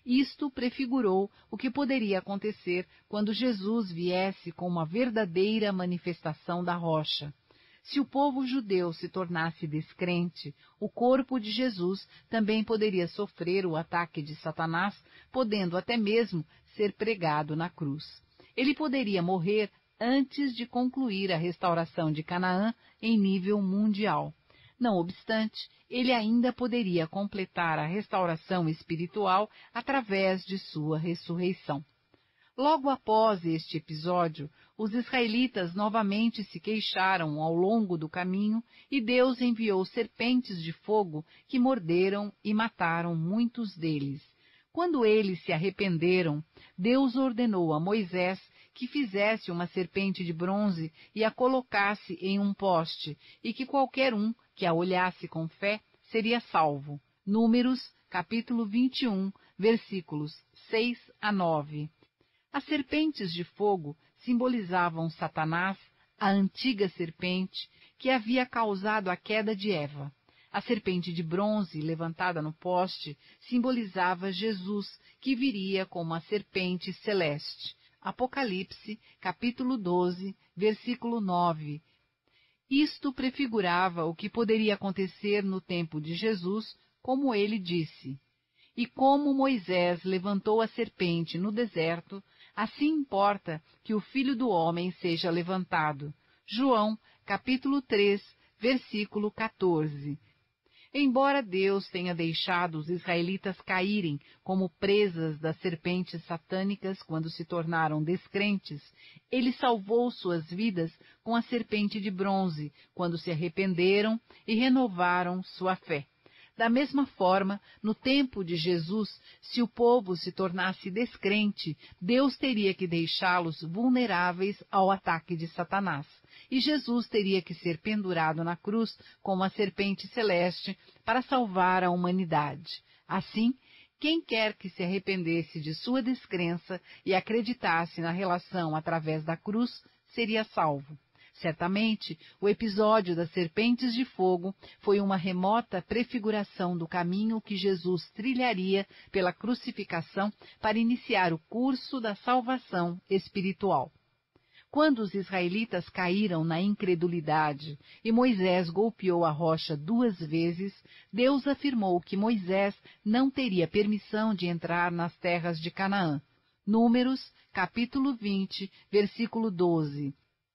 Isto prefigurou o que poderia acontecer quando Jesus viesse com uma verdadeira manifestação da rocha. Se o povo judeu se tornasse descrente, o corpo de Jesus também poderia sofrer o ataque de Satanás, podendo até mesmo ser pregado na cruz. Ele poderia morrer antes de concluir a restauração de Canaã em nível mundial. Não obstante, ele ainda poderia completar a restauração espiritual através de sua ressurreição. Logo após este episódio, os israelitas novamente se queixaram ao longo do caminho e Deus enviou serpentes de fogo que morderam e mataram muitos deles. Quando eles se arrependeram, Deus ordenou a Moisés que fizesse uma serpente de bronze e a colocasse em um poste, e que qualquer um que a olhasse com fé seria salvo. Números, capítulo 21, versículos 6 a 9. As serpentes de fogo simbolizavam Satanás, a antiga serpente que havia causado a queda de Eva. A serpente de bronze levantada no poste simbolizava Jesus, que viria como a serpente celeste. Apocalipse, capítulo 12, versículo 9. Isto prefigurava o que poderia acontecer no tempo de Jesus, como ele disse: "E como Moisés levantou a serpente no deserto, assim importa que o Filho do Homem seja levantado." João, capítulo 3, versículo 14. Embora Deus tenha deixado os israelitas caírem como presas das serpentes satânicas quando se tornaram descrentes, ele salvou suas vidas com a serpente de bronze, quando se arrependeram e renovaram sua fé. Da mesma forma, no tempo de Jesus, se o povo se tornasse descrente, Deus teria que deixá-los vulneráveis ao ataque de Satanás. E Jesus teria que ser pendurado na cruz como a serpente celeste para salvar a humanidade. Assim, quem quer que se arrependesse de sua descrença e acreditasse na relação através da cruz, seria salvo. Certamente, o episódio das serpentes de fogo foi uma remota prefiguração do caminho que Jesus trilharia pela crucificação para iniciar o curso da salvação espiritual. Quando os israelitas caíram na incredulidade e Moisés golpeou a rocha 2 vezes, Deus afirmou que Moisés não teria permissão de entrar nas terras de Canaã. Números, capítulo 20, versículo 12.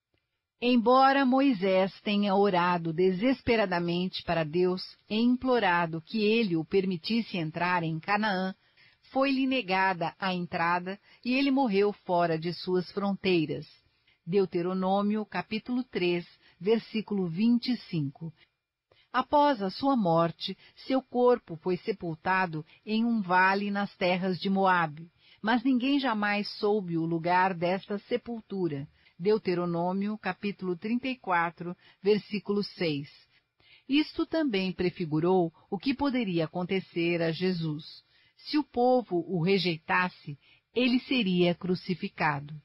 Embora Moisés tenha orado desesperadamente para Deus e implorado que ele o permitisse entrar em Canaã, foi-lhe negada a entrada e ele morreu fora de suas fronteiras. Deuteronômio, capítulo 3, versículo 25. Após a sua morte, seu corpo foi sepultado em um vale nas terras de Moabe, mas ninguém jamais soube o lugar desta sepultura. Deuteronômio, capítulo 34, versículo 6. Isto também prefigurou o que poderia acontecer a Jesus. Se o povo o rejeitasse, ele seria crucificado.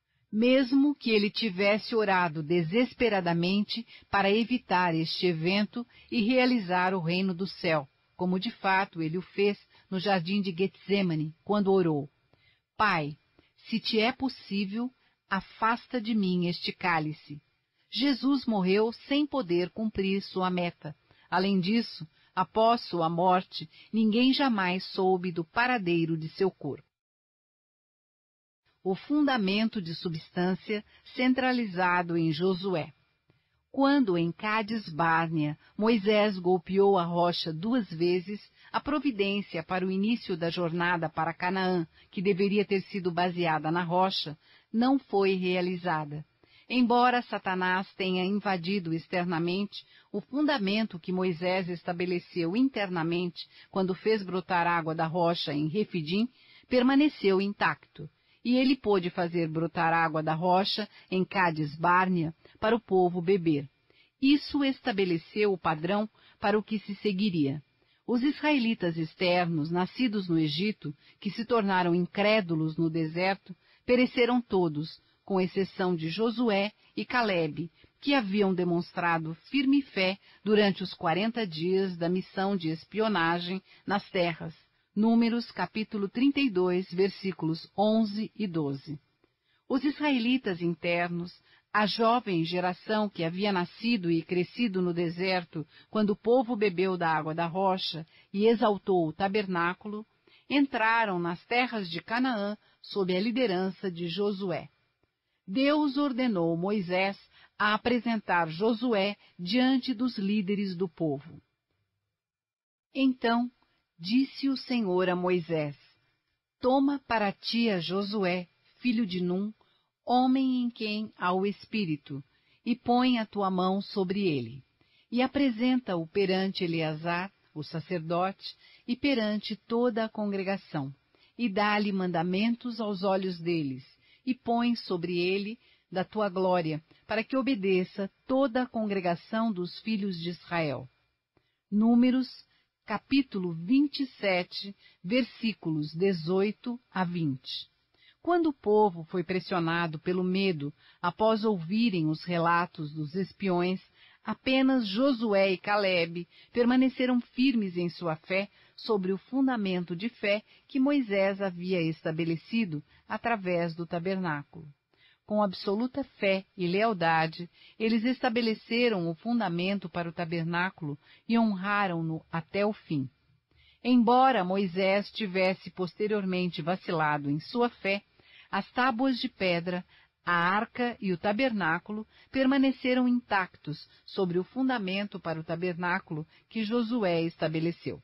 Mesmo que ele tivesse orado desesperadamente para evitar este evento e realizar o reino do céu, como de fato ele o fez no jardim de Getsêmani, quando orou: "Pai, se te é possível, afasta de mim este cálice." Jesus morreu sem poder cumprir sua meta. Além disso, após sua morte, ninguém jamais soube do paradeiro de seu corpo. O fundamento de substância centralizado em Josué. Quando em Cades-Bárnea Moisés golpeou a rocha 2 vezes, a providência para o início da jornada para Canaã, que deveria ter sido baseada na rocha, não foi realizada. Embora Satanás tenha invadido externamente, o fundamento que Moisés estabeleceu internamente quando fez brotar água da rocha em Refidim permaneceu intacto. E ele pôde fazer brotar água da rocha em Cades-Bárnea para o povo beber. Isso estabeleceu o padrão para o que se seguiria. Os israelitas externos, nascidos no Egito, que se tornaram incrédulos no deserto, pereceram todos, com exceção de Josué e Calebe, que haviam demonstrado firme fé durante os 40 dias da missão de espionagem nas terras. Números capítulo 32, versículos 11 e 12. Os israelitas internos, a jovem geração que havia nascido e crescido no deserto quando o povo bebeu da água da rocha e exaltou o tabernáculo, entraram nas terras de Canaã sob a liderança de Josué. Deus ordenou Moisés a apresentar Josué diante dos líderes do povo. Então disse o Senhor a Moisés: Toma para ti a Josué, filho de Num, homem em quem há o Espírito, e põe a tua mão sobre ele, e apresenta-o perante Eleazar, o sacerdote, e perante toda a congregação, e dá-lhe mandamentos aos olhos deles, e põe sobre ele da tua glória, para que obedeça toda a congregação dos filhos de Israel. Números, capítulo 27, versículos 18 a 20. Quando o povo foi pressionado pelo medo após ouvirem os relatos dos espiões, apenas Josué e Calebe permaneceram firmes em sua fé sobre o fundamento de fé que Moisés havia estabelecido através do tabernáculo. Com absoluta fé e lealdade, eles estabeleceram o fundamento para o tabernáculo e honraram-no até o fim. Embora Moisés tivesse posteriormente vacilado em sua fé, as tábuas de pedra, a arca e o tabernáculo permaneceram intactos sobre o fundamento para o tabernáculo que Josué estabeleceu.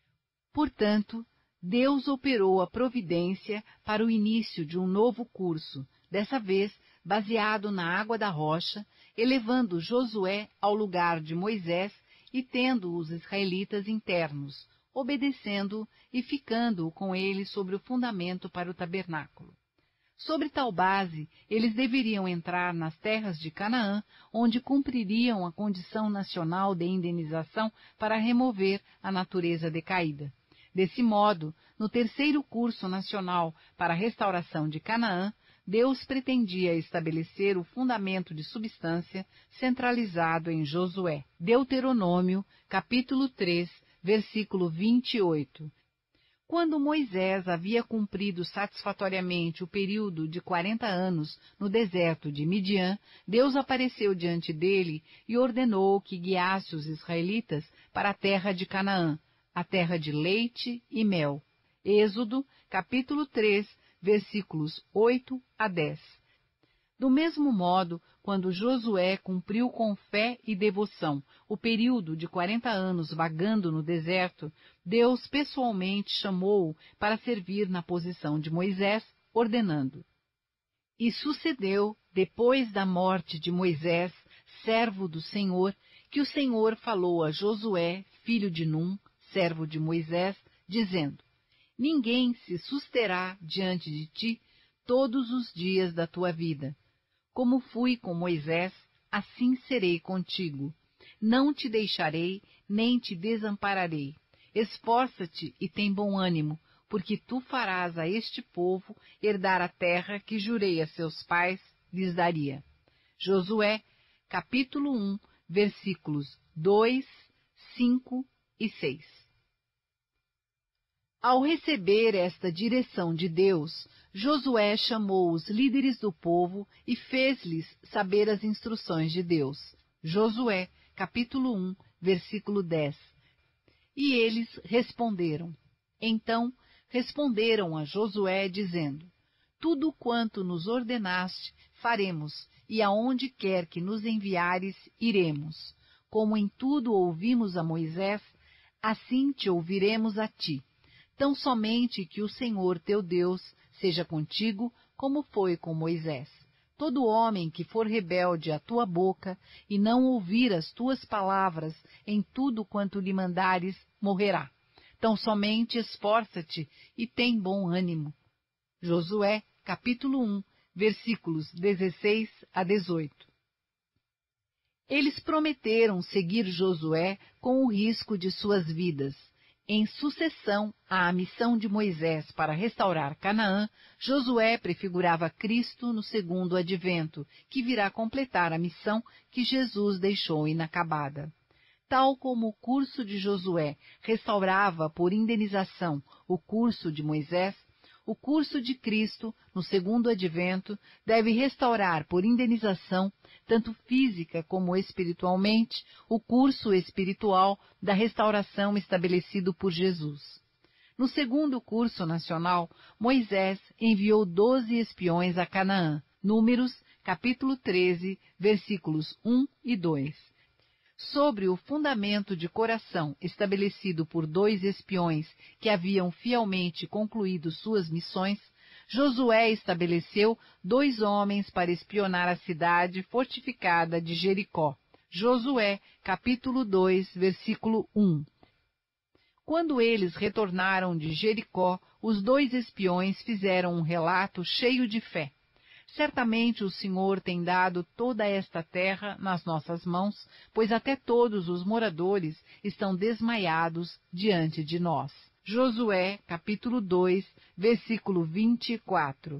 Portanto, Deus operou a providência para o início de um novo curso, dessa vez baseado na água da rocha, elevando Josué ao lugar de Moisés e tendo os israelitas internos, obedecendo e ficando com ele sobre o fundamento para o tabernáculo. Sobre tal base, eles deveriam entrar nas terras de Canaã, onde cumpririam a condição nacional de indenização para remover a natureza decaída. Desse modo, no terceiro curso nacional para a restauração de Canaã, Deus pretendia estabelecer o fundamento de substância centralizado em Josué. Deuteronômio, capítulo 3, versículo 28. Quando Moisés havia cumprido satisfatoriamente o período de 40 anos no deserto de Midian, Deus apareceu diante dele e ordenou que guiasse os israelitas para a terra de Canaã, a terra de leite e mel. Êxodo, capítulo 3, versículos 8 a 10. Do mesmo modo, quando Josué cumpriu com fé e devoção o período de 40 anos vagando no deserto, Deus pessoalmente chamou-o para servir na posição de Moisés, ordenando: E sucedeu, depois da morte de Moisés, servo do Senhor, que o Senhor falou a Josué, filho de Num, servo de Moisés, dizendo: Ninguém se susterá diante de ti todos os dias da tua vida. Como fui com Moisés, assim serei contigo. Não te deixarei, nem te desampararei. Esforça-te e tem bom ânimo, porque tu farás a este povo herdar a terra que jurei a seus pais lhes daria. Josué, capítulo 1, versículos 2, 5 e 6. Ao receber esta direção de Deus, Josué chamou os líderes do povo e fez-lhes saber as instruções de Deus. Josué, capítulo 1, versículo 10. E eles responderam. Então responderam a Josué, dizendo: Tudo quanto nos ordenaste, faremos, e aonde quer que nos enviares, iremos. Como em tudo ouvimos a Moisés, assim te ouviremos a ti. Tão somente que o Senhor teu Deus seja contigo, como foi com Moisés. Todo homem que for rebelde à tua boca e não ouvir as tuas palavras em tudo quanto lhe mandares, morrerá. Tão somente esforça-te e tem bom ânimo. Josué, capítulo 1, versículos 16 a 18. Eles prometeram seguir Josué com o risco de suas vidas. Em sucessão à missão de Moisés para restaurar Canaã, Josué prefigurava Cristo no segundo advento, que virá completar a missão que Jesus deixou inacabada. Tal como o curso de Josué restaurava por indenização o curso de Moisés, o curso de Cristo, no segundo advento, deve restaurar por indenização, tanto física como espiritualmente, o curso espiritual da restauração estabelecido por Jesus. No segundo curso nacional, Moisés enviou 12 espiões a Canaã. Números, capítulo 13, versículos 1 e 2. Sobre o fundamento de coração estabelecido por 2 espiões que haviam fielmente concluído suas missões, Josué estabeleceu 2 homens para espionar a cidade fortificada de Jericó. Josué, capítulo 2, versículo 1. Quando eles retornaram de Jericó, os 2 espiões fizeram um relato cheio de fé. Certamente o Senhor tem dado toda esta terra nas nossas mãos, pois até todos os moradores estão desmaiados diante de nós. Josué, capítulo 2, versículo 24.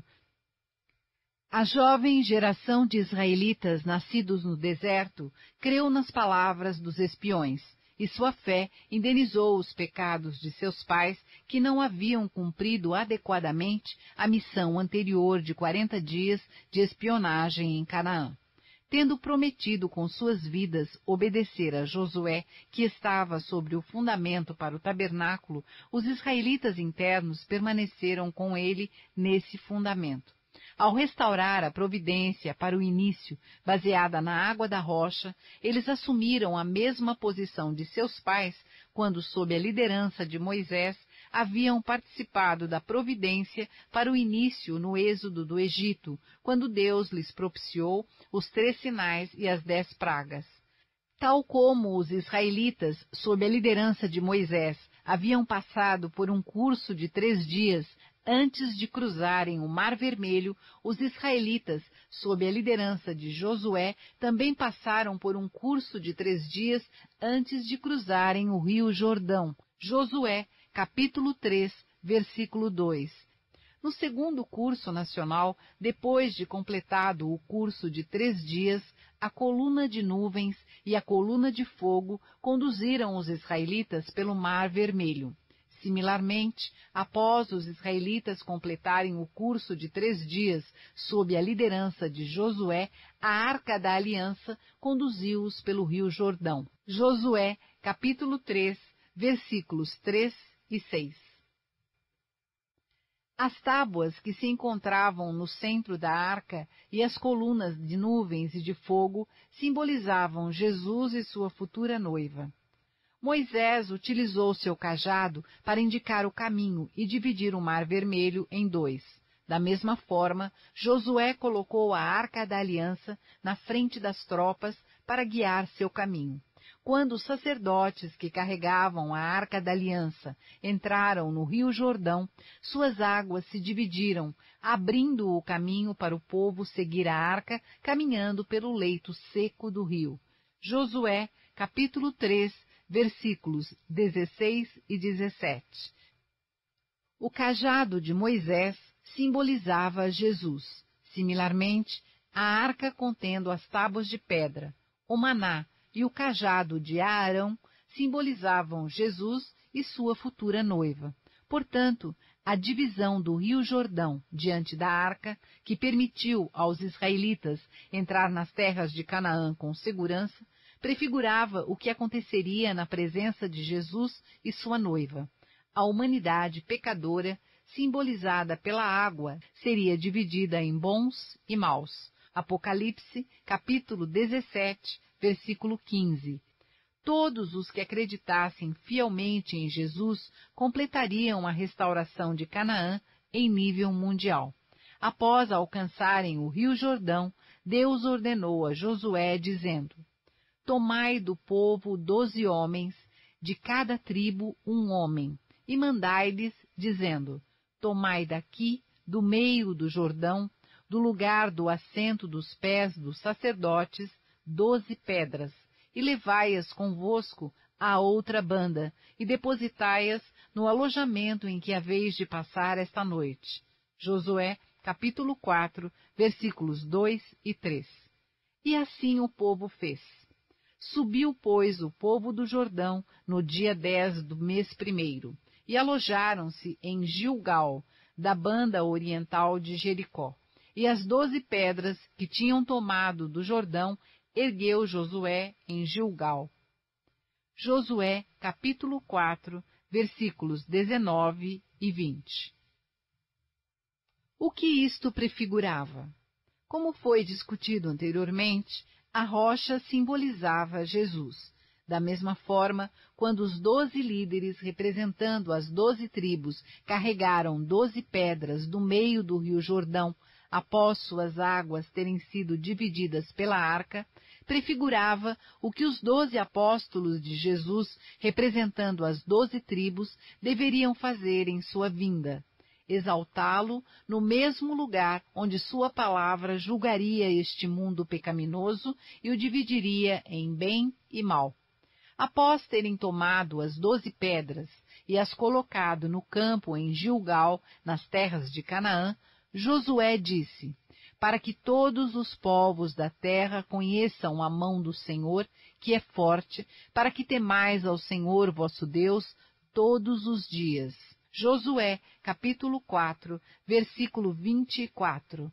A jovem geração de israelitas nascidos no deserto creu nas palavras dos espiões, e sua fé indenizou os pecados de seus pais que não haviam cumprido adequadamente a missão anterior de 40 dias de espionagem em Canaã. Tendo prometido com suas vidas obedecer a Josué, que estava sobre o fundamento para o tabernáculo, os israelitas internos permaneceram com ele nesse fundamento. Ao restaurar a providência para o início, baseada na água da rocha, eles assumiram a mesma posição de seus pais quando, sob a liderança de Moisés, haviam participado da providência para o início no êxodo do Egito, quando Deus lhes propiciou os 3 sinais e as 10 pragas. Tal como os israelitas, sob a liderança de Moisés, haviam passado por um curso de 3 dias antes de cruzarem o Mar Vermelho, os israelitas, sob a liderança de Josué, também passaram por um curso de 3 dias antes de cruzarem o rio Jordão. Josué, capítulo 3, versículo 2. No segundo curso nacional, depois de completado o curso de 3 dias, a coluna de nuvens e a coluna de fogo conduziram os israelitas pelo Mar Vermelho. Similarmente, após os israelitas completarem o curso de 3 dias sob a liderança de Josué, a Arca da Aliança conduziu-os pelo rio Jordão. Josué, capítulo 3, versículos 3 e 6. As tábuas que se encontravam no centro da arca e as colunas de nuvens e de fogo simbolizavam Jesus e sua futura noiva. Moisés utilizou seu cajado para indicar o caminho e dividir o Mar Vermelho em 2. Da mesma forma, Josué colocou a Arca da Aliança na frente das tropas para guiar seu caminho. Quando os sacerdotes que carregavam a Arca da Aliança entraram no rio Jordão, suas águas se dividiram, abrindo o caminho para o povo seguir a arca, caminhando pelo leito seco do rio. Josué, capítulo 3, versículos 16 e 17. O cajado de Moisés simbolizava Jesus. Similarmente, a arca contendo as tábuas de pedra, o maná e o cajado de Arão simbolizavam Jesus e sua futura noiva. Portanto, a divisão do rio Jordão diante da arca, que permitiu aos israelitas entrar nas terras de Canaã com segurança, prefigurava o que aconteceria na presença de Jesus e sua noiva. A humanidade pecadora, simbolizada pela água, seria dividida em bons e maus. Apocalipse, capítulo 17, versículo 15. Todos os que acreditassem fielmente em Jesus completariam a restauração de Canaã em nível mundial. Após alcançarem o rio Jordão, Deus ordenou a Josué, dizendo: Tomai do povo 12 homens, de cada tribo um homem, e mandai-lhes, dizendo: Tomai daqui, do meio do Jordão, do lugar do assento dos pés dos sacerdotes, 12 pedras, e levai-as convosco à outra banda, e depositai-as no alojamento em que haveis de passar esta noite. Josué, capítulo 4, versículos 2 e 3. E assim o povo fez. Subiu, pois, o povo do Jordão no dia 10 do mês primeiro, e alojaram-se em Gilgal, da banda oriental de Jericó. E as 12 pedras que tinham tomado do Jordão ergueu Josué em Gilgal. Josué, capítulo 4, versículos 19 e 20. O que isto prefigurava? Como foi discutido anteriormente, a rocha simbolizava Jesus. Da mesma forma, quando os 12 líderes, representando as 12 tribos, carregaram 12 pedras do meio do rio Jordão, após suas águas terem sido divididas pela arca, prefigurava o que os 12 apóstolos de Jesus, representando as 12 tribos, deveriam fazer em sua vinda: exaltá-lo no mesmo lugar onde sua palavra julgaria este mundo pecaminoso e o dividiria em bem e mal. Após terem tomado as 12 pedras e as colocado no campo em Gilgal, nas terras de Canaã, Josué disse: para que todos os povos da terra conheçam a mão do Senhor, que é forte, para que temais ao Senhor vosso Deus todos os dias. Josué, capítulo 4, versículo 24.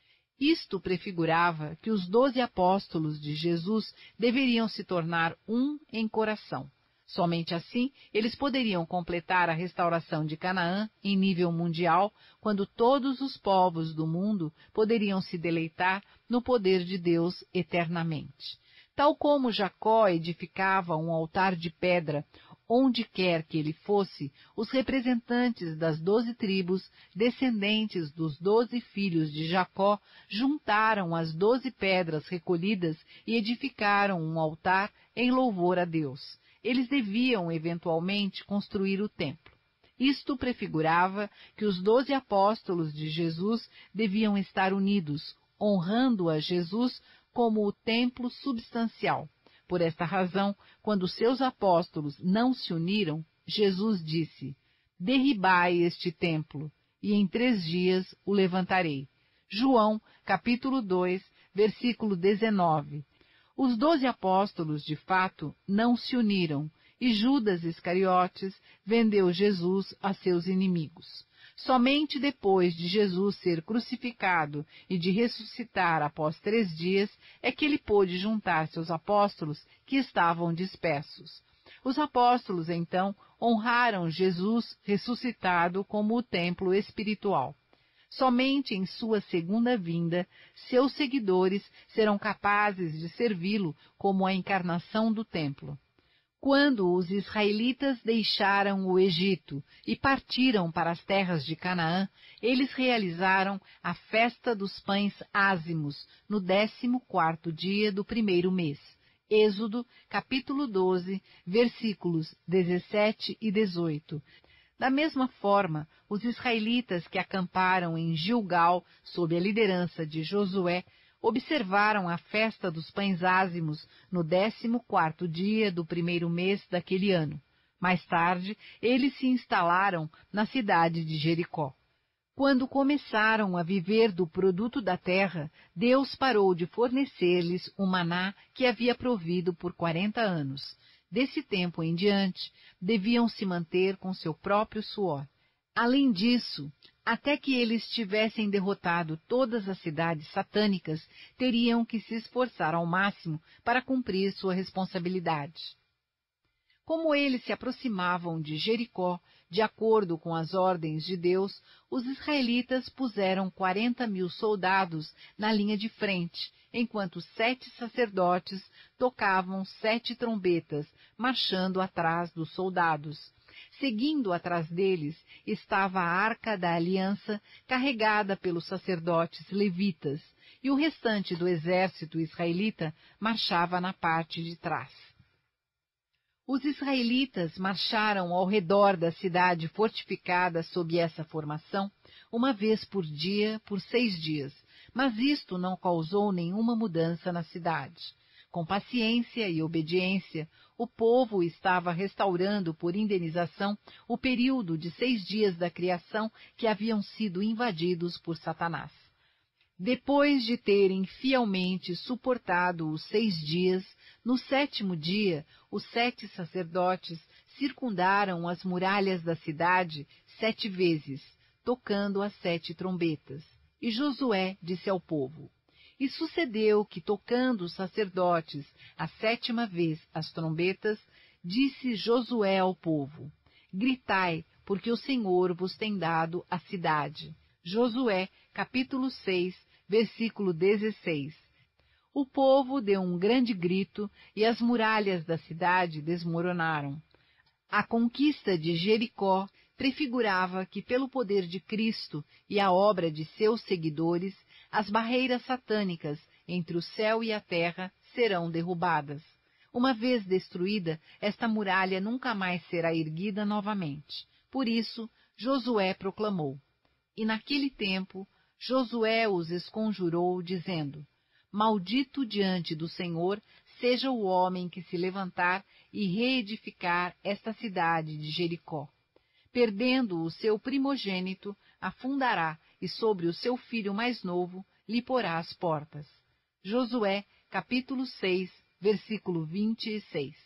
Isto prefigurava que os 12 apóstolos de Jesus deveriam se tornar um em coração. Somente assim eles poderiam completar a restauração de Canaã em nível mundial, quando todos os povos do mundo poderiam se deleitar no poder de Deus eternamente. Tal como Jacó edificava um altar de pedra onde quer que ele fosse, os representantes das 12 tribos, descendentes dos 12 filhos de Jacó, juntaram as 12 pedras recolhidas e edificaram um altar em louvor a Deus. Eles deviam, eventualmente, construir o templo. Isto prefigurava que os 12 apóstolos de Jesus deviam estar unidos, honrando a Jesus como o templo substancial. Por esta razão, quando seus apóstolos não se uniram, Jesus disse: derribai este templo, e em 3 dias o levantarei. João, capítulo 2, versículo 19. Os 12 apóstolos, de fato, não se uniram, e Judas Iscariotes vendeu Jesus a seus inimigos. Somente depois de Jesus ser crucificado e de ressuscitar após 3 dias é que ele pôde juntar seus apóstolos que estavam dispersos. Os apóstolos, então, honraram Jesus ressuscitado como o templo espiritual. Somente em sua segunda vinda, seus seguidores serão capazes de servi-lo como a encarnação do templo. Quando os israelitas deixaram o Egito e partiram para as terras de Canaã, eles realizaram a festa dos pães ázimos no 14º dia do primeiro mês. Êxodo, capítulo 12, versículos 17 e 18. Da mesma forma, os israelitas que acamparam em Gilgal, sob a liderança de Josué, observaram a festa dos pães ázimos no 14º dia do primeiro mês daquele ano. Mais tarde, eles se instalaram na cidade de Jericó. Quando começaram a viver do produto da terra, Deus parou de fornecer-lhes o maná que havia provido por 40 anos. Desse tempo em diante, deviam se manter com seu próprio suor. Além disso, até que eles tivessem derrotado todas as cidades satânicas, teriam que se esforçar ao máximo para cumprir sua responsabilidade. Como eles se aproximavam de Jericó, de acordo com as ordens de Deus, os israelitas puseram 40.000 soldados na linha de frente, enquanto 7 sacerdotes tocavam 7 trombetas, marchando atrás dos soldados. Seguindo atrás deles estava a Arca da Aliança, carregada pelos sacerdotes levitas, e o restante do exército israelita marchava na parte de trás. Os israelitas marcharam ao redor da cidade fortificada sob essa formação, uma vez por dia, por 6 dias, mas isto não causou nenhuma mudança na cidade. Com paciência e obediência, o povo estava restaurando por indenização o período de 6 dias da criação que haviam sido invadidos por Satanás. Depois de terem fielmente suportado os 6 dias, no 7º dia, os 7 sacerdotes circundaram as muralhas da cidade 7 vezes, tocando as 7 trombetas. E Josué disse ao povo: E sucedeu que, tocando os sacerdotes a 7ª vez as trombetas, disse Josué ao povo: Gritai, porque o Senhor vos tem dado a cidade. Josué, capítulo 6, versículo 16. O povo deu um grande grito e as muralhas da cidade desmoronaram. A conquista de Jericó prefigurava que, pelo poder de Cristo e a obra de seus seguidores, as barreiras satânicas entre o céu e a terra serão derrubadas. Uma vez destruída, esta muralha nunca mais será erguida novamente. Por isso, Josué proclamou: E naquele tempo, Josué os esconjurou, dizendo: Maldito diante do Senhor seja o homem que se levantar e reedificar esta cidade de Jericó. Perdendo o seu primogênito, a fundará, e sobre o seu filho mais novo lhe porá as portas. Josué, capítulo 6, versículo 26.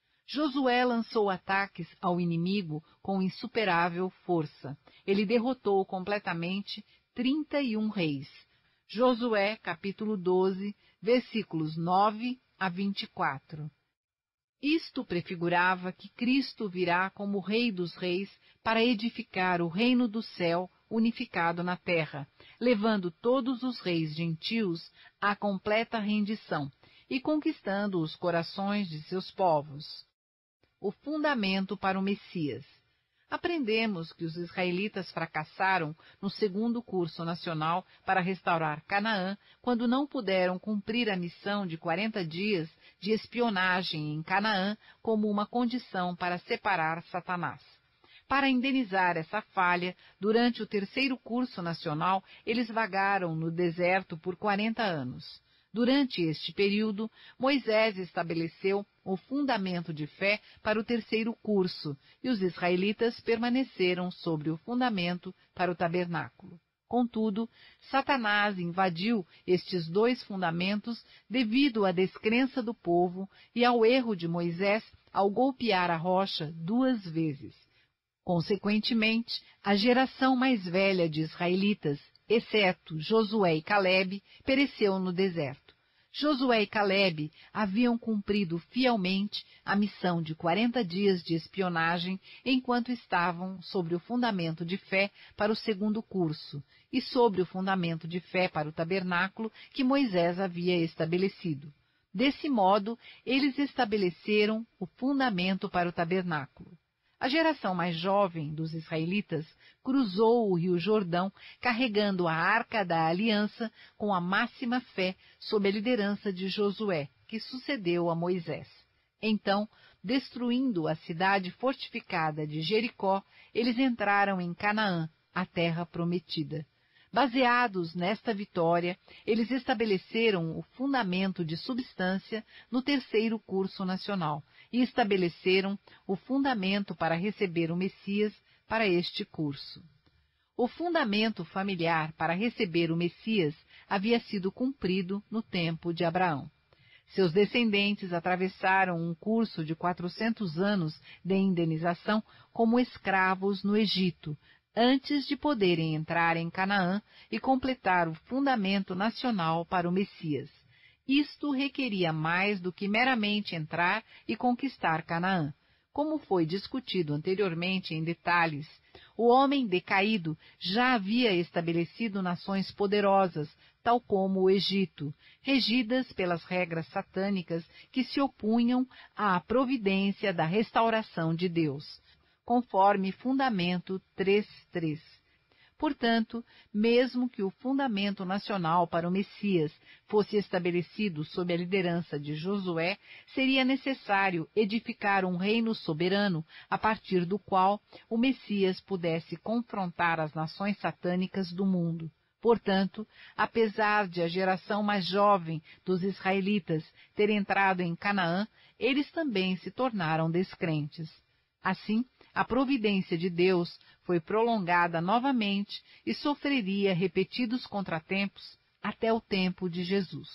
Josué lançou ataques ao inimigo com insuperável força. Ele derrotou completamente 31 reis. Josué, capítulo 12, versículos 9 a 24. Isto prefigurava que Cristo virá como Rei dos Reis para edificar o reino do céu unificado na terra, levando todos os reis gentios à completa rendição e conquistando os corações de seus povos. O fundamento para o Messias. Aprendemos que os israelitas fracassaram no 2º curso nacional para restaurar Canaã, quando não puderam cumprir a missão de 40 dias de espionagem em Canaã como uma condição para separar Satanás. Para indenizar essa falha, durante o 3º curso nacional, eles vagaram no deserto por 40 anos. Durante este período, Moisés estabeleceu o fundamento de fé para o 3º curso, e os israelitas permaneceram sobre o fundamento para o tabernáculo. Contudo, Satanás invadiu estes 2 fundamentos devido à descrença do povo e ao erro de Moisés ao golpear a rocha 2 vezes. Consequentemente, a geração mais velha de israelitas, exceto Josué e Calebe, pereceu no deserto. Josué e Calebe haviam cumprido fielmente a missão de 40 dias de espionagem enquanto estavam sobre o fundamento de fé para o 2º curso e sobre o fundamento de fé para o tabernáculo que Moisés havia estabelecido. Desse modo, eles estabeleceram o fundamento para o tabernáculo. A geração mais jovem dos israelitas cruzou o rio Jordão carregando a Arca da Aliança com a máxima fé sob a liderança de Josué, que sucedeu a Moisés. Então, destruindo a cidade fortificada de Jericó, eles entraram em Canaã, a terra prometida. Baseados nesta vitória, eles estabeleceram o fundamento de substância no 3º curso nacional e estabeleceram o fundamento para receber o Messias para este curso. O fundamento familiar para receber o Messias havia sido cumprido no tempo de Abraão. Seus descendentes atravessaram um curso de 400 anos de indenização como escravos no Egito, antes de poderem entrar em Canaã e completar o fundamento nacional para o Messias. Isto requeria mais do que meramente entrar e conquistar Canaã. Como foi discutido anteriormente em detalhes, o homem decaído já havia estabelecido nações poderosas, tal como o Egito, regidas pelas regras satânicas que se opunham à providência da restauração de Deus, conforme Fundamento 3.3. Portanto, mesmo que o fundamento nacional para o Messias fosse estabelecido sob a liderança de Josué, seria necessário edificar um reino soberano a partir do qual o Messias pudesse confrontar as nações satânicas do mundo. Portanto, apesar de a geração mais jovem dos israelitas ter entrado em Canaã, eles também se tornaram descrentes. Assim, a providência de Deus foi prolongada novamente e sofreria repetidos contratempos até o tempo de Jesus.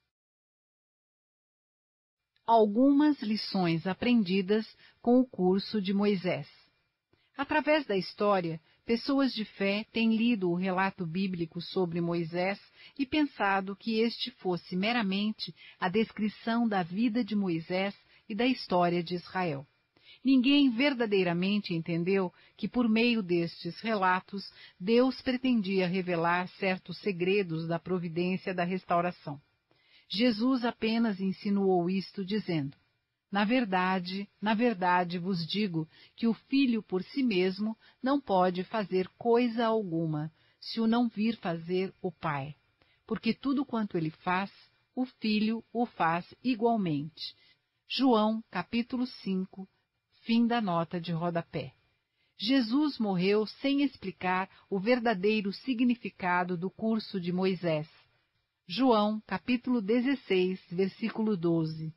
Algumas lições aprendidas com o curso de Moisés. Através da história, pessoas de fé têm lido o relato bíblico sobre Moisés e pensado que este fosse meramente a descrição da vida de Moisés e da história de Israel. Ninguém verdadeiramente entendeu que, por meio destes relatos, Deus pretendia revelar certos segredos da providência da restauração. Jesus apenas insinuou isto, dizendo: na verdade vos digo que o Filho por si mesmo não pode fazer coisa alguma, se o não vir fazer o Pai. Porque tudo quanto ele faz, o Filho o faz igualmente. João, capítulo 5, fim da nota de rodapé. Jesus morreu sem explicar o verdadeiro significado do curso de Moisés. João, capítulo 16, versículo 12.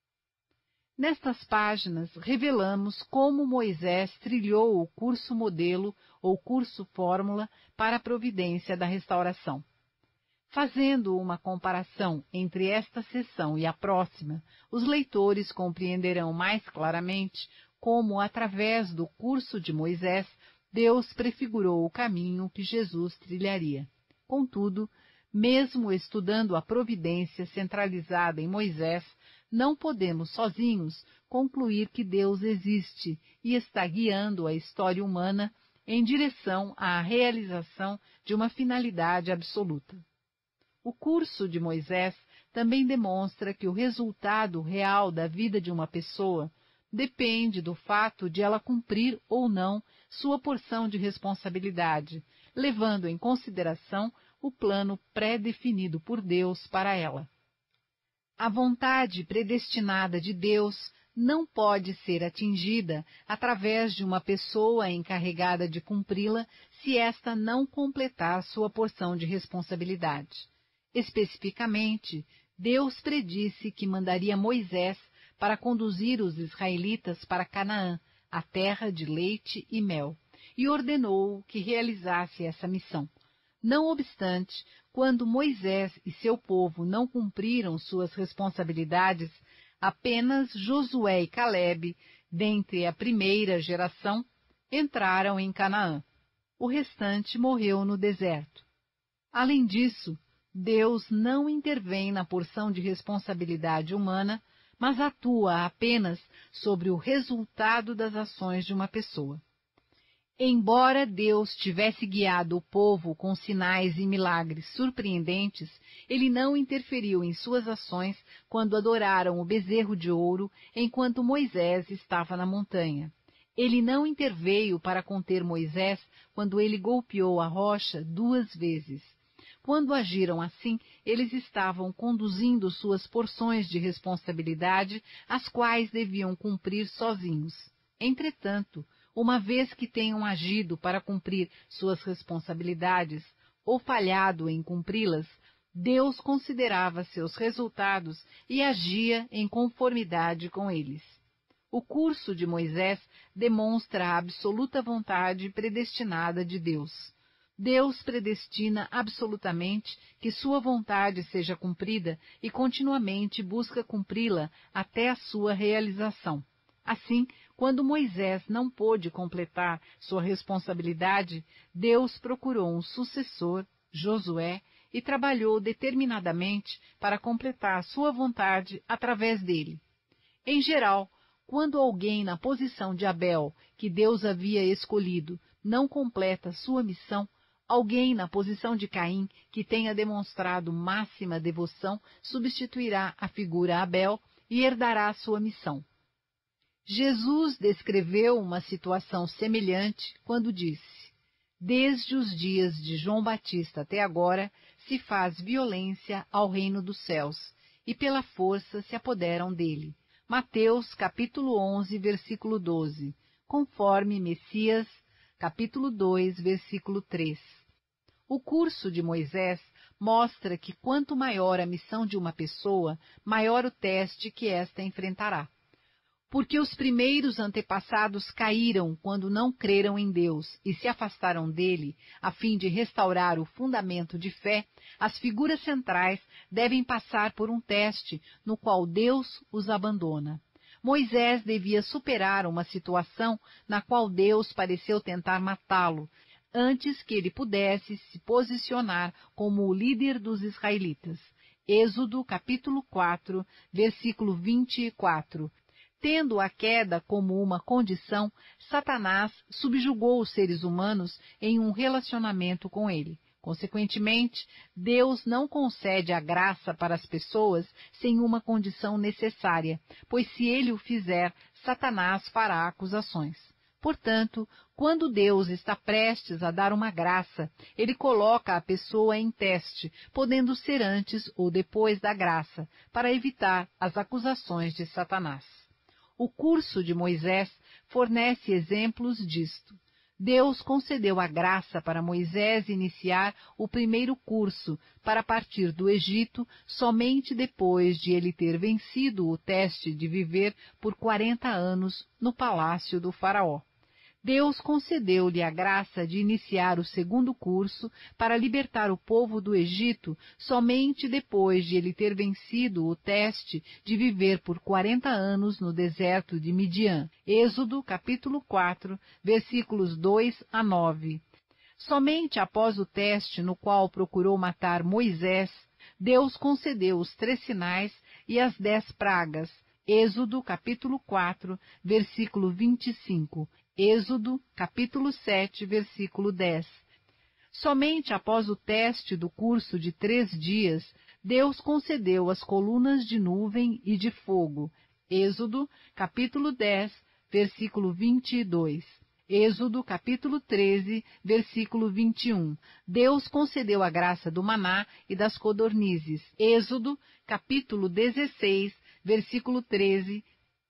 Nestas páginas, revelamos como Moisés trilhou o curso modelo ou curso fórmula para a providência da restauração. Fazendo uma comparação entre esta sessão e a próxima, os leitores compreenderão mais claramente como, através do curso de Moisés, Deus prefigurou o caminho que Jesus trilharia. Contudo, mesmo estudando a providência centralizada em Moisés, não podemos sozinhos concluir que Deus existe e está guiando a história humana em direção à realização de uma finalidade absoluta. O curso de Moisés também demonstra que o resultado real da vida de uma pessoa depende do fato de ela cumprir ou não sua porção de responsabilidade, levando em consideração o plano pré-definido por Deus para ela. A vontade predestinada de Deus não pode ser atingida através de uma pessoa encarregada de cumpri-la se esta não completar sua porção de responsabilidade. Especificamente, Deus predisse que mandaria Moisés para conduzir os israelitas para Canaã, a terra de leite e mel, e ordenou que realizasse essa missão. Não obstante, quando Moisés e seu povo não cumpriram suas responsabilidades, apenas Josué e Calebe, dentre a primeira geração, entraram em Canaã. O restante morreu no deserto. Além disso, Deus não intervém na porção de responsabilidade humana, mas atua apenas sobre o resultado das ações de uma pessoa. Embora Deus tivesse guiado o povo com sinais e milagres surpreendentes, ele não interferiu em suas ações quando adoraram o bezerro de ouro enquanto Moisés estava na montanha. Ele não interveio para conter Moisés quando ele golpeou a rocha 2 vezes. Quando agiram assim, eles estavam conduzindo suas porções de responsabilidade, as quais deviam cumprir sozinhos. Entretanto, uma vez que tenham agido para cumprir suas responsabilidades, ou falhado em cumpri-las, Deus considerava seus resultados e agia em conformidade com eles. O curso de Moisés demonstra a absoluta vontade predestinada de Deus. Deus predestina absolutamente que sua vontade seja cumprida e continuamente busca cumpri-la até a sua realização. Assim, quando Moisés não pôde completar sua responsabilidade, Deus procurou um sucessor, Josué, e trabalhou determinadamente para completar sua vontade através dele. Em geral, quando alguém na posição de Abel, que Deus havia escolhido, não completa sua missão, alguém na posição de Caim, que tenha demonstrado máxima devoção, substituirá a figura Abel e herdará sua missão. Jesus descreveu uma situação semelhante quando disse: desde os dias de João Batista até agora se faz violência ao reino dos céus, e pela força se apoderam dele. Mateus, capítulo 11, versículo 12, conforme Messias, capítulo 2, versículo 3. O curso de Moisés mostra que quanto maior a missão de uma pessoa, maior o teste que esta enfrentará. Porque os primeiros antepassados caíram quando não creram em Deus e se afastaram dele, a fim de restaurar o fundamento de fé, as figuras centrais devem passar por um teste no qual Deus os abandona. Moisés devia superar uma situação na qual Deus pareceu tentar matá-lo, antes que ele pudesse se posicionar como o líder dos israelitas. Êxodo capítulo 4, versículo 24. Tendo a queda como uma condição, Satanás subjugou os seres humanos em um relacionamento com ele. Consequentemente, Deus não concede a graça para as pessoas sem uma condição necessária, pois se ele o fizer, Satanás fará acusações. Portanto, quando Deus está prestes a dar uma graça, ele coloca a pessoa em teste, podendo ser antes ou depois da graça, para evitar as acusações de Satanás. O curso de Moisés fornece exemplos disto. Deus concedeu a graça para Moisés iniciar o primeiro curso para partir do Egito somente depois de ele ter vencido o teste de viver por 40 anos no palácio do faraó. Deus concedeu-lhe a graça de iniciar o segundo curso para libertar o povo do Egito somente depois de ele ter vencido o teste de viver por 40 anos no deserto de Midian. Êxodo, capítulo 4, versículos 2 a 9. Somente após o teste no qual procurou matar Moisés, Deus concedeu os 3 sinais e as 10 pragas. Êxodo, capítulo 4, versículo 25. Êxodo, capítulo 7, versículo 10. Somente após o teste do curso de 3 dias, Deus concedeu as colunas de nuvem e de fogo. Êxodo, capítulo 10, versículo 22. Êxodo, capítulo 13, versículo 21. Deus concedeu a graça do maná e das codornizes. Êxodo, capítulo 16, versículo 13.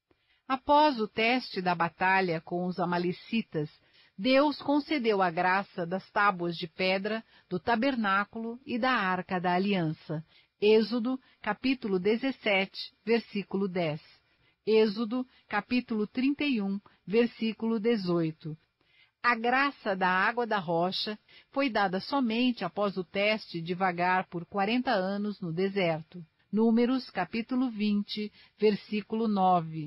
Após o teste da batalha com os amalecitas, Deus concedeu a graça das tábuas de pedra, do tabernáculo e da arca da aliança. Êxodo, capítulo 17, versículo 10. Êxodo, capítulo 31, versículo 18. A graça da água da rocha foi dada somente após o teste de vagar por 40 anos no deserto. Números, capítulo 20, versículo 9.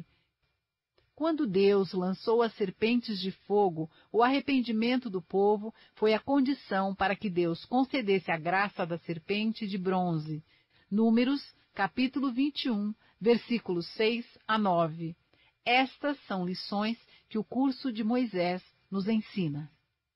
Quando Deus lançou as serpentes de fogo, o arrependimento do povo foi a condição para que Deus concedesse a graça da serpente de bronze. Números, capítulo 21, versículos 6 a 9. Estas são lições que o curso de Moisés nos ensina.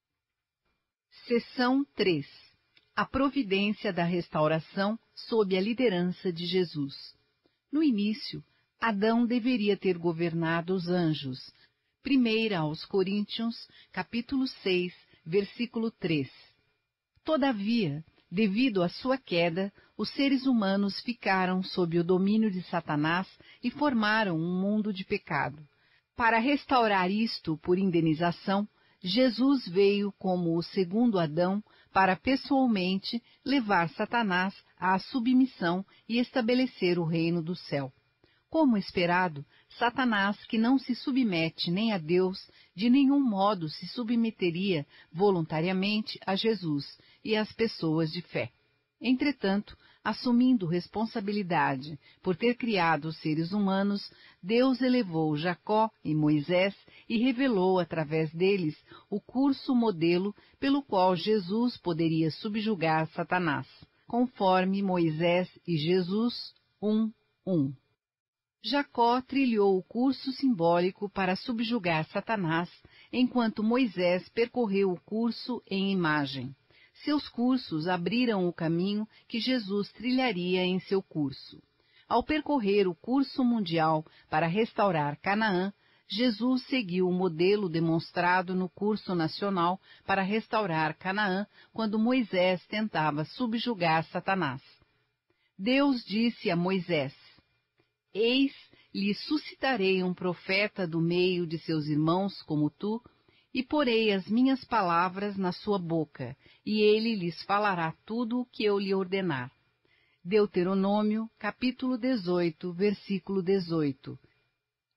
Seção 3. A providência da restauração sob a liderança de Jesus. No início, Adão deveria ter governado os anjos. 1 aos Coríntios, capítulo 6, versículo 3. Todavia, devido à sua queda, os seres humanos ficaram sob o domínio de Satanás e formaram um mundo de pecado. Para restaurar isto por indenização, Jesus veio como o segundo Adão para pessoalmente levar Satanás à submissão e estabelecer o reino do céu. Como esperado, Satanás, que não se submete nem a Deus, de nenhum modo se submeteria voluntariamente a Jesus e às pessoas de fé. Entretanto, assumindo responsabilidade por ter criado os seres humanos, Deus elevou Jacó e Moisés e revelou através deles o curso modelo pelo qual Jesus poderia subjugar Satanás, conforme Moisés e Jesus 1:1. Jacó trilhou o curso simbólico para subjugar Satanás, enquanto Moisés percorreu o curso em imagem. Seus cursos abriram o caminho que Jesus trilharia em seu curso. Ao percorrer o curso mundial para restaurar Canaã, Jesus seguiu o modelo demonstrado no curso nacional para restaurar Canaã, quando Moisés tentava subjugar Satanás. Deus disse a Moisés: Eis, lhe suscitarei um profeta do meio de seus irmãos como tu, e porei as minhas palavras na sua boca, e ele lhes falará tudo o que eu lhe ordenar. Deuteronômio, capítulo 18, versículo 18.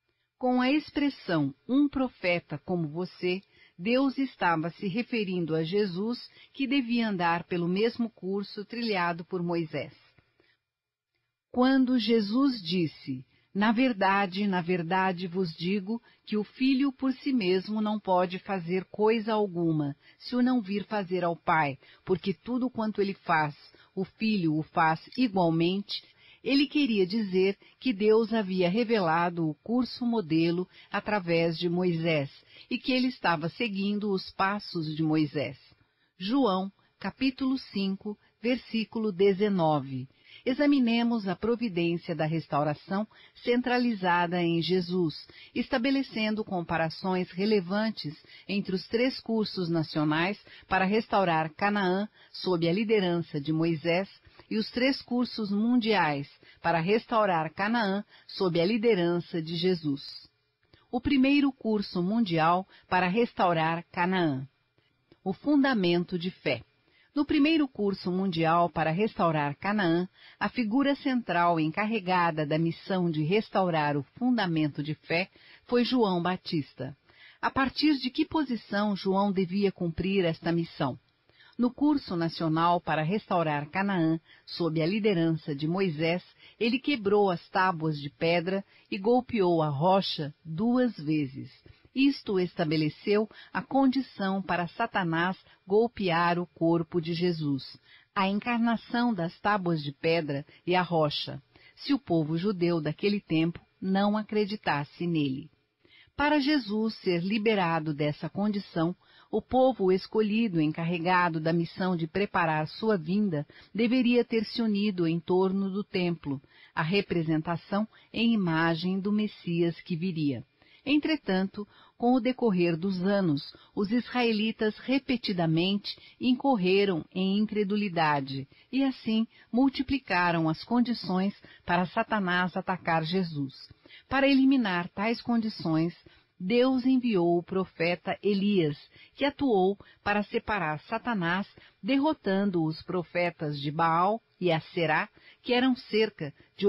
Com a expressão um profeta como você, Deus estava se referindo a Jesus, que devia andar pelo mesmo curso trilhado por Moisés. Quando Jesus disse: na verdade vos digo que o Filho por si mesmo não pode fazer coisa alguma, se o não vir fazer ao Pai, porque tudo quanto ele faz, o Filho o faz igualmente, ele queria dizer que Deus havia revelado o curso modelo através de Moisés e que ele estava seguindo os passos de Moisés. João, capítulo 5, versículo 19. Examinemos a providência da restauração centralizada em Jesus, estabelecendo comparações relevantes entre os 3 cursos nacionais para restaurar Canaã sob a liderança de Moisés e os 3 cursos mundiais para restaurar Canaã sob a liderança de Jesus. O primeiro curso mundial para restaurar Canaã. O fundamento de fé. No primeiro curso mundial para restaurar Canaã, a figura central encarregada da missão de restaurar o fundamento de fé foi João Batista. A partir de que posição João devia cumprir esta missão? No curso nacional para restaurar Canaã, sob a liderança de Moisés, ele quebrou as tábuas de pedra e golpeou a rocha 2 vezes. Isto estabeleceu a condição para Satanás golpear o corpo de Jesus, a encarnação das tábuas de pedra e a rocha, se o povo judeu daquele tempo não acreditasse nele. Para Jesus ser liberado dessa condição, o povo escolhido encarregado da missão de preparar sua vinda deveria ter se unido em torno do templo, a representação em imagem do Messias que viria. Entretanto, com o decorrer dos anos, os israelitas repetidamente incorreram em incredulidade e assim multiplicaram as condições para Satanás atacar Jesus. Para eliminar tais condições, Deus enviou o profeta Elias, que atuou para separar Satanás, derrotando os profetas de Baal e Aserá, que eram cerca de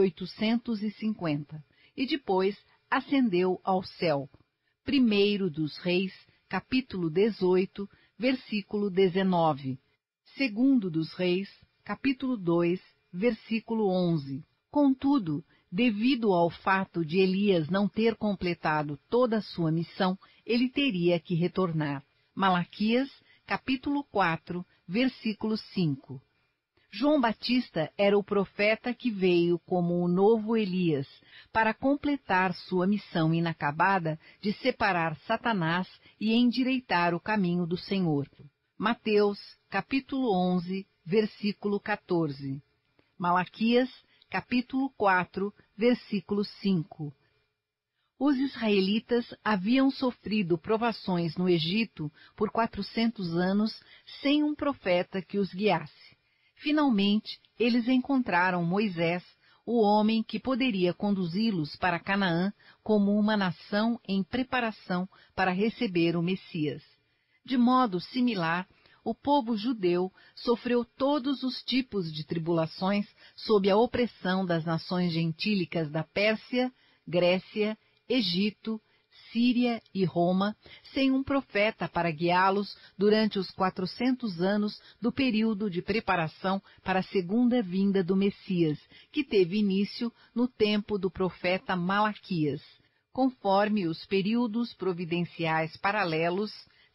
850, e depois ascendeu ao céu. 1 dos Reis, capítulo 18, versículo 19. 2 dos Reis, capítulo 2, versículo 11. Contudo, devido ao fato de Elias não ter completado toda a sua missão, ele teria que retornar. Malaquias, capítulo 4, versículo 5. João Batista era o profeta que veio como o novo Elias, para completar sua missão inacabada de separar Satanás e endireitar o caminho do Senhor. Mateus, capítulo 11, versículo 14. Malaquias, capítulo 4, versículo 5. Os israelitas haviam sofrido provações no Egito por 400 anos sem um profeta que os guiasse. Finalmente, eles encontraram Moisés, o homem que poderia conduzi-los para Canaã como uma nação em preparação para receber o Messias. De modo similar, o povo judeu sofreu todos os tipos de tribulações sob a opressão das nações gentílicas da Pérsia, Grécia, Egito, Síria e Roma, sem um profeta para guiá-los durante os 400 anos do período de preparação para a segunda vinda do Messias, que teve início no tempo do profeta Malaquias, conforme os períodos providenciais paralelos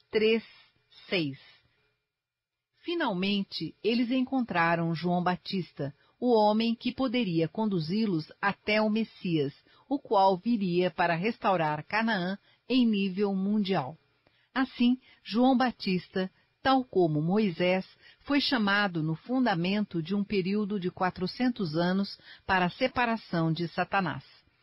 3:6. Finalmente, eles encontraram João Batista, o homem que poderia conduzi-los até o Messias, o qual viria para restaurar Canaã em nível mundial. Assim, João Batista, tal como Moisés, foi chamado no fundamento de um período de 400 anos para a separação de Satanás.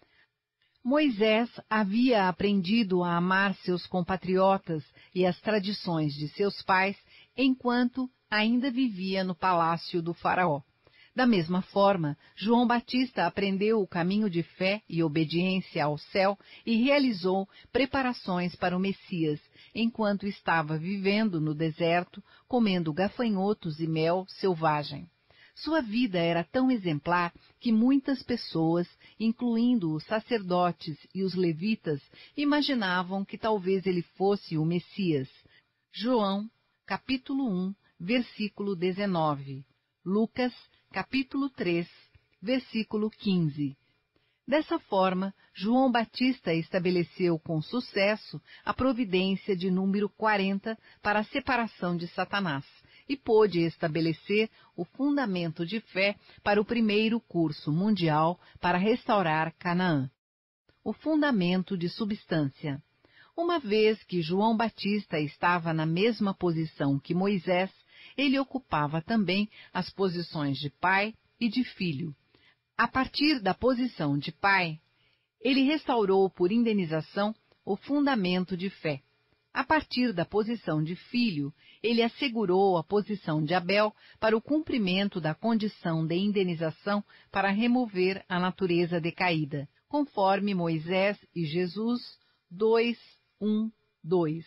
Moisés havia aprendido a amar seus compatriotas e as tradições de seus pais enquanto ainda vivia no palácio do faraó. Da mesma forma, João Batista aprendeu o caminho de fé e obediência ao céu e realizou preparações para o Messias, enquanto estava vivendo no deserto, comendo gafanhotos e mel selvagem. Sua vida era tão exemplar que muitas pessoas, incluindo os sacerdotes e os levitas, imaginavam que talvez ele fosse o Messias. João, capítulo 1, versículo 19. Lucas, capítulo 3, versículo 15. Dessa forma, João Batista estabeleceu com sucesso a providência de número 40 para a separação de Satanás e pôde estabelecer o fundamento de fé para o primeiro curso mundial para restaurar Canaã. O fundamento de substância. Uma vez que João Batista estava na mesma posição que Moisés, ele ocupava também as posições de pai e de filho. A partir da posição de pai, ele restaurou por indenização o fundamento de fé. A partir da posição de filho, ele assegurou a posição de Abel para o cumprimento da condição de indenização para remover a natureza decaída, conforme Moisés e Jesus 2:1-2.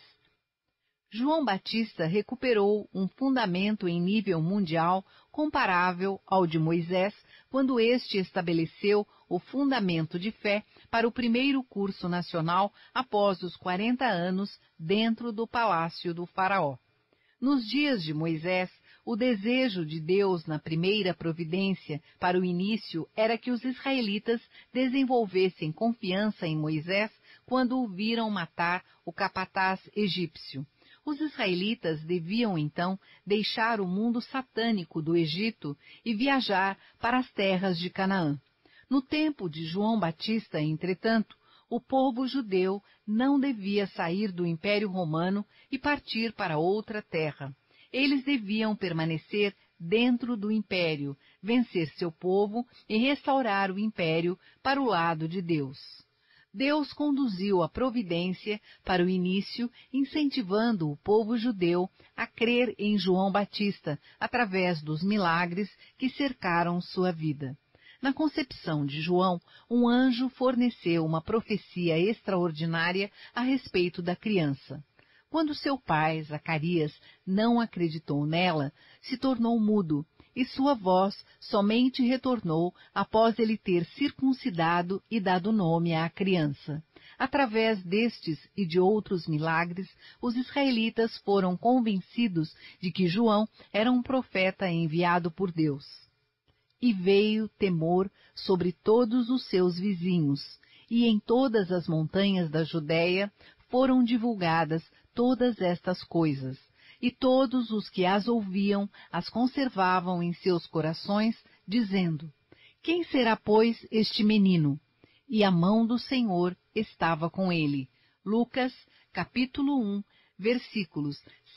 João Batista recuperou um fundamento em nível mundial comparável ao de Moisés, quando este estabeleceu o fundamento de fé para o primeiro curso nacional após os 40 anos dentro do palácio do faraó. Nos dias de Moisés, o desejo de Deus na primeira providência para o início era que os israelitas desenvolvessem confiança em Moisés quando o viram matar o capataz egípcio. Os israelitas deviam, então, deixar o mundo satânico do Egito e viajar para as terras de Canaã. No tempo de João Batista, entretanto, o povo judeu não devia sair do Império Romano e partir para outra terra. Eles deviam permanecer dentro do Império, vencer seu povo e restaurar o Império para o lado de Deus. Deus conduziu a providência para o início, incentivando o povo judeu a crer em João Batista através dos milagres que cercaram sua vida. Na concepção de João, um anjo forneceu uma profecia extraordinária a respeito da criança. Quando seu pai, Zacarias, não acreditou nela, se tornou mudo, e sua voz somente retornou após ele ter circuncidado e dado nome à criança. Através destes e de outros milagres, os israelitas foram convencidos de que João era um profeta enviado por Deus. E veio temor sobre todos os seus vizinhos, e em todas as montanhas da Judéia foram divulgadas todas estas coisas. E todos os que as ouviam as conservavam em seus corações, dizendo: Quem será, pois, este menino? E a mão do Senhor estava com ele. Lucas, capítulo 1, versículos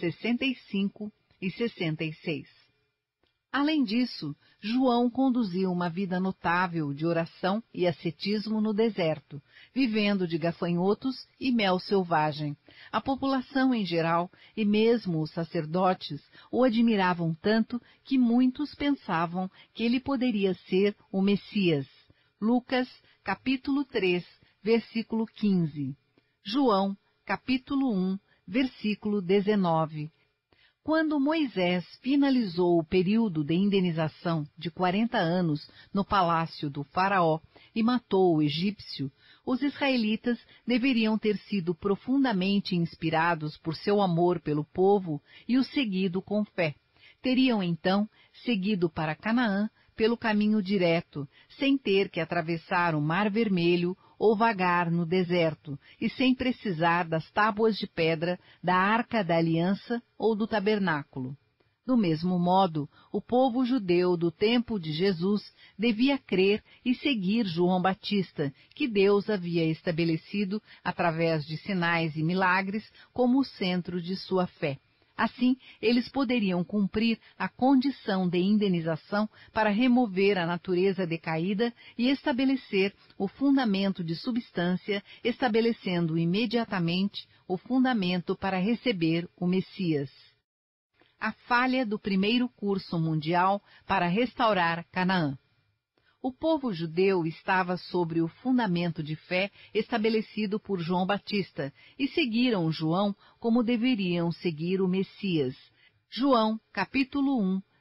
65 e 66. Além disso, João conduziu uma vida notável de oração e ascetismo no deserto, vivendo de gafanhotos e mel selvagem. A população em geral, e mesmo os sacerdotes, o admiravam tanto que muitos pensavam que ele poderia ser o Messias. Lucas, capítulo 3, versículo 15. João, capítulo 1, versículo 19. Quando Moisés finalizou o período de indenização de 40 anos no palácio do faraó e matou o egípcio, os israelitas deveriam ter sido profundamente inspirados por seu amor pelo povo e o seguido com fé. Teriam, então, seguido para Canaã pelo caminho direto, sem ter que atravessar o Mar Vermelho ou vagar no deserto, e sem precisar das tábuas de pedra da Arca da Aliança ou do Tabernáculo. Do mesmo modo, o povo judeu do tempo de Jesus devia crer e seguir João Batista, que Deus havia estabelecido, através de sinais e milagres, como o centro de sua fé. Assim, eles poderiam cumprir a condição de indenização para remover a natureza decaída e estabelecer o fundamento de substância, estabelecendo imediatamente o fundamento para receber o Messias. A falha do primeiro curso mundial para restaurar Canaã. O povo judeu estava sobre o fundamento de fé estabelecido por João Batista e seguiram João como deveriam seguir o Messias. João, capítulo 1,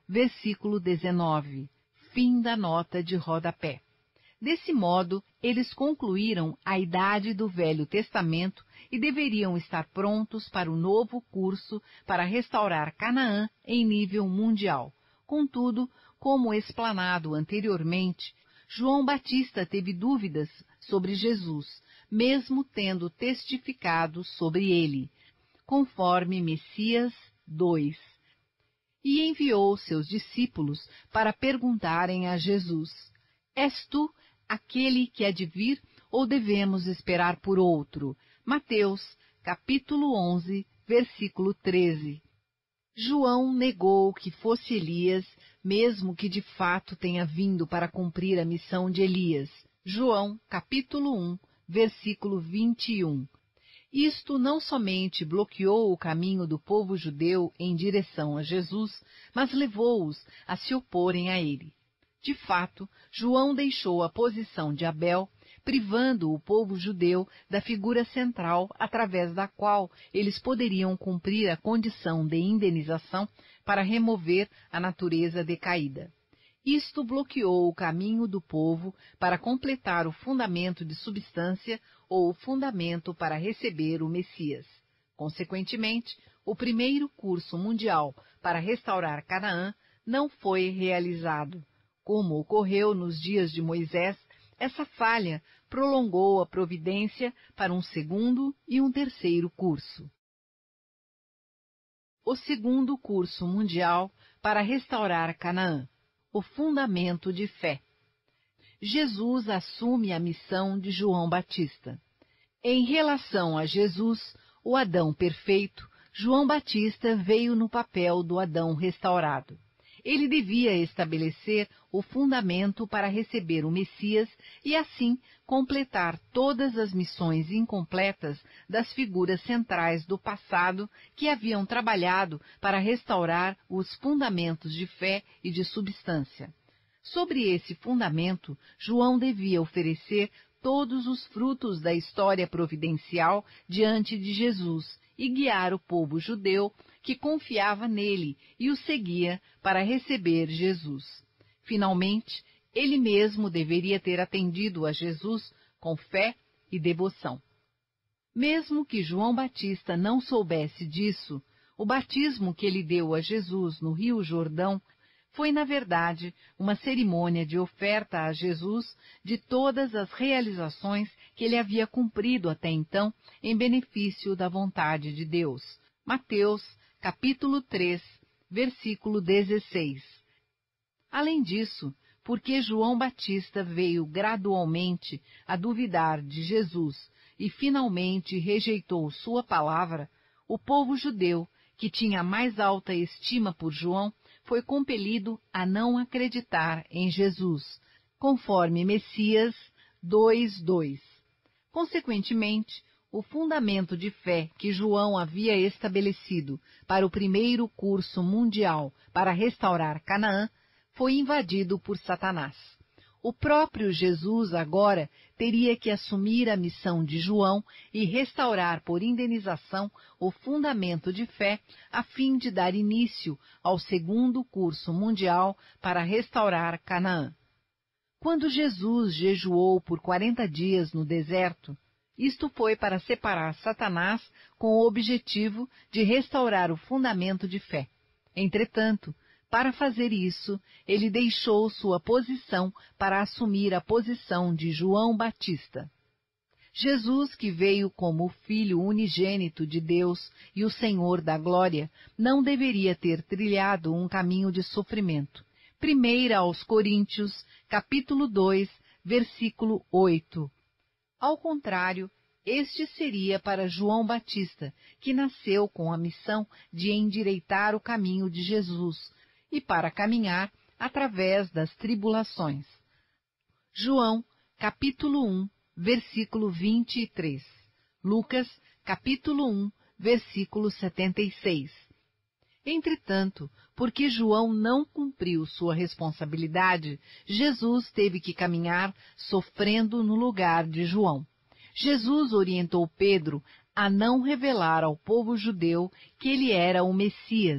versículo 19, fim da nota de rodapé. Desse modo, eles concluíram a idade do Velho Testamento e deveriam estar prontos para o novo curso para restaurar Canaã em nível mundial. Contudo, como explanado anteriormente, João Batista teve dúvidas sobre Jesus, mesmo tendo testificado sobre ele, conforme Messias 2. E enviou seus discípulos para perguntarem a Jesus: És tu aquele que há de vir, ou devemos esperar por outro? Mateus, capítulo 11, versículo 13. João negou que fosse Elias, mesmo que de fato tenha vindo para cumprir a missão de Elias. João, capítulo 1, versículo 21. Isto não somente bloqueou o caminho do povo judeu em direção a Jesus, mas levou-os a se oporem a ele. De fato, João deixou a posição de Abel, privando o povo judeu da figura central através da qual eles poderiam cumprir a condição de indenização para remover a natureza decaída. Isto bloqueou o caminho do povo para completar o fundamento de substância ou o fundamento para receber o Messias. Consequentemente, o primeiro curso mundial para restaurar Canaã não foi realizado. Como ocorreu nos dias de Moisés, essa falha prolongou a providência para um segundo e um terceiro curso. O segundo curso mundial para restaurar Canaã. O fundamento de fé. Jesus assume a missão de João Batista. Em relação a Jesus, o Adão perfeito, João Batista veio no papel do Adão restaurado. Ele devia estabelecer o fundamento para receber o Messias e, assim, completar todas as missões incompletas das figuras centrais do passado que haviam trabalhado para restaurar os fundamentos de fé e de substância. Sobre esse fundamento, João devia oferecer todos os frutos da história providencial diante de Jesus e guiar o povo judeu que confiava nele e o seguia para receber Jesus. Finalmente, ele mesmo deveria ter atendido a Jesus com fé e devoção. Mesmo que João Batista não soubesse disso, o batismo que ele deu a Jesus no Rio Jordão foi, na verdade, uma cerimônia de oferta a Jesus de todas as realizações que ele havia cumprido até então em benefício da vontade de Deus. Mateus, capítulo 3, versículo 16. Além disso, porque João Batista veio gradualmente a duvidar de Jesus e finalmente rejeitou sua palavra, o povo judeu, que tinha a mais alta estima por João, foi compelido a não acreditar em Jesus, conforme Messias 2:2. Consequentemente, o fundamento de fé que João havia estabelecido para o primeiro curso mundial para restaurar Canaã foi invadido por Satanás. O próprio Jesus agora teria que assumir a missão de João e restaurar por indenização o fundamento de fé a fim de dar início ao segundo curso mundial para restaurar Canaã. Quando Jesus jejuou por 40 dias no deserto, isto foi para separar Satanás com o objetivo de restaurar o fundamento de fé. Entretanto, para fazer isso, ele deixou sua posição para assumir a posição de João Batista. Jesus, que veio como o Filho unigênito de Deus e o Senhor da Glória, não deveria ter trilhado um caminho de sofrimento. 1 aos Coríntios, capítulo 2, versículo 8. Ao contrário, este seria para João Batista, que nasceu com a missão de endireitar o caminho de Jesus e para caminhar através das tribulações. João, capítulo 1, versículo 23. Lucas, capítulo 1, versículo 76. Entretanto, porque João não cumpriu sua responsabilidade, Jesus teve que caminhar sofrendo no lugar de João. Jesus orientou Pedro a não revelar ao povo judeu que ele era o Messias,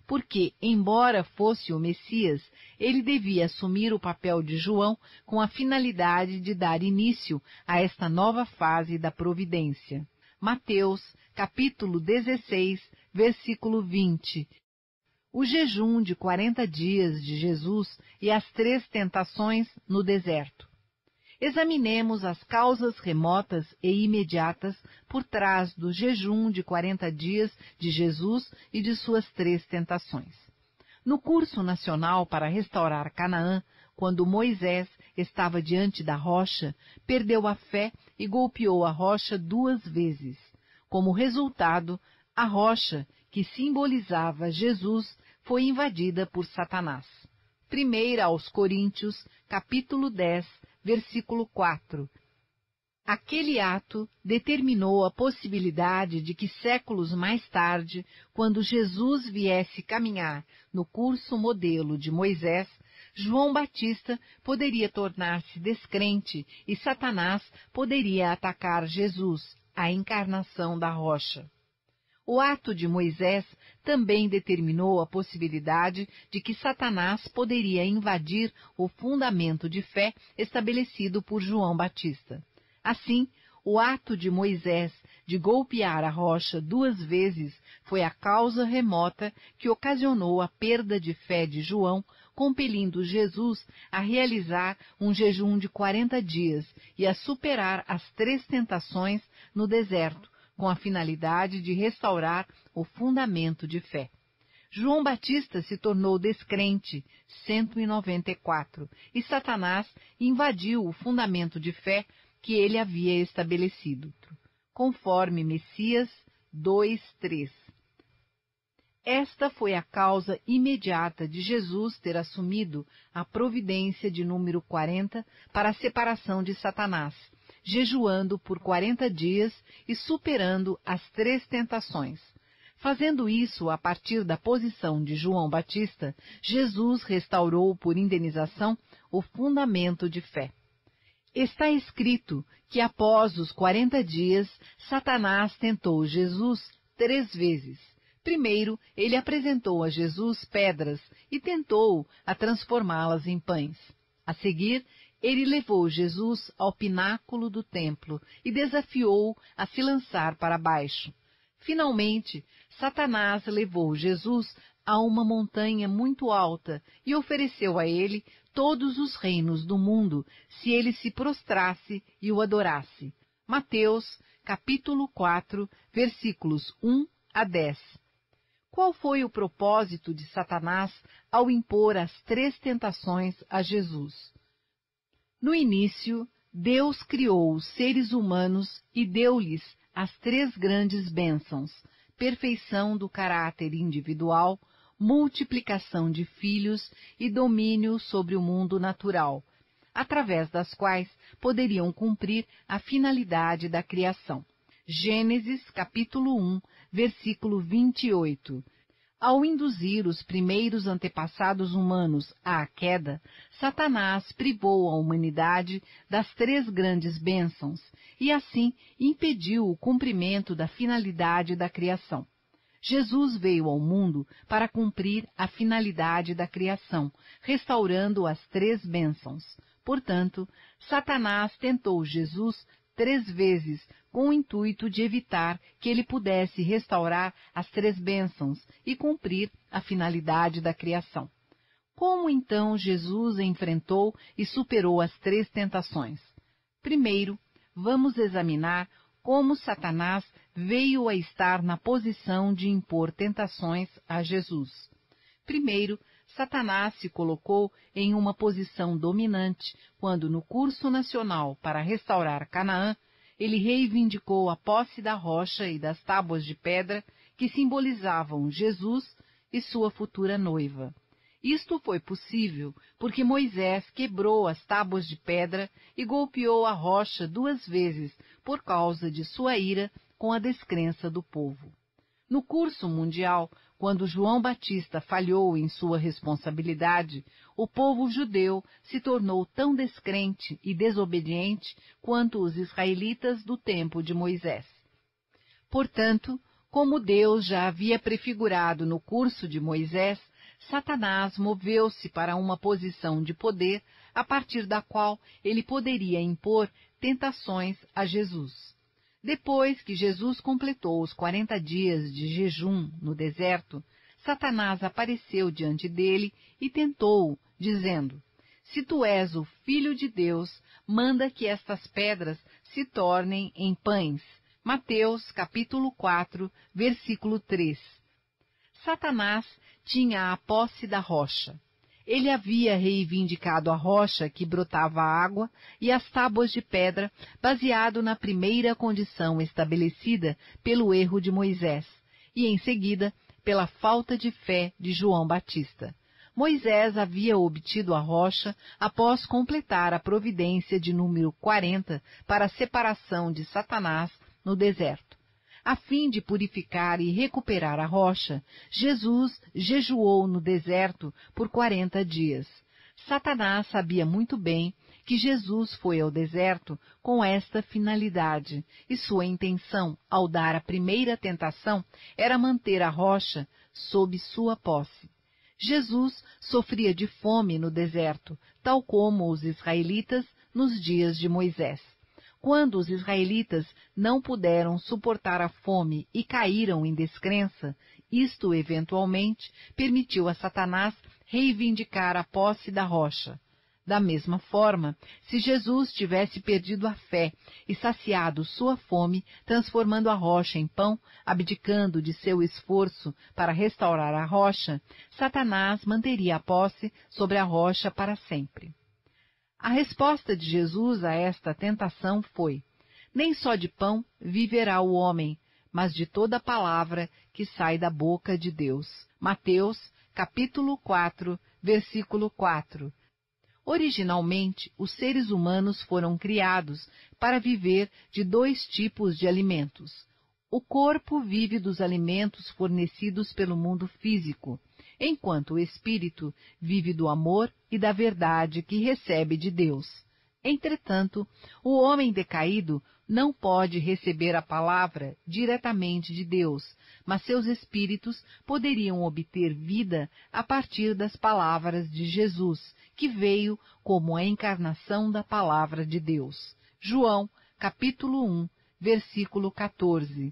porque, embora fosse o Messias, ele devia assumir o papel de João com a finalidade de dar início a esta nova fase da providência. Mateus, capítulo 16, versículo 20. O jejum de 40 dias de Jesus e as 3 tentações no deserto. Examinemos as causas remotas e imediatas por trás do jejum de 40 dias de Jesus e de suas 3 tentações. No curso nacional para restaurar Canaã, quando Moisés estava diante da rocha, perdeu a fé e golpeou a rocha 2 vezes. Como resultado, a rocha, que simbolizava Jesus, foi invadida por Satanás. 1 aos Coríntios, capítulo 10, versículo 4. Aquele ato determinou a possibilidade de que séculos mais tarde, quando Jesus viesse caminhar no curso modelo de Moisés, João Batista poderia tornar-se descrente e Satanás poderia atacar Jesus, a encarnação da rocha. O ato de Moisés também determinou a possibilidade de que Satanás poderia invadir o fundamento de fé estabelecido por João Batista. Assim, o ato de Moisés de golpear a rocha 2 vezes foi a causa remota que ocasionou a perda de fé de João, compelindo Jesus a realizar um jejum de 40 dias e a superar as 3 tentações no deserto, com a finalidade de restaurar o fundamento de fé. João Batista se tornou descrente, 194, e Satanás invadiu o fundamento de fé que ele havia estabelecido, conforme Messias 2:3. Esta foi a causa imediata de Jesus ter assumido a providência de número 40 para a separação de Satanás, jejuando por 40 dias e superando as 3 tentações. Fazendo isso a partir da posição de João Batista, Jesus restaurou por indenização o fundamento de fé. Está escrito que após os 40 dias, Satanás tentou Jesus 3 vezes. Primeiro, ele apresentou a Jesus pedras e tentou a transformá-las em pães. A seguir, ele levou Jesus ao pináculo do templo e desafiou-o a se lançar para baixo. Finalmente, Satanás levou Jesus a uma montanha muito alta e ofereceu a ele todos os reinos do mundo se ele se prostrasse e o adorasse. Mateus, capítulo 4, versículos 1 a 10. Qual foi o propósito de Satanás ao impor as 3 tentações a Jesus? No início, Deus criou os seres humanos e deu-lhes as 3 grandes bênçãos: perfeição do caráter individual, multiplicação de filhos e domínio sobre o mundo natural, através das quais poderiam cumprir a finalidade da criação. Gênesis, capítulo 1, versículo 28. Ao induzir os primeiros antepassados humanos à queda, Satanás privou a humanidade das 3 grandes bênçãos e, assim, impediu o cumprimento da finalidade da criação. Jesus veio ao mundo para cumprir a finalidade da criação, restaurando as 3 bênçãos. Portanto, Satanás tentou Jesus 3 vezes, com o intuito de evitar que ele pudesse restaurar as 3 bênçãos e cumprir a finalidade da criação. Como então Jesus enfrentou e superou as 3 tentações? Primeiro, vamos examinar como Satanás veio a estar na posição de impor tentações a Jesus. Primeiro, Satanás se colocou em uma posição dominante quando, no curso nacional para restaurar Canaã, ele reivindicou a posse da rocha e das tábuas de pedra que simbolizavam Jesus e sua futura noiva. Isto foi possível porque Moisés quebrou as tábuas de pedra e golpeou a rocha 2 vezes por causa de sua ira com a descrença do povo. No curso mundial, quando João Batista falhou em sua responsabilidade, o povo judeu se tornou tão descrente e desobediente quanto os israelitas do tempo de Moisés. Portanto, Como Deus já havia prefigurado no curso de Moisés, Satanás moveu-se para uma posição de poder a partir da qual ele poderia impor tentações a Jesus. Depois que Jesus completou os 40 dias de jejum no deserto, Satanás apareceu diante dele e tentou-o, dizendo: Se tu és o Filho de Deus, manda que estas pedras se tornem em pães. Mateus, capítulo 4, versículo 3. Satanás tinha a posse da rocha. Ele havia reivindicado a rocha que brotava água e as tábuas de pedra, baseado na primeira condição estabelecida pelo erro de Moisés, e em seguida pela falta de fé de João Batista. Moisés havia obtido a rocha após completar a providência de número 40 para a separação de Satanás no deserto. A fim de purificar e recuperar a rocha, Jesus jejuou no deserto por 40 dias. Satanás sabia muito bem que Jesus foi ao deserto com esta finalidade, e sua intenção, ao dar a primeira tentação, era manter a rocha sob sua posse. Jesus sofria de fome no deserto, tal como os israelitas nos dias de Moisés. Quando os israelitas não puderam suportar a fome e caíram em descrença, isto eventualmente permitiu a Satanás reivindicar a posse da rocha. Da mesma forma, se Jesus tivesse perdido a fé e saciado sua fome, transformando a rocha em pão, abdicando de seu esforço para restaurar a rocha, Satanás manteria a posse sobre a rocha para sempre. A resposta de Jesus a esta tentação foi: nem só de pão viverá o homem, mas de toda palavra que sai da boca de Deus. Mateus, capítulo 4, versículo 4. Originalmente, os seres humanos foram criados para viver de 2 tipos de alimentos. O corpo vive dos alimentos fornecidos pelo mundo físico, enquanto o espírito vive do amor e da verdade que recebe de Deus. Entretanto, o homem decaído não pode receber a palavra diretamente de Deus, mas seus espíritos poderiam obter vida a partir das palavras de Jesus, que veio como a encarnação da palavra de Deus. João, capítulo 1, versículo 14.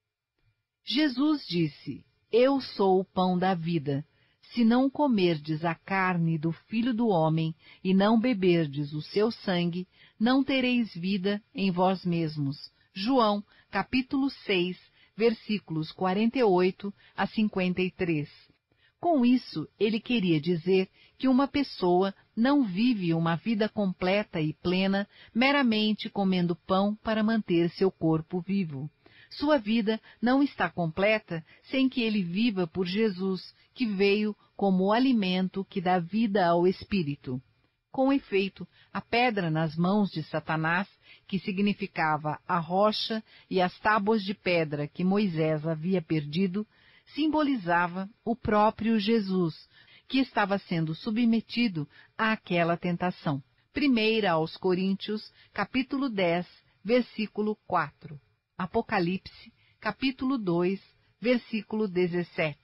Jesus disse: Eu sou o pão da vida. Se não comerdes a carne do Filho do Homem e não beberdes o seu sangue, não tereis vida em vós mesmos. João, capítulo 6, versículos 48 a 53. Com isso, ele queria dizer que uma pessoa não vive uma vida completa e plena meramente comendo pão para manter seu corpo vivo. Sua vida não está completa sem que ele viva por Jesus, que veio como o alimento que dá vida ao espírito. Com efeito, a pedra nas mãos de Satanás, que significava a rocha e as tábuas de pedra que Moisés havia perdido, simbolizava o próprio Jesus, que estava sendo submetido àquela tentação. 1 aos Coríntios, capítulo 10, versículo 4. Apocalipse, capítulo 2, versículo 17.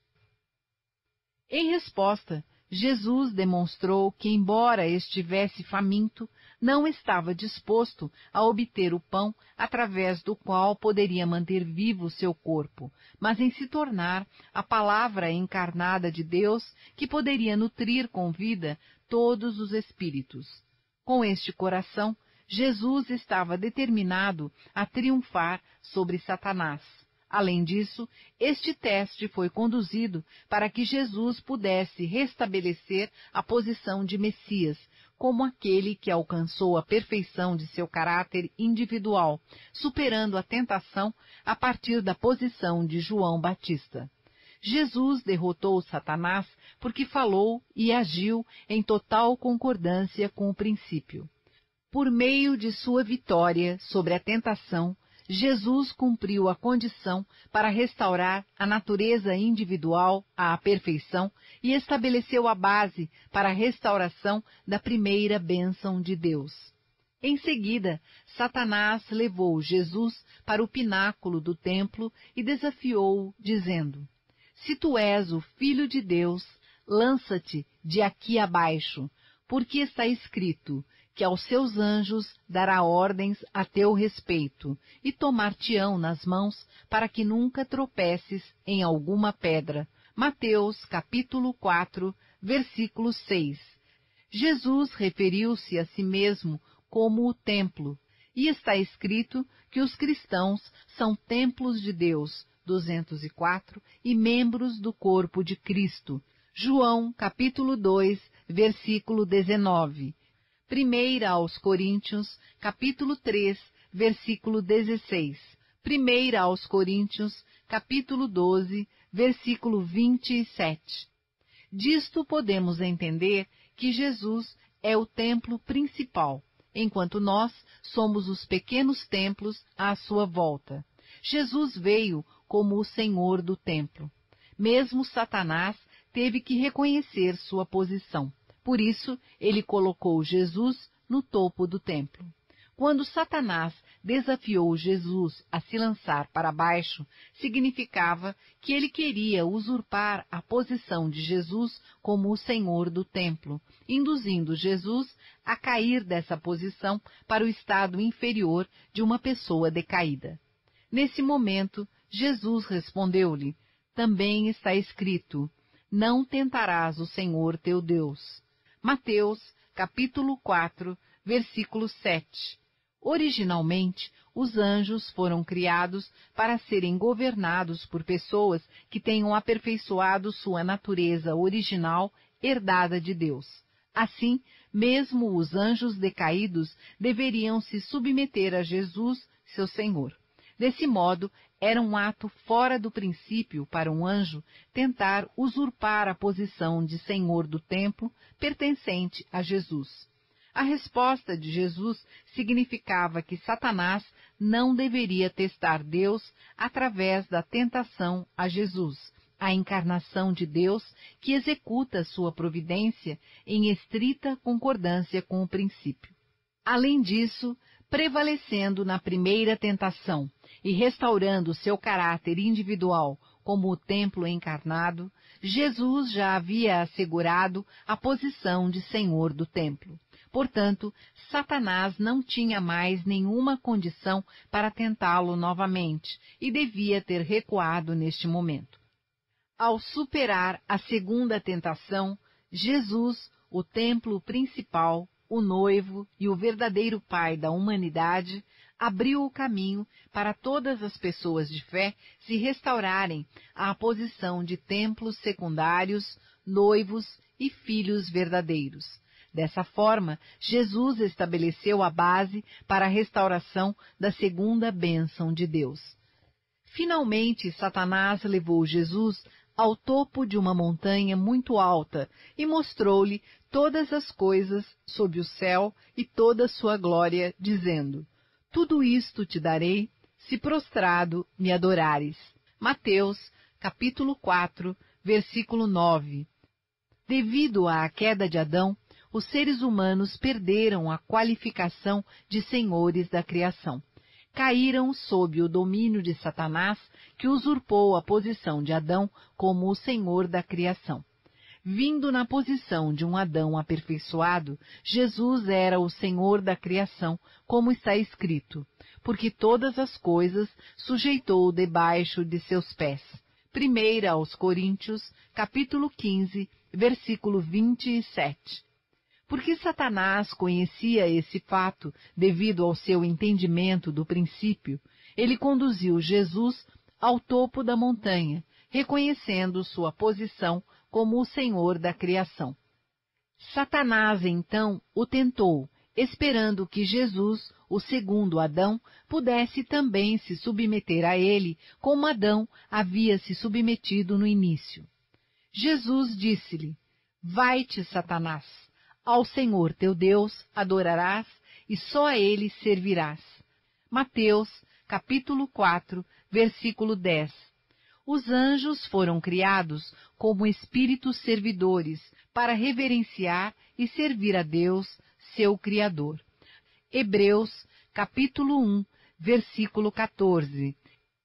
Em resposta, Jesus demonstrou que, embora estivesse faminto, não estava disposto a obter o pão através do qual poderia manter vivo seu corpo, mas em se tornar a palavra encarnada de Deus que poderia nutrir com vida todos os espíritos. Com este coração, Jesus estava determinado a triunfar sobre Satanás. Além disso, este teste foi conduzido para que Jesus pudesse restabelecer a posição de Messias, como aquele que alcançou a perfeição de seu caráter individual, superando a tentação a partir da posição de João Batista. Jesus derrotou Satanás porque falou e agiu em total concordância com o princípio. Por meio de sua vitória sobre a tentação, Jesus cumpriu a condição para restaurar a natureza individual à perfeição e estabeleceu a base para a restauração da primeira bênção de Deus. Em seguida, Satanás levou Jesus para o pináculo do templo e desafiou-o, dizendo: Se tu és o Filho de Deus, lança-te de aqui abaixo, porque está escrito que aos seus anjos dará ordens a teu respeito, e tomar-te-ão nas mãos, para que nunca tropeces em alguma pedra. Mateus capítulo 4, versículo 6. Jesus referiu-se a si mesmo como o templo, e está escrito que os cristãos são templos de Deus, 204, e membros do corpo de Cristo. João capítulo 2, versículo 19. 1 aos Coríntios, capítulo 3, versículo 16. 1 aos Coríntios, capítulo 12, versículo 27. Disto podemos entender que Jesus é o templo principal, enquanto nós somos os pequenos templos à sua volta. Jesus veio como o Senhor do templo. Mesmo Satanás teve que reconhecer sua posição. Por isso, ele colocou Jesus no topo do templo. Quando Satanás desafiou Jesus a se lançar para baixo, significava que ele queria usurpar a posição de Jesus como o Senhor do templo, induzindo Jesus a cair dessa posição para o estado inferior de uma pessoa decaída. Nesse momento, Jesus respondeu-lhe: Também está escrito: Não tentarás o Senhor teu Deus. Mateus, capítulo 4, versículo 7. Originalmente, os anjos foram criados para serem governados por pessoas que tenham aperfeiçoado sua natureza original, herdada de Deus. Assim, mesmo os anjos decaídos deveriam se submeter a Jesus, seu Senhor. Desse modo, era um ato fora do princípio para um anjo tentar usurpar a posição de Senhor do templo pertencente a Jesus. A resposta de Jesus significava que Satanás não deveria testar Deus através da tentação a Jesus, a encarnação de Deus que executa sua providência em estrita concordância com o princípio. Além disso, prevalecendo na primeira tentação e restaurando seu caráter individual como o templo encarnado, Jesus já havia assegurado a posição de Senhor do templo. Portanto, Satanás não tinha mais nenhuma condição para tentá-lo novamente e devia ter recuado neste momento. Ao superar a segunda tentação, Jesus, o templo principal, o noivo e o verdadeiro Pai da humanidade, abriu o caminho para todas as pessoas de fé se restaurarem à posição de templos secundários, noivos e filhos verdadeiros. Dessa forma, Jesus estabeleceu a base para a restauração da segunda bênção de Deus. Finalmente, Satanás levou Jesus ao topo de uma montanha muito alta e mostrou-lhe todas as coisas sob o céu e toda a sua glória, dizendo: Tudo isto te darei, se prostrado me adorares. Mateus, capítulo 4, versículo 9. Devido à queda de Adão, os seres humanos perderam a qualificação de senhores da criação. Caíram sob o domínio de Satanás, que usurpou a posição de Adão como o senhor da criação. Vindo na posição de um Adão aperfeiçoado, Jesus era o Senhor da criação, como está escrito, porque todas as coisas sujeitou debaixo de seus pés. 1 aos Coríntios, capítulo 15, versículo 27. Porque Satanás conhecia esse fato devido ao seu entendimento do princípio, ele conduziu Jesus ao topo da montanha, reconhecendo sua posição como o Senhor da criação. Satanás, então, o tentou, esperando que Jesus, o segundo Adão, pudesse também se submeter a ele, como Adão havia se submetido no início. Jesus disse-lhe: Vai-te, Satanás! Ao Senhor teu Deus adorarás e só a ele servirás. Mateus, capítulo 4, versículo 10. Os anjos foram criados como espíritos servidores para reverenciar e servir a Deus, seu Criador. Hebreus, capítulo 1, versículo 14.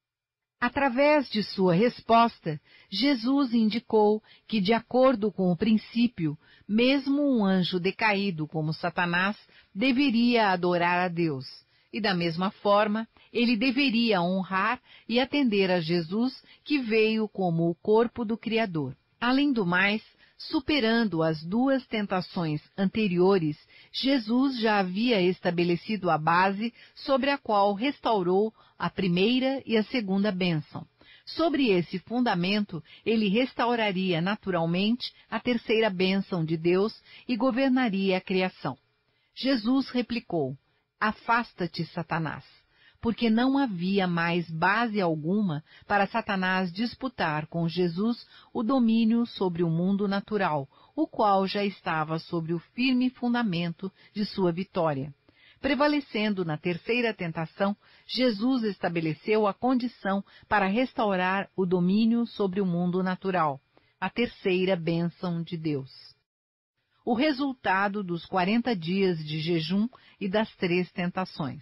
Através de sua resposta, Jesus indicou que, de acordo com o princípio, mesmo um anjo decaído como Satanás deveria adorar a Deus. E da mesma forma, ele deveria honrar e atender a Jesus, que veio como o corpo do Criador. Além do mais, superando as duas tentações anteriores, Jesus já havia estabelecido a base sobre a qual restaurou a primeira e a segunda bênção. Sobre esse fundamento, ele restauraria naturalmente a terceira bênção de Deus e governaria a criação. Jesus replicou: "Afasta-te, Satanás", porque não havia mais base alguma para Satanás disputar com Jesus o domínio sobre o mundo natural, o qual já estava sobre o firme fundamento de sua vitória. Prevalecendo na terceira tentação, Jesus estabeleceu a condição para restaurar o domínio sobre o mundo natural, a terceira bênção de Deus. O resultado dos 40 dias de jejum e das 3 tentações.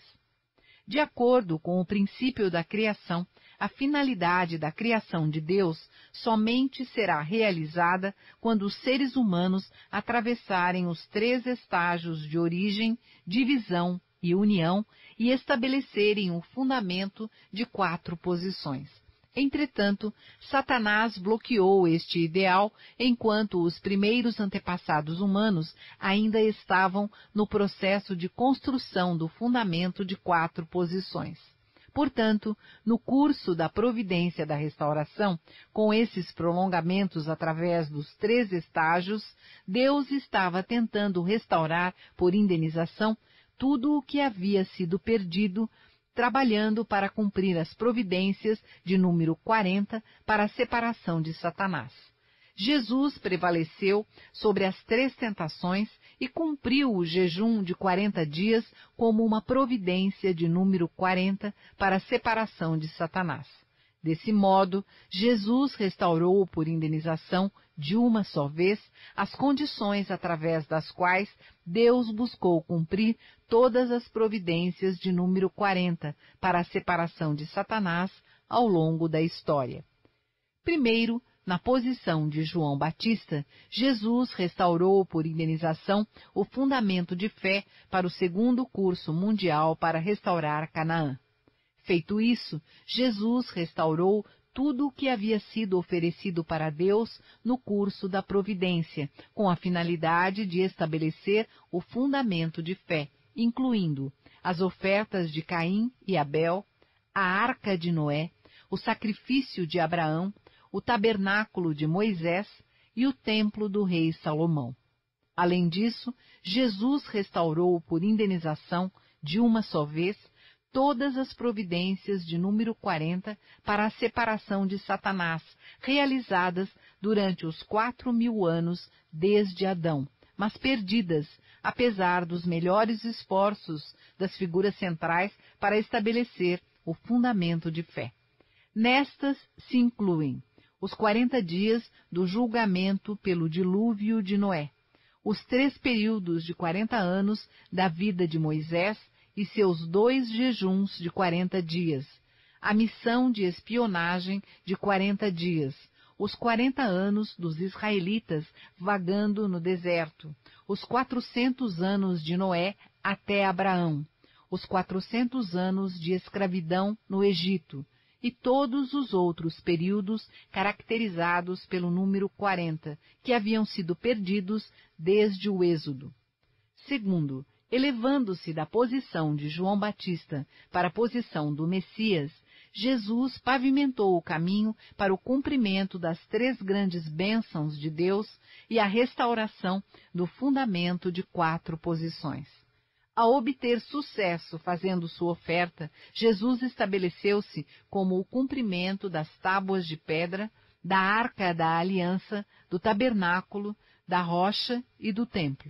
De acordo com o princípio da criação, a finalidade da criação de Deus somente será realizada quando os seres humanos atravessarem os 3 estágios de origem, divisão e união e estabelecerem o fundamento de 4 posições. Entretanto, Satanás bloqueou este ideal enquanto os primeiros antepassados humanos ainda estavam no processo de construção do fundamento de 4 posições. Portanto, no curso da providência da restauração, com esses prolongamentos através dos 3 estágios, Deus estava tentando restaurar por indenização tudo o que havia sido perdido, trabalhando para cumprir as providências de número 40 para a separação de Satanás. Jesus prevaleceu sobre as 3 tentações e cumpriu o jejum de 40 dias como uma providência de número 40 para a separação de Satanás. Desse modo, Jesus restaurou por indenização, de uma só vez, as condições através das quais Deus buscou cumprir todas as providências de número 40 para a separação de Satanás ao longo da história. Primeiro, na posição de João Batista, Jesus restaurou por indenização o fundamento de fé para o segundo curso mundial para restaurar Canaã. Feito isso, Jesus restaurou tudo o que havia sido oferecido para Deus no curso da providência, com a finalidade de estabelecer o fundamento de fé, incluindo as ofertas de Caim e Abel, a arca de Noé, o sacrifício de Abraão, o tabernáculo de Moisés e o templo do rei Salomão. Além disso, Jesus restaurou por indenização, de uma só vez, todas as providências de número 40 para a separação de Satanás, realizadas durante os 4.000 anos desde Adão, mas perdidas, apesar dos melhores esforços das figuras centrais para estabelecer o fundamento de fé. Nestas se incluem os 40 dias do julgamento pelo dilúvio de Noé, os 3 períodos de 40 anos da vida de Moisés e seus 2 jejuns de 40 dias, a missão de espionagem de 40 dias, os 40 anos dos israelitas vagando no deserto, os 400 anos de Noé até Abraão, os 400 anos de escravidão no Egito, e todos os outros períodos caracterizados pelo número 40, que haviam sido perdidos desde o Êxodo. Segundo, elevando-se da posição de João Batista para a posição do Messias, Jesus pavimentou o caminho para o cumprimento das 3 grandes bênçãos de Deus e a restauração do fundamento de 4 posições. Ao obter sucesso fazendo sua oferta, Jesus estabeleceu-se como o cumprimento das tábuas de pedra, da arca da aliança, do tabernáculo, da rocha e do templo.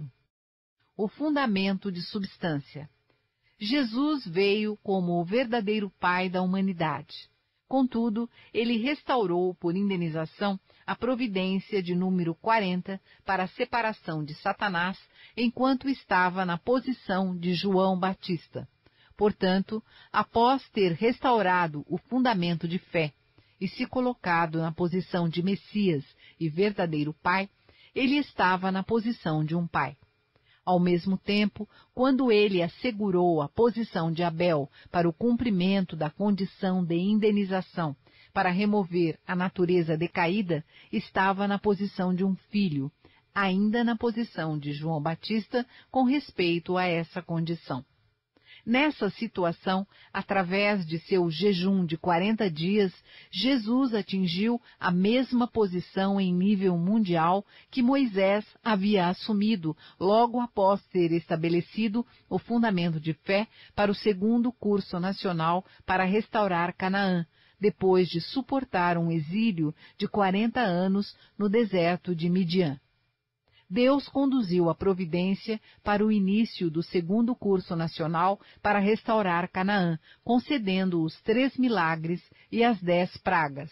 O fundamento de substância. Jesus veio como o verdadeiro Pai da humanidade. Contudo, ele restaurou por indenização a providência de número 40 para a separação de Satanás, enquanto estava na posição de João Batista. Portanto, após ter restaurado o fundamento de fé e se colocado na posição de Messias e verdadeiro Pai, ele estava na posição de um pai. Ao mesmo tempo, quando ele assegurou a posição de Abel para o cumprimento da condição de indenização para remover a natureza decaída, estava na posição de um filho, ainda na posição de João Batista com respeito a essa condição. Nessa situação, através de seu jejum de 40 dias, Jesus atingiu a mesma posição em nível mundial que Moisés havia assumido logo após ter estabelecido o fundamento de fé para o segundo curso nacional para restaurar Canaã, depois de suportar um exílio de 40 anos no deserto de Midian. Deus conduziu a providência para o início do segundo curso nacional para restaurar Canaã, concedendo os 3 milagres e as 10 pragas.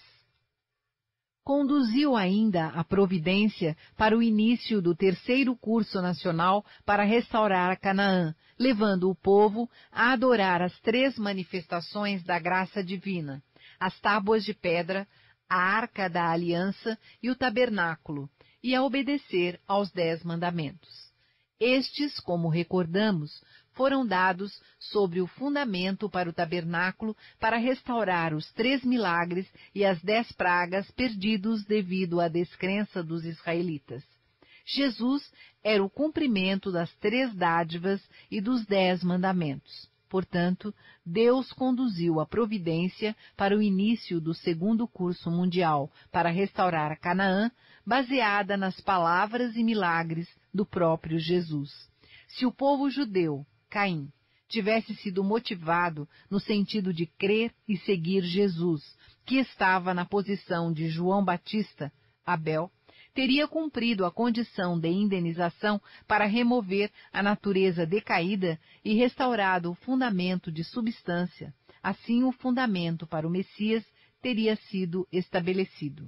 Conduziu ainda a providência para o início do terceiro curso nacional para restaurar Canaã, levando o povo a adorar as 3 manifestações da graça divina, as tábuas de pedra, a arca da aliança e o tabernáculo, e a obedecer aos 10 mandamentos. Estes, como recordamos, foram dados sobre o fundamento para o tabernáculo para restaurar os 3 milagres e as 10 pragas perdidos devido à descrença dos israelitas. Jesus era o cumprimento das 3 dádivas e dos 10 mandamentos. Portanto, Deus conduziu a providência para o início do segundo curso mundial para restaurar Canaã, baseada nas palavras e milagres do próprio Jesus. Se o povo judeu, Caim, tivesse sido motivado no sentido de crer e seguir Jesus, que estava na posição de João Batista, Abel teria cumprido a condição de indenização para remover a natureza decaída e restaurado o fundamento de substância. Assim, o fundamento para o Messias teria sido estabelecido.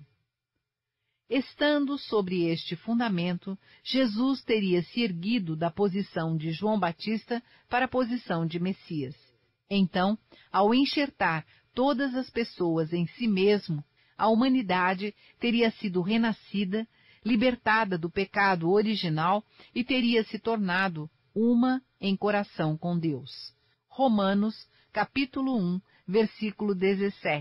Estando sobre este fundamento, Jesus teria se erguido da posição de João Batista para a posição de Messias. Então, ao enxertar todas as pessoas em si mesmo, a humanidade teria sido renascida, libertada do pecado original e teria se tornado uma em coração com Deus. Romanos, capítulo 1, versículo 17.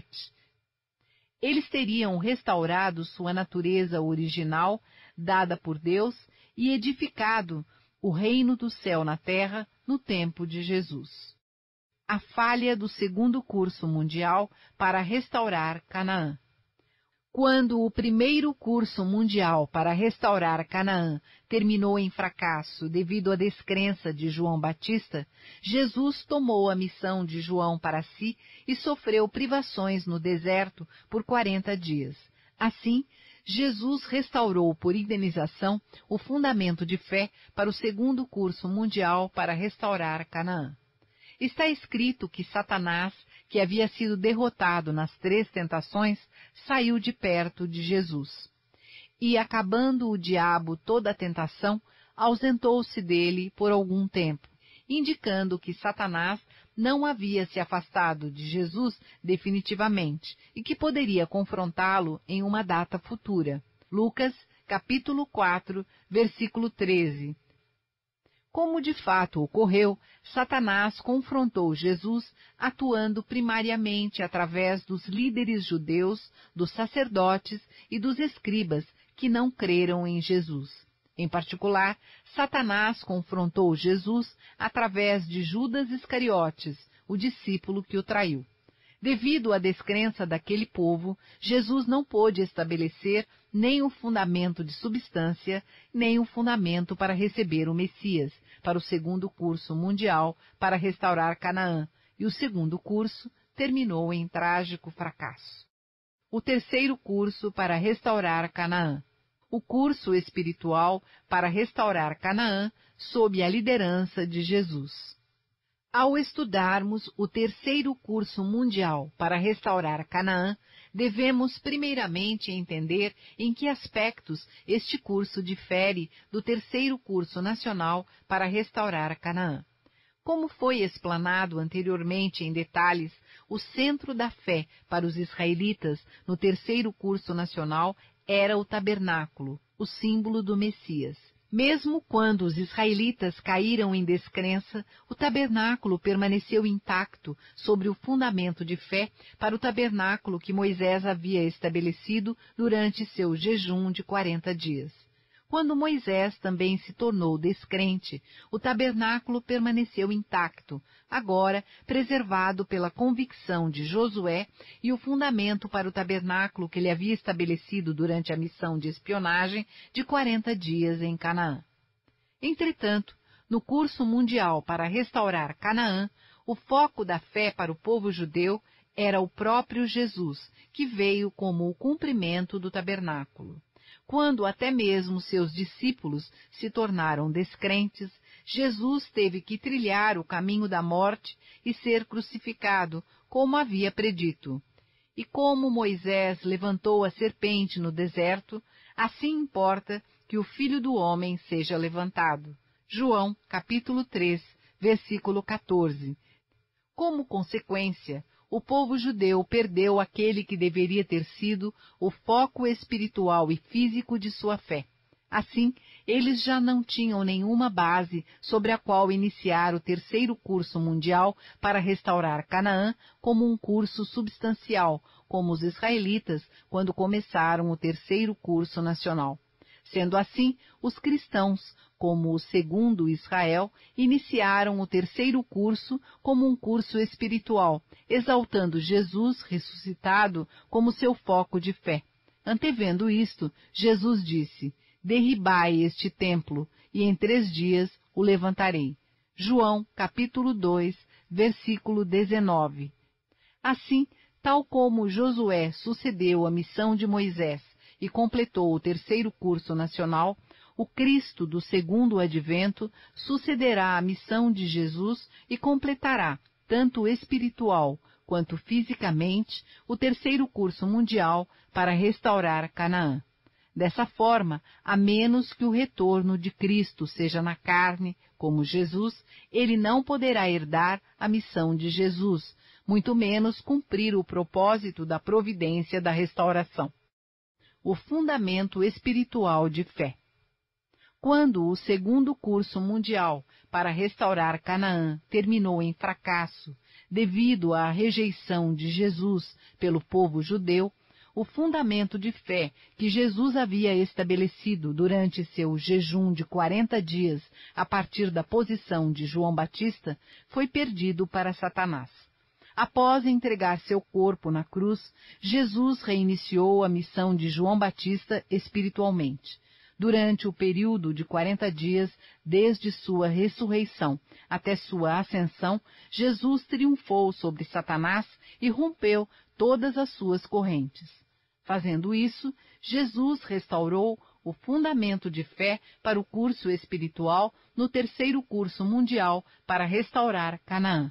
Eles teriam restaurado sua natureza original, dada por Deus, e edificado o reino do céu na terra no tempo de Jesus. A falha do segundo curso mundial para restaurar Canaã. Quando o primeiro curso mundial para restaurar Canaã terminou em fracasso devido à descrença de João Batista, Jesus tomou a missão de João para si e sofreu privações no deserto por 40 dias. Assim, Jesus restaurou por indenização o fundamento de fé para o segundo curso mundial para restaurar Canaã. Está escrito que Satanás, que havia sido derrotado nas 3 tentações, saiu de perto de Jesus. E, acabando o diabo toda a tentação, ausentou-se dele por algum tempo, indicando que Satanás não havia se afastado de Jesus definitivamente e que poderia confrontá-lo em uma data futura. Lucas, capítulo 4, versículo 13. Como de fato ocorreu, Satanás confrontou Jesus, atuando primariamente através dos líderes judeus, dos sacerdotes e dos escribas que não creram em Jesus. Em particular, Satanás confrontou Jesus através de Judas Iscariotes, o discípulo que o traiu. Devido à descrença daquele povo, Jesus não pôde estabelecer nem o fundamento de substância, nem o fundamento para receber o Messias, para o segundo curso mundial para restaurar Canaã, e o segundo curso terminou em trágico fracasso. O terceiro curso para restaurar Canaã. O curso espiritual para restaurar Canaã sob a liderança de Jesus. Ao estudarmos o terceiro curso mundial para restaurar Canaã, devemos primeiramente entender em que aspectos este curso difere do terceiro curso nacional para restaurar Canaã. Como foi explanado anteriormente em detalhes, o centro da fé para os israelitas no terceiro curso nacional era o tabernáculo, o símbolo do Messias. Mesmo quando os israelitas caíram em descrença, o tabernáculo permaneceu intacto sobre o fundamento de fé para o tabernáculo que Moisés havia estabelecido durante seu jejum de 40 dias. Quando Moisés também se tornou descrente, o tabernáculo permaneceu intacto, agora preservado pela convicção de Josué, e o fundamento para o tabernáculo que ele havia estabelecido durante a missão de espionagem de 40 dias em Canaã. Entretanto, no curso mundial para restaurar Canaã, o foco da fé para o povo judeu era o próprio Jesus, que veio como o cumprimento do tabernáculo. Quando até mesmo seus discípulos se tornaram descrentes, Jesus teve que trilhar o caminho da morte e ser crucificado, como havia predito. E como Moisés levantou a serpente no deserto, assim importa que o Filho do Homem seja levantado. João, capítulo 3, versículo 14. Como consequência, o povo judeu perdeu aquele que deveria ter sido o foco espiritual e físico de sua fé. Assim, eles já não tinham nenhuma base sobre a qual iniciar o terceiro curso mundial para restaurar Canaã como um curso substancial, como os israelitas quando começaram o terceiro curso nacional. Sendo assim, os cristãos, como o segundo Israel, iniciaram o terceiro curso como um curso espiritual, exaltando Jesus ressuscitado como seu foco de fé. Antevendo isto, Jesus disse: derribai este templo, e em 3 dias o levantarei. João, capítulo 2, versículo 19. Assim, tal como Josué sucedeu a missão de Moisés e completou o terceiro curso nacional, o Cristo do segundo advento sucederá a missão de Jesus e completará, tanto espiritual quanto fisicamente, o terceiro curso mundial para restaurar Canaã. Dessa forma, a menos que o retorno de Cristo seja na carne, como Jesus, ele não poderá herdar a missão de Jesus, muito menos cumprir o propósito da providência da restauração. O fundamento espiritual de fé. Quando o segundo curso mundial para restaurar Canaã terminou em fracasso, devido à rejeição de Jesus pelo povo judeu, o fundamento de fé que Jesus havia estabelecido durante seu jejum de 40 dias a partir da posição de João Batista foi perdido para Satanás. Após entregar seu corpo na cruz, Jesus reiniciou a missão de João Batista espiritualmente. Durante o período de 40 dias, desde sua ressurreição até sua ascensão, Jesus triunfou sobre Satanás e rompeu todas as suas correntes. Fazendo isso, Jesus restaurou o fundamento de fé para o curso espiritual no terceiro curso mundial para restaurar Canaã.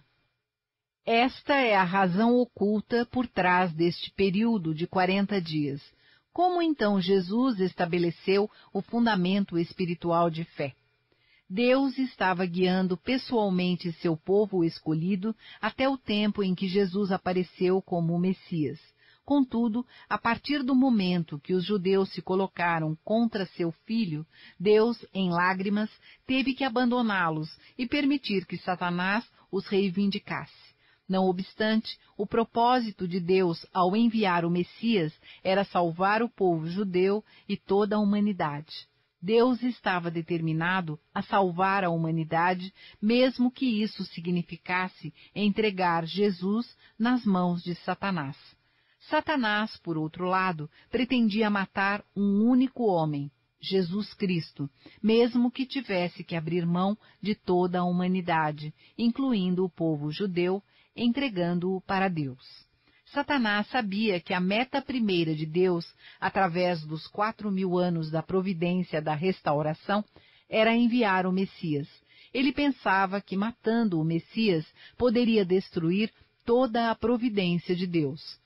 Esta é a razão oculta por trás deste período de 40 dias. Como então Jesus estabeleceu o fundamento espiritual de fé? Deus estava guiando pessoalmente seu povo escolhido até o tempo em que Jesus apareceu como o Messias. Contudo, a partir do momento que os judeus se colocaram contra seu filho, Deus, em lágrimas, teve que abandoná-los e permitir que Satanás os reivindicasse. Não obstante, o propósito de Deus ao enviar o Messias era salvar o povo judeu e toda a humanidade. Deus estava determinado a salvar a humanidade, mesmo que isso significasse entregar Jesus nas mãos de Satanás. Satanás, por outro lado, pretendia matar um único homem, Jesus Cristo, mesmo que tivesse que abrir mão de toda a humanidade, incluindo o povo judeu, entregando-o para Deus. Satanás sabia que a meta primeira de Deus, através dos 4.000 anos da providência da restauração, era enviar o Messias. Ele pensava que matando o Messias poderia destruir toda a providência de Deus.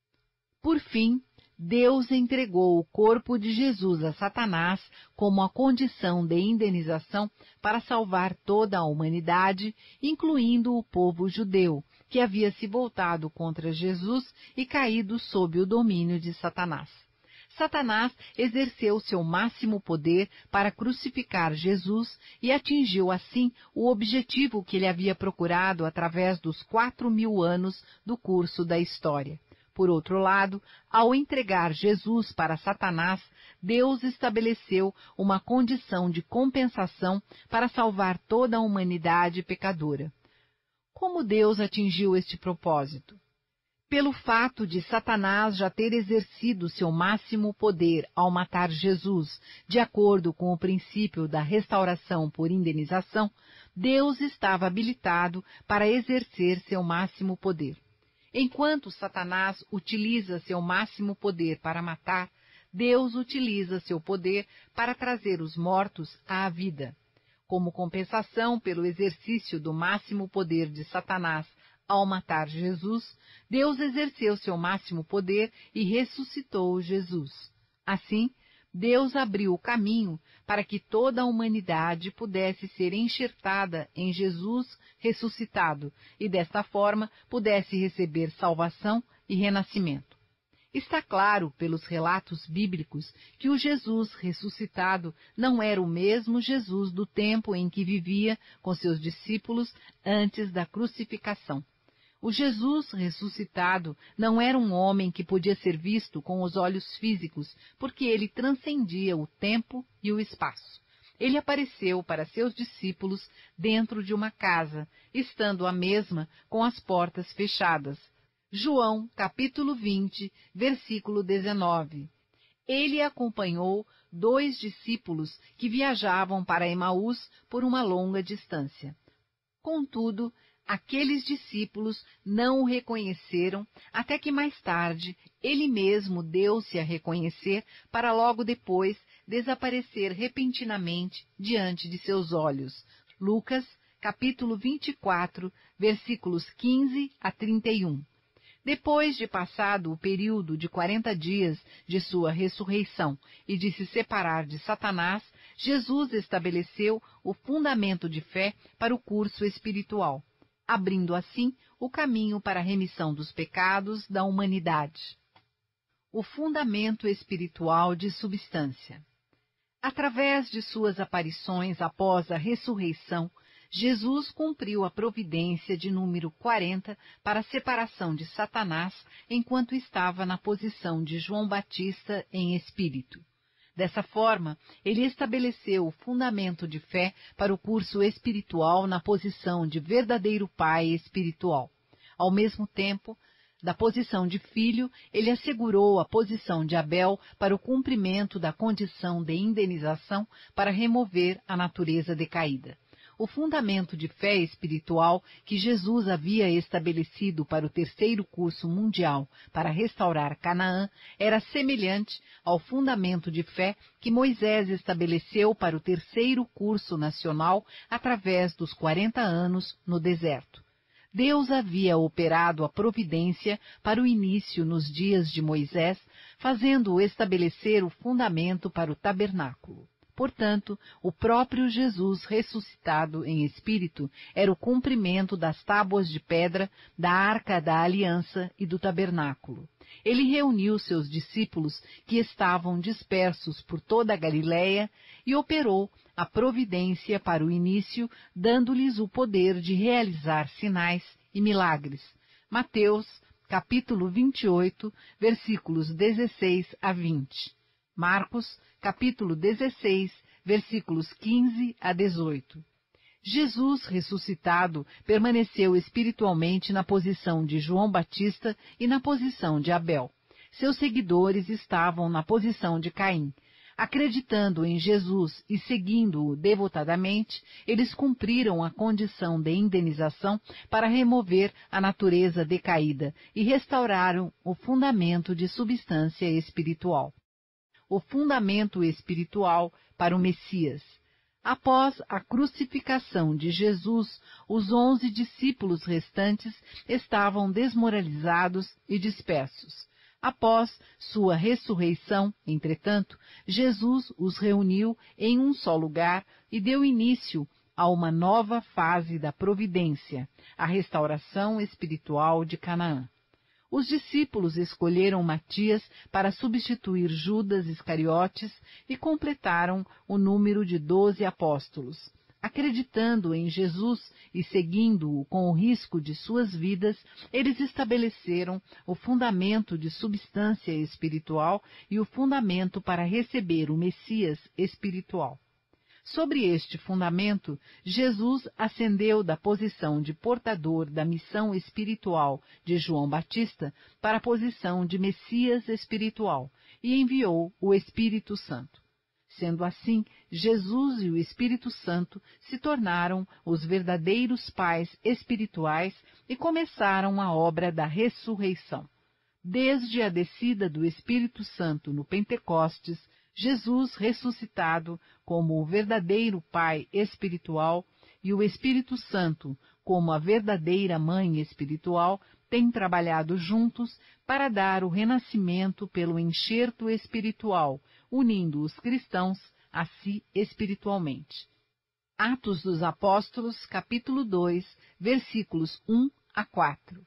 Por fim, Deus entregou o corpo de Jesus a Satanás como a condição de indenização para salvar toda a humanidade, incluindo o povo judeu, que havia se voltado contra Jesus e caído sob o domínio de Satanás. Satanás exerceu seu máximo poder para crucificar Jesus e atingiu assim o objetivo que ele havia procurado através dos 4.000 anos do curso da história. Por outro lado, ao entregar Jesus para Satanás, Deus estabeleceu uma condição de compensação para salvar toda a humanidade pecadora. Como Deus atingiu este propósito? Pelo fato de Satanás já ter exercido seu máximo poder ao matar Jesus, de acordo com o princípio da restauração por indenização, Deus estava habilitado para exercer seu máximo poder. Enquanto Satanás utiliza seu máximo poder para matar, Deus utiliza seu poder para trazer os mortos à vida. Como compensação pelo exercício do máximo poder de Satanás ao matar Jesus, Deus exerceu seu máximo poder e ressuscitou Jesus. Assim, Deus abriu o caminho para que toda a humanidade pudesse ser enxertada em Jesus ressuscitado e, desta forma, pudesse receber salvação e renascimento. Está claro pelos relatos bíblicos que o Jesus ressuscitado não era o mesmo Jesus do tempo em que vivia com seus discípulos antes da crucificação. O Jesus ressuscitado não era um homem que podia ser visto com os olhos físicos, porque ele transcendia o tempo e o espaço. Ele apareceu para seus discípulos dentro de uma casa, estando a mesma com as portas fechadas. João, capítulo 20, versículo 19. Ele acompanhou 2 discípulos que viajavam para Emaús por uma longa distância. Contudo, aqueles discípulos não o reconheceram, até que mais tarde ele mesmo deu-se a reconhecer para logo depois desaparecer repentinamente diante de seus olhos. Lucas, capítulo 24, versículos 15 a 31. Depois de passado o período de 40 dias de sua ressurreição e de se separar de Satanás, Jesus estabeleceu o fundamento de fé para o curso espiritual, abrindo assim o caminho para a remissão dos pecados da humanidade. O fundamento espiritual de substância. Através de suas aparições após a ressurreição, Jesus cumpriu a providência de número 40 para a separação de Satanás enquanto estava na posição de João Batista em espírito. Dessa forma, ele estabeleceu o fundamento de fé para o curso espiritual na posição de verdadeiro pai espiritual. Ao mesmo tempo, da posição de filho, ele assegurou a posição de Abel para o cumprimento da condição de indenização para remover a natureza decaída. O fundamento de fé espiritual que Jesus havia estabelecido para o terceiro curso mundial para restaurar Canaã era semelhante ao fundamento de fé que Moisés estabeleceu para o terceiro curso nacional através dos 40 anos no deserto. Deus havia operado a providência para o início nos dias de Moisés, fazendo-o estabelecer o fundamento para o tabernáculo. Portanto, o próprio Jesus ressuscitado em espírito era o cumprimento das tábuas de pedra, da arca da aliança e do tabernáculo. Ele reuniu seus discípulos que estavam dispersos por toda a Galiléia e operou a providência para o início, dando-lhes o poder de realizar sinais e milagres. Mateus, capítulo 28, versículos 16 a 20. Marcos, capítulo 16, versículos 15 a 18. Jesus ressuscitado permaneceu espiritualmente na posição de João Batista e na posição de Abel. Seus seguidores estavam na posição de Caim. Acreditando em Jesus e seguindo-o devotadamente, eles cumpriram a condição de indenização para remover a natureza decaída e restauraram o fundamento de substância espiritual. O fundamento espiritual para o Messias. Após a crucificação de Jesus, os 11 discípulos restantes estavam desmoralizados e dispersos. Após sua ressurreição, entretanto, Jesus os reuniu em um só lugar e deu início a uma nova fase da providência, a restauração espiritual de Canaã. Os discípulos escolheram Matias para substituir Judas Iscariotes e completaram o número de 12 apóstolos. Acreditando em Jesus e seguindo-o com o risco de suas vidas, eles estabeleceram o fundamento de substância espiritual e o fundamento para receber o Messias espiritual. Sobre este fundamento, Jesus ascendeu da posição de portador da missão espiritual de João Batista para a posição de Messias espiritual e enviou o Espírito Santo. Sendo assim, Jesus e o Espírito Santo se tornaram os verdadeiros pais espirituais e começaram a obra da ressurreição. Desde a descida do Espírito Santo no Pentecostes, Jesus ressuscitado como o verdadeiro Pai espiritual e o Espírito Santo como a verdadeira Mãe espiritual têm trabalhado juntos para dar o renascimento pelo enxerto espiritual, unindo os cristãos a si espiritualmente. Atos dos Apóstolos, capítulo 2, versículos 1 a 4.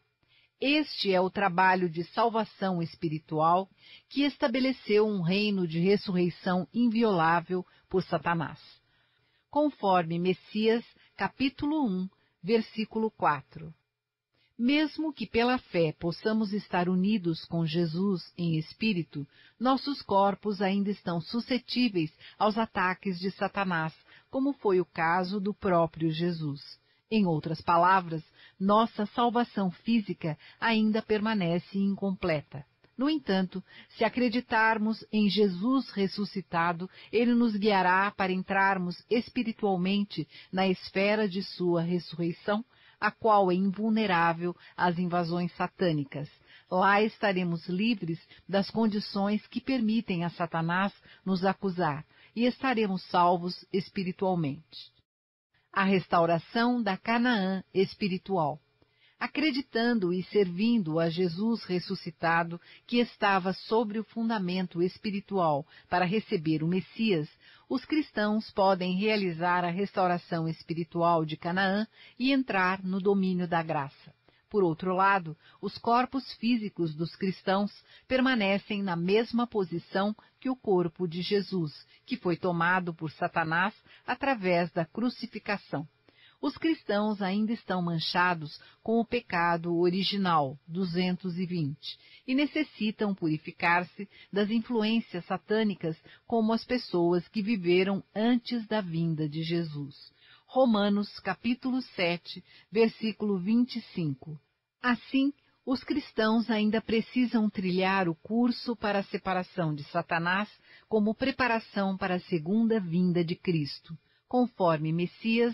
Este é o trabalho de salvação espiritual que estabeleceu um reino de ressurreição inviolável por Satanás. Conforme Messias, capítulo 1, versículo 4. Mesmo que pela fé possamos estar unidos com Jesus em espírito, nossos corpos ainda estão suscetíveis aos ataques de Satanás, como foi o caso do próprio Jesus. Em outras palavras, nossa salvação física ainda permanece incompleta. No entanto, se acreditarmos em Jesus ressuscitado, ele nos guiará para entrarmos espiritualmente na esfera de sua ressurreição, a qual é invulnerável às invasões satânicas. Lá estaremos livres das condições que permitem a Satanás nos acusar e estaremos salvos espiritualmente. A restauração da Canaã espiritual. Acreditando e servindo a Jesus ressuscitado, que estava sobre o fundamento espiritual para receber o Messias, os cristãos podem realizar a restauração espiritual de Canaã e entrar no domínio da graça. Por outro lado, os corpos físicos dos cristãos permanecem na mesma posição que o corpo de Jesus, que foi tomado por Satanás através da crucificação. Os cristãos ainda estão manchados com o pecado original, 220, e necessitam purificar-se das influências satânicas como as pessoas que viveram antes da vinda de Jesus. Romanos, capítulo 7, versículo 25. Assim, os cristãos ainda precisam trilhar o curso para a separação de Satanás como preparação para a segunda vinda de Cristo, conforme Messias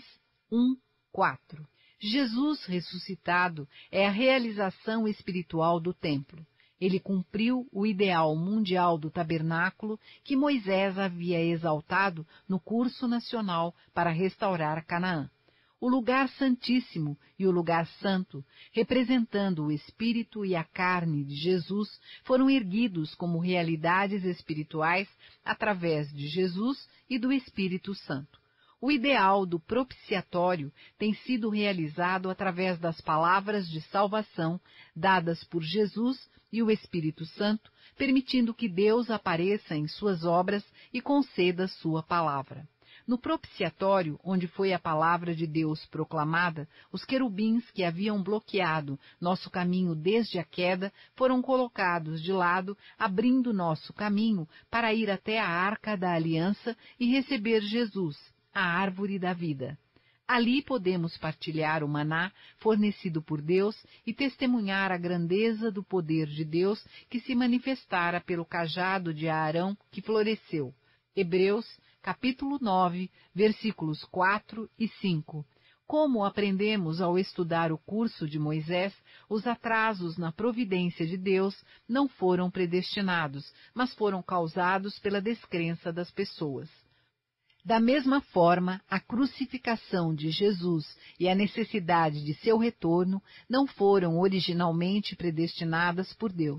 1:4. Jesus ressuscitado é a realização espiritual do templo. Ele cumpriu o ideal mundial do tabernáculo que Moisés havia exaltado no curso nacional para restaurar Canaã. O lugar santíssimo e o lugar santo, representando o espírito e a carne de Jesus, foram erguidos como realidades espirituais através de Jesus e do Espírito Santo. O ideal do propiciatório tem sido realizado através das palavras de salvação dadas por Jesus e o Espírito Santo, permitindo que Deus apareça em suas obras e conceda sua palavra. No propiciatório, onde foi a palavra de Deus proclamada, os querubins que haviam bloqueado nosso caminho desde a queda foram colocados de lado, abrindo nosso caminho para ir até a Arca da Aliança e receber Jesus, a árvore da vida. Ali podemos partilhar o maná fornecido por Deus e testemunhar a grandeza do poder de Deus que se manifestara pelo cajado de Arão que floresceu. Hebreus, capítulo 9, versículos 4 e 5. Como aprendemos ao estudar o curso de Moisés, os atrasos na providência de Deus não foram predestinados, mas foram causados pela descrença das pessoas. Da mesma forma, a crucificação de Jesus e a necessidade de seu retorno não foram originalmente predestinadas por Deus.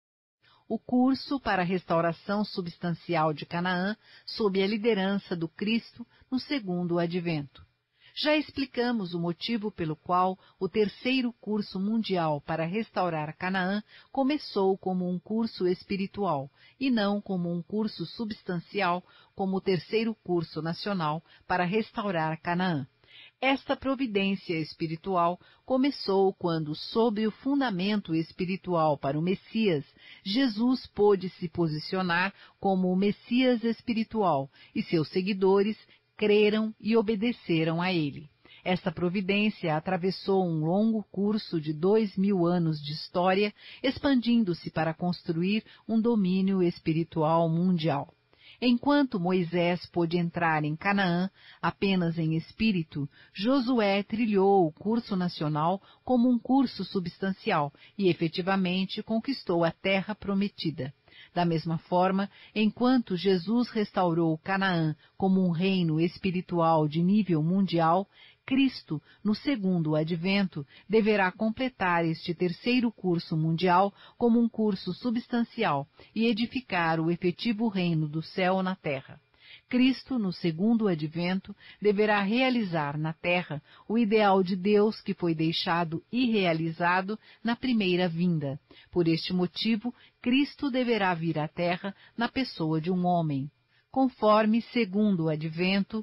O curso para a restauração substancial de Canaã, sob a liderança do Cristo no segundo advento. Já explicamos o motivo pelo qual o terceiro curso mundial para restaurar Canaã começou como um curso espiritual e não como um curso substancial, como o terceiro curso nacional para restaurar Canaã. Esta providência espiritual começou quando, sob o fundamento espiritual para o Messias, Jesus pôde se posicionar como o Messias espiritual e seus seguidores creram e obedeceram a ele. Esta providência atravessou um longo curso de 2000 anos de história, expandindo-se para construir um domínio espiritual mundial. Enquanto Moisés pôde entrar em Canaã apenas em espírito, Josué trilhou o curso nacional como um curso substancial e efetivamente conquistou a terra prometida. Da mesma forma, enquanto Jesus restaurou Canaã como um reino espiritual de nível mundial, Cristo, no segundo advento, deverá completar este terceiro curso mundial como um curso substancial e edificar o efetivo reino do céu na terra. Cristo, no segundo advento, deverá realizar na terra o ideal de Deus que foi deixado irrealizado na primeira vinda. Por este motivo, Cristo deverá vir à terra na pessoa de um homem. Conforme segundo advento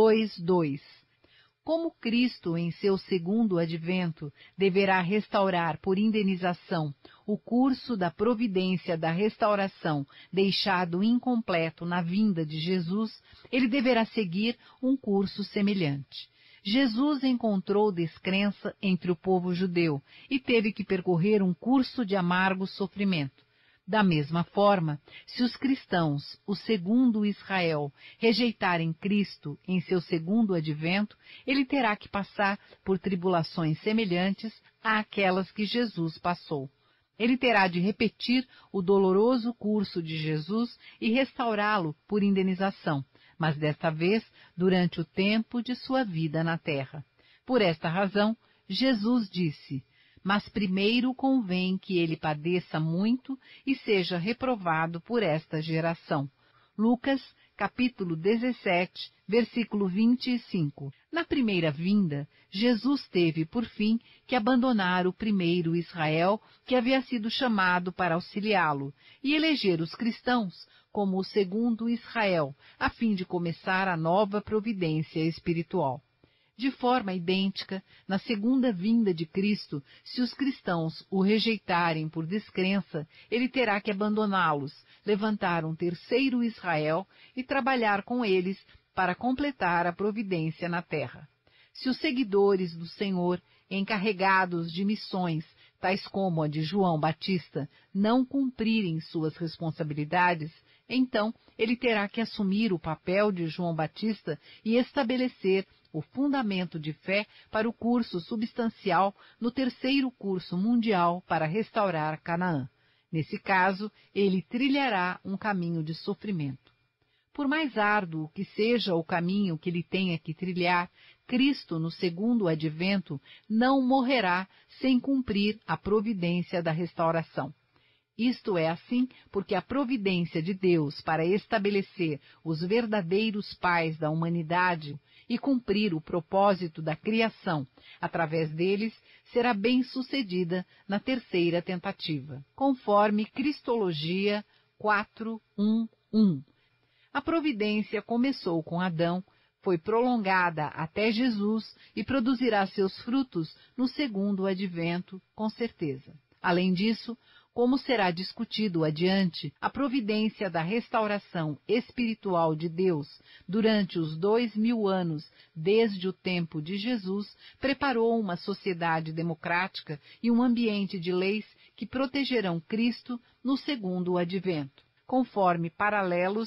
2:2. Como Cristo, em seu segundo advento, deverá restaurar por indenização o curso da providência da restauração deixado incompleto na vinda de Jesus, ele deverá seguir um curso semelhante. Jesus encontrou descrença entre o povo judeu e teve que percorrer um curso de amargo sofrimento. Da mesma forma, se os cristãos, o segundo Israel, rejeitarem Cristo em seu segundo advento, ele terá que passar por tribulações semelhantes àquelas que Jesus passou. Ele terá de repetir o doloroso curso de Jesus e restaurá-lo por indenização, mas desta vez durante o tempo de sua vida na terra. Por esta razão, Jesus disse: mas primeiro convém que ele padeça muito e seja reprovado por esta geração. Lucas, capítulo 17, versículo 25. Na primeira vinda, Jesus teve, por fim, que abandonar o primeiro Israel, que havia sido chamado para auxiliá-lo, e eleger os cristãos como o segundo Israel, a fim de começar a nova providência espiritual. De forma idêntica, na segunda vinda de Cristo, se os cristãos o rejeitarem por descrença, ele terá que abandoná-los, levantar um terceiro Israel e trabalhar com eles para completar a providência na terra. Se os seguidores do Senhor, encarregados de missões, tais como a de João Batista, não cumprirem suas responsabilidades, então ele terá que assumir o papel de João Batista e estabelecer o fundamento de fé para o curso substancial no terceiro curso mundial para restaurar Canaã. Nesse caso, ele trilhará um caminho de sofrimento. Por mais árduo que seja o caminho que ele tenha que trilhar, Cristo, no segundo advento, não morrerá sem cumprir a providência da restauração. Isto é assim porque a providência de Deus para estabelecer os verdadeiros pais da humanidade e cumprir o propósito da criação através deles será bem sucedida na terceira tentativa, conforme Cristologia 4:1:1. A providência começou com Adão, foi prolongada até Jesus e produzirá seus frutos no segundo advento, com certeza. Além disso, como será discutido adiante, a providência da restauração espiritual de Deus durante os 2000 anos desde o tempo de Jesus preparou uma sociedade democrática e um ambiente de leis que protegerão Cristo no segundo advento, conforme Paralelos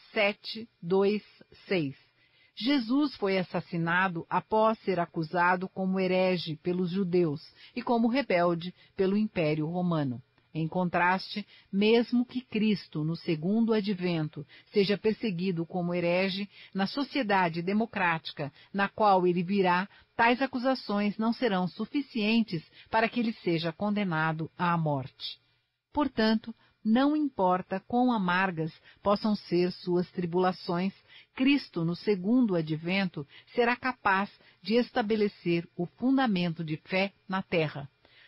7:2-6. Jesus foi assassinado após ser acusado como herege pelos judeus e como rebelde pelo Império Romano. Em contraste, mesmo que Cristo, no segundo advento, seja perseguido como herege, na sociedade democrática na qual ele virá, tais acusações não serão suficientes para que ele seja condenado à morte. Portanto, não importa quão amargas possam ser suas tribulações, Cristo, no segundo advento, será capaz de estabelecer o fundamento de fé na terra.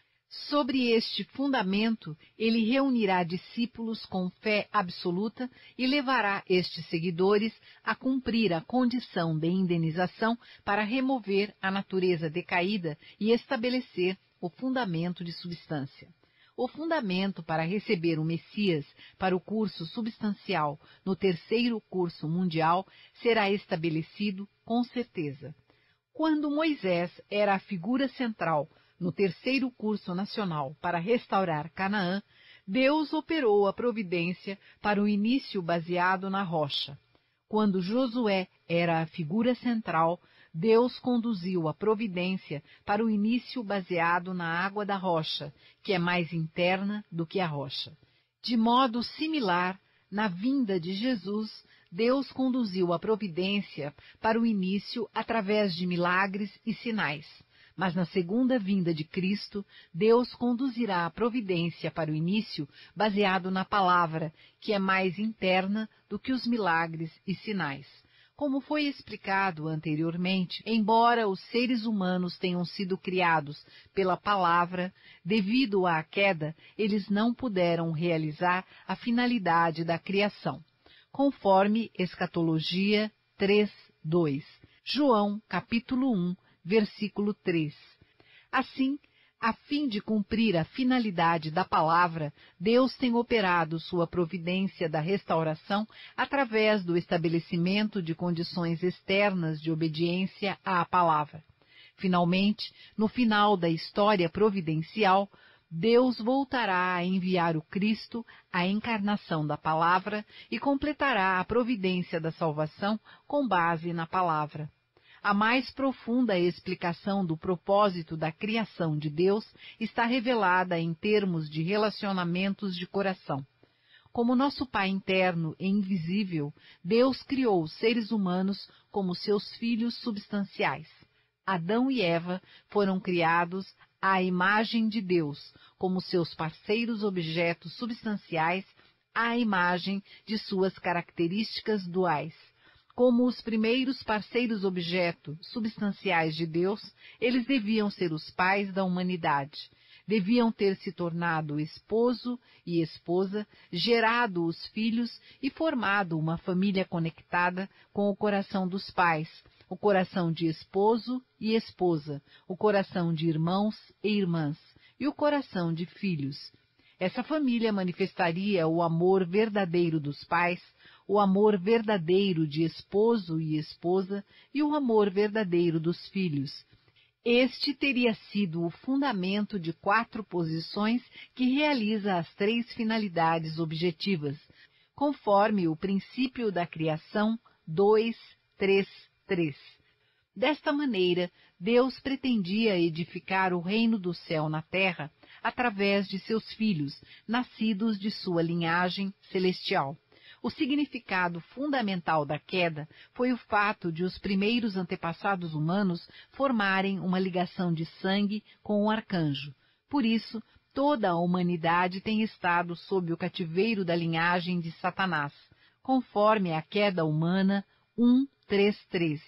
Sobre este fundamento, ele reunirá discípulos com fé absoluta e levará estes seguidores a cumprir a condição de indenização para remover a natureza decaída e estabelecer o fundamento de substância. O fundamento para receber o Messias para o curso substancial no terceiro curso mundial será estabelecido com certeza. Quando Moisés era a figura central no terceiro curso nacional para restaurar Canaã, Deus operou a providência para o início baseado na rocha. Quando Josué era a figura central, Deus conduziu a providência para o início baseado na água da rocha, que é mais interna do que a rocha. De modo similar, na vinda de Jesus, Deus conduziu a providência para o início através de milagres e sinais. Mas na segunda vinda de Cristo, Deus conduzirá a providência para o início baseado na palavra, que é mais interna do que os milagres e sinais. Como foi explicado anteriormente, embora os seres humanos tenham sido criados pela palavra, devido à queda, eles não puderam realizar a finalidade da criação, conforme Escatologia 3:2, João capítulo 1, versículo 3. Assim, a fim de cumprir a finalidade da palavra, Deus tem operado sua providência da restauração através do estabelecimento de condições externas de obediência à palavra. Finalmente, no final da história providencial, Deus voltará a enviar o Cristo, a encarnação da palavra, e completará a providência da salvação com base na palavra. A mais profunda explicação do propósito da criação de Deus está revelada em termos de relacionamentos de coração. Como nosso Pai interno e invisível, Deus criou os seres humanos como seus filhos substanciais. Adão e Eva foram criados à imagem de Deus, como seus parceiros objetos substanciais, à imagem de suas características duais. Como os primeiros parceiros objeto substanciais de Deus, eles deviam ser os pais da humanidade. Deviam ter se tornado esposo e esposa, gerado os filhos e formado uma família conectada com o coração dos pais, o coração de esposo e esposa, o coração de irmãos e irmãs e o coração de filhos. Essa família manifestaria o amor verdadeiro dos pais, o amor verdadeiro de esposo e esposa e o amor verdadeiro dos filhos. Este teria sido o fundamento de 4 posições que realiza as 3 finalidades objetivas, conforme o princípio da criação 2:3:3. Desta maneira, Deus pretendia edificar o reino do céu na terra através de seus filhos, nascidos de sua linhagem celestial. O significado fundamental da queda foi o fato de os primeiros antepassados humanos formarem uma ligação de sangue com o arcanjo. Por isso, toda a humanidade tem estado sob o cativeiro da linhagem de Satanás, conforme a queda humana 1:3:3.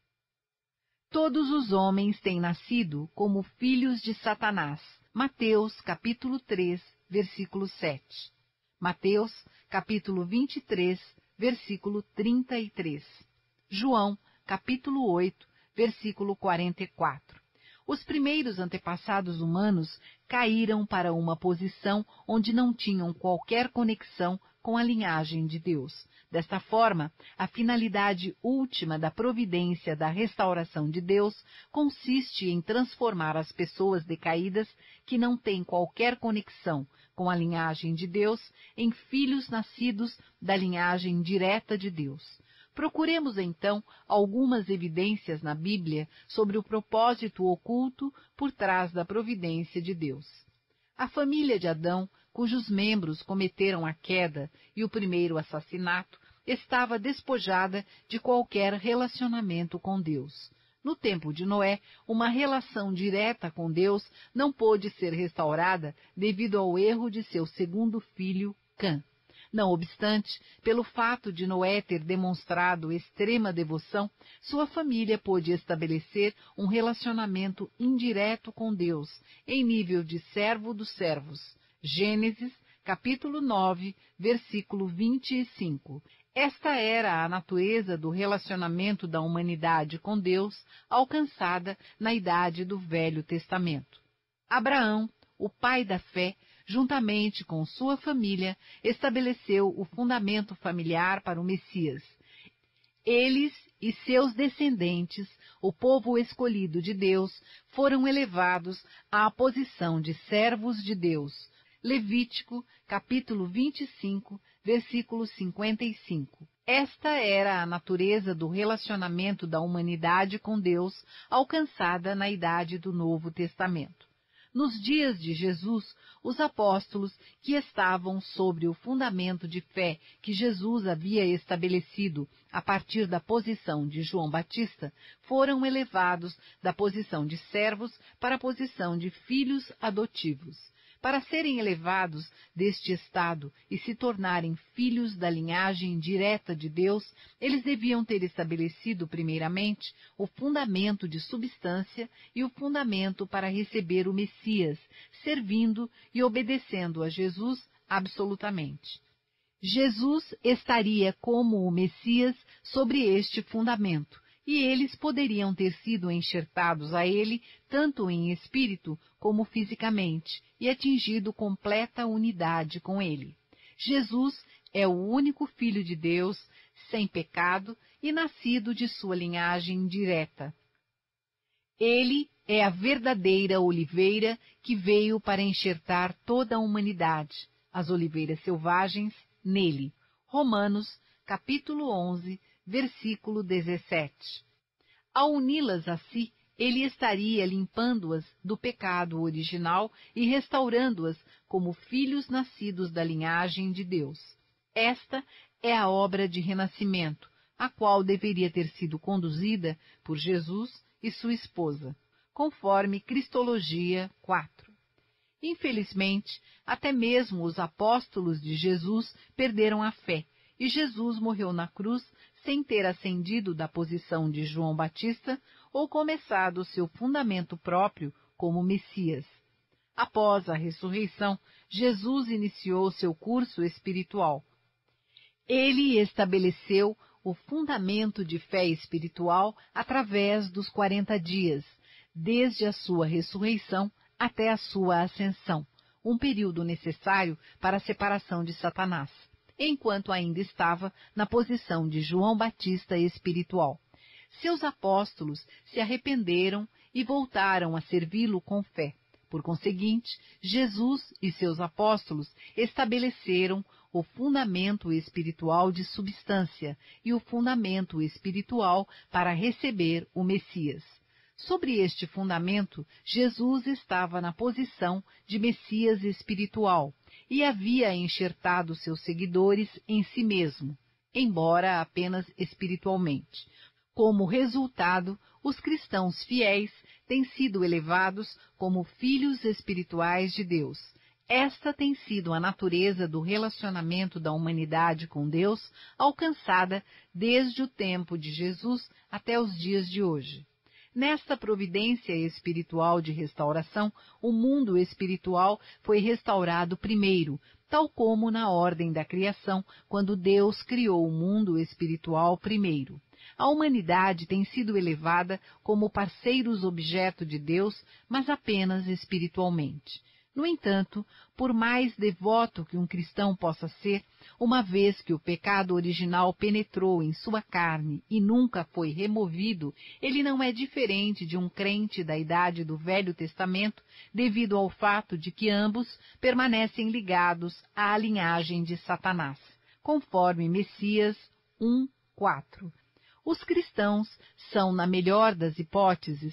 Todos os homens têm nascido como filhos de Satanás. Mateus capítulo 3, versículo 7. Mateus, capítulo 23, versículo 33. João, capítulo 8, versículo 44. Os primeiros antepassados humanos caíram para uma posição onde não tinham qualquer conexão com a linhagem de Deus. Desta forma, a finalidade última da providência da restauração de Deus consiste em transformar as pessoas decaídas que não têm qualquer conexão com a linhagem de Deus em filhos nascidos da linhagem direta de Deus. Procuremos, então, algumas evidências na Bíblia sobre o propósito oculto por trás da providência de Deus. A família de Adão cujos membros cometeram a queda e o primeiro assassinato, estava despojada de qualquer relacionamento com Deus. No tempo de Noé, uma relação direta com Deus não pôde ser restaurada devido ao erro de seu segundo filho, Cã. Não obstante, pelo fato de Noé ter demonstrado extrema devoção, sua família pôde estabelecer um relacionamento indireto com Deus, em nível de servo dos servos. Gênesis, capítulo 9, versículo 25. Esta era a natureza do relacionamento da humanidade com Deus, alcançada na idade do Velho Testamento. Abraão, o pai da fé, juntamente com sua família, estabeleceu o fundamento familiar para o Messias. Eles e seus descendentes, o povo escolhido de Deus, foram elevados à posição de servos de Deus. Levítico, capítulo 25, versículo 55. Esta era a natureza do relacionamento da humanidade com Deus, alcançada na idade do Novo Testamento. Nos dias de Jesus, os apóstolos, que estavam sobre o fundamento de fé que Jesus havia estabelecido a partir da posição de João Batista, foram elevados da posição de servos para a posição de filhos adotivos. Para serem elevados deste estado e se tornarem filhos da linhagem direta de Deus, eles deviam ter estabelecido primeiramente o fundamento de substância e o fundamento para receber o Messias, servindo e obedecendo a Jesus absolutamente. Jesus estaria como o Messias sobre este fundamento, e eles poderiam ter sido enxertados a ele tanto em espírito como fisicamente, e atingido completa unidade com ele. Jesus é o único Filho de Deus, sem pecado e nascido de sua linhagem direta. Ele é a verdadeira oliveira que veio para enxertar toda a humanidade, as oliveiras selvagens nele. Romanos, capítulo 11, versículo 17. Ao uni-las a si, ele estaria limpando-as do pecado original e restaurando-as como filhos nascidos da linhagem de Deus. Esta é a obra de renascimento, a qual deveria ter sido conduzida por Jesus e sua esposa, conforme Cristologia 4. Infelizmente, até mesmo os apóstolos de Jesus perderam a fé, e Jesus morreu na cruz sem ter ascendido da posição de João Batista ou começado seu fundamento próprio como Messias. Após a ressurreição, Jesus iniciou seu curso espiritual. Ele estabeleceu o fundamento de fé espiritual através dos 40 dias, desde a sua ressurreição até a sua ascensão, um período necessário para a separação de Satanás, enquanto ainda estava na posição de João Batista espiritual. Seus apóstolos se arrependeram e voltaram a servi-lo com fé. Por conseguinte, Jesus e seus apóstolos estabeleceram o fundamento espiritual de substância e o fundamento espiritual para receber o Messias. Sobre este fundamento, Jesus estava na posição de Messias espiritual e havia enxertado seus seguidores em si mesmo, embora apenas espiritualmente. Como resultado, os cristãos fiéis têm sido elevados como filhos espirituais de Deus. Esta tem sido a natureza do relacionamento da humanidade com Deus, alcançada desde o tempo de Jesus até os dias de hoje. Nesta providência espiritual de restauração, o mundo espiritual foi restaurado primeiro, tal como na ordem da criação, quando Deus criou o mundo espiritual primeiro. A humanidade tem sido elevada como parceiros objeto de Deus, mas apenas espiritualmente. No entanto, por mais devoto que um cristão possa ser, uma vez que o pecado original penetrou em sua carne e nunca foi removido, ele não é diferente de um crente da idade do Velho Testamento, devido ao fato de que ambos permanecem ligados à linhagem de Satanás, conforme Messias 1:4. Os cristãos são, na melhor das hipóteses,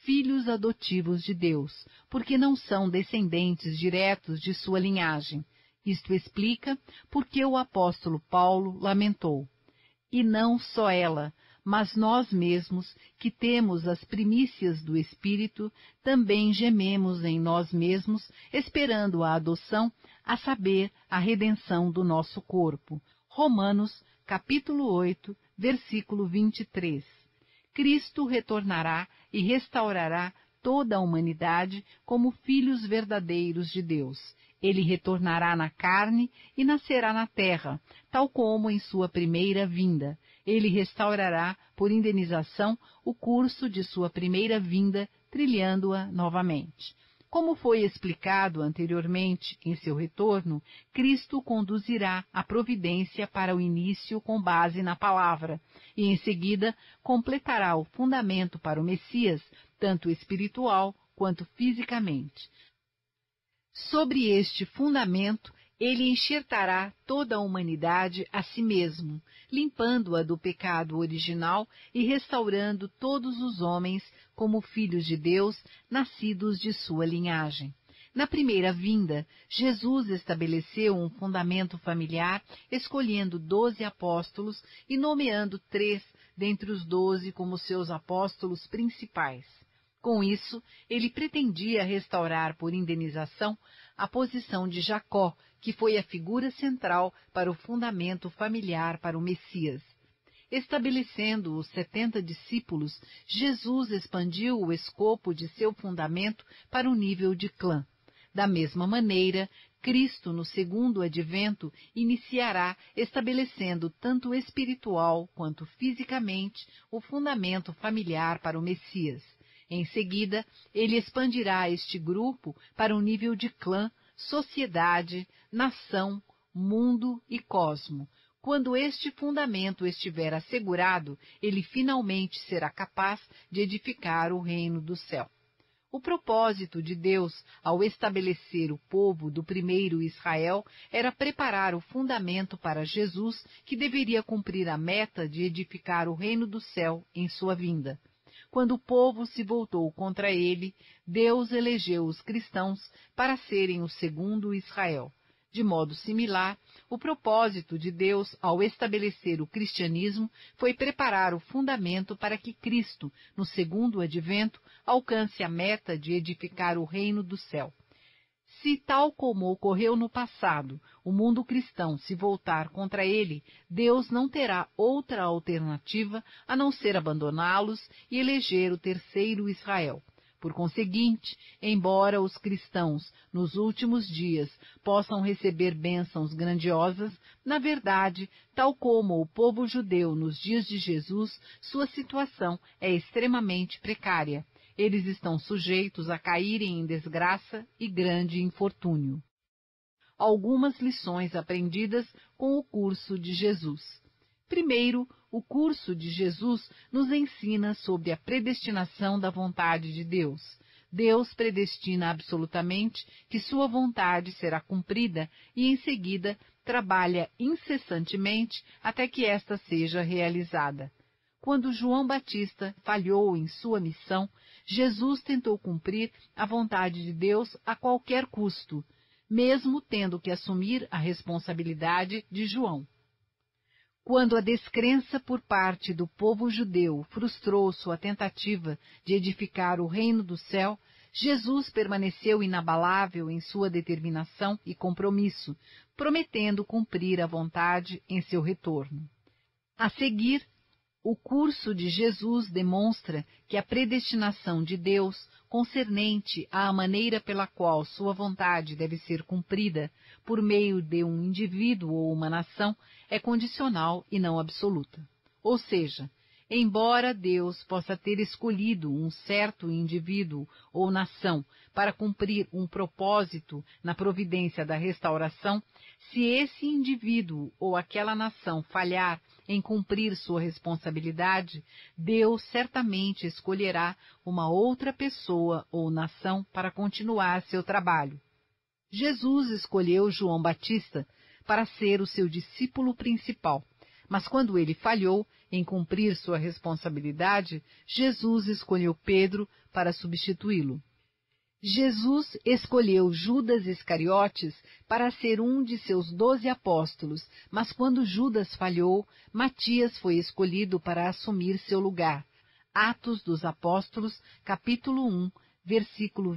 filhos adotivos de Deus, porque não são descendentes diretos de sua linhagem. Isto explica por que o apóstolo Paulo lamentou: e não só ela, mas nós mesmos, que temos as primícias do Espírito, também gememos em nós mesmos, esperando a adoção, a saber, a redenção do nosso corpo. Romanos, capítulo 8, versículo 23. Cristo retornará e restaurará toda a humanidade como filhos verdadeiros de Deus. Ele retornará na carne e nascerá na terra, tal como em sua primeira vinda. Ele restaurará, por indenização, o curso de sua primeira vinda, trilhando-a novamente. Como foi explicado anteriormente, em seu retorno, Cristo conduzirá a providência para o início com base na palavra, e em seguida completará o fundamento para o Messias, tanto espiritual quanto fisicamente. Sobre este fundamento, ele enxertará toda a humanidade a si mesmo, limpando-a do pecado original e restaurando todos os homens como filhos de Deus, nascidos de sua linhagem. Na primeira vinda, Jesus estabeleceu um fundamento familiar, escolhendo 12 apóstolos e nomeando 3 dentre os 12 como seus apóstolos principais. Com isso, ele pretendia restaurar por indenização a posição de Jacó, que foi a figura central para o fundamento familiar para o Messias. Estabelecendo os 70 discípulos, Jesus expandiu o escopo de seu fundamento para o nível de clã. Da mesma maneira, Cristo, no segundo advento, iniciará estabelecendo tanto espiritual quanto fisicamente o fundamento familiar para o Messias. Em seguida, ele expandirá este grupo para o nível de clã, sociedade, nação, mundo e cosmo. Quando este fundamento estiver assegurado, ele finalmente será capaz de edificar o reino do céu. O propósito de Deus, ao estabelecer o povo do primeiro Israel, era preparar o fundamento para Jesus, que deveria cumprir a meta de edificar o reino do céu em sua vinda. Quando o povo se voltou contra ele, Deus elegeu os cristãos para serem o segundo Israel. De modo similar, o propósito de Deus ao estabelecer o cristianismo foi preparar o fundamento para que Cristo, no segundo advento, alcance a meta de edificar o reino do céu. Se, tal como ocorreu no passado, o mundo cristão se voltar contra ele, Deus não terá outra alternativa a não ser abandoná-los e eleger o terceiro Israel. Por conseguinte, embora os cristãos, nos últimos dias, possam receber bênçãos grandiosas, na verdade, tal como o povo judeu nos dias de Jesus, sua situação é extremamente precária. Eles estão sujeitos a caírem em desgraça e grande infortúnio. Algumas lições aprendidas com o curso de Jesus. Primeiro, o curso de Jesus nos ensina sobre a predestinação da vontade de Deus. Deus predestina absolutamente que sua vontade será cumprida e, em seguida, trabalha incessantemente até que esta seja realizada. Quando João Batista falhou em sua missão, Jesus tentou cumprir a vontade de Deus a qualquer custo, mesmo tendo que assumir a responsabilidade de João. Quando a descrença por parte do povo judeu frustrou sua tentativa de edificar o reino do céu, Jesus permaneceu inabalável em sua determinação e compromisso, prometendo cumprir a vontade em seu retorno. A seguir, o curso de Jesus demonstra que a predestinação de Deus, concernente à maneira pela qual sua vontade deve ser cumprida por meio de um indivíduo ou uma nação, é condicional e não absoluta. Ou seja, embora Deus possa ter escolhido um certo indivíduo ou nação para cumprir um propósito na providência da restauração, se esse indivíduo ou aquela nação falhar em cumprir sua responsabilidade, Deus certamente escolherá uma outra pessoa ou nação para continuar seu trabalho. Jesus escolheu João Batista para ser o seu discípulo principal, Mas quando ele falhou em cumprir sua responsabilidade, Jesus escolheu Pedro para substituí-lo. Jesus escolheu Judas Iscariotes para ser um de seus 12 apóstolos, mas quando Judas falhou, Matias foi escolhido para assumir seu lugar. Atos dos Apóstolos, capítulo 1, versículo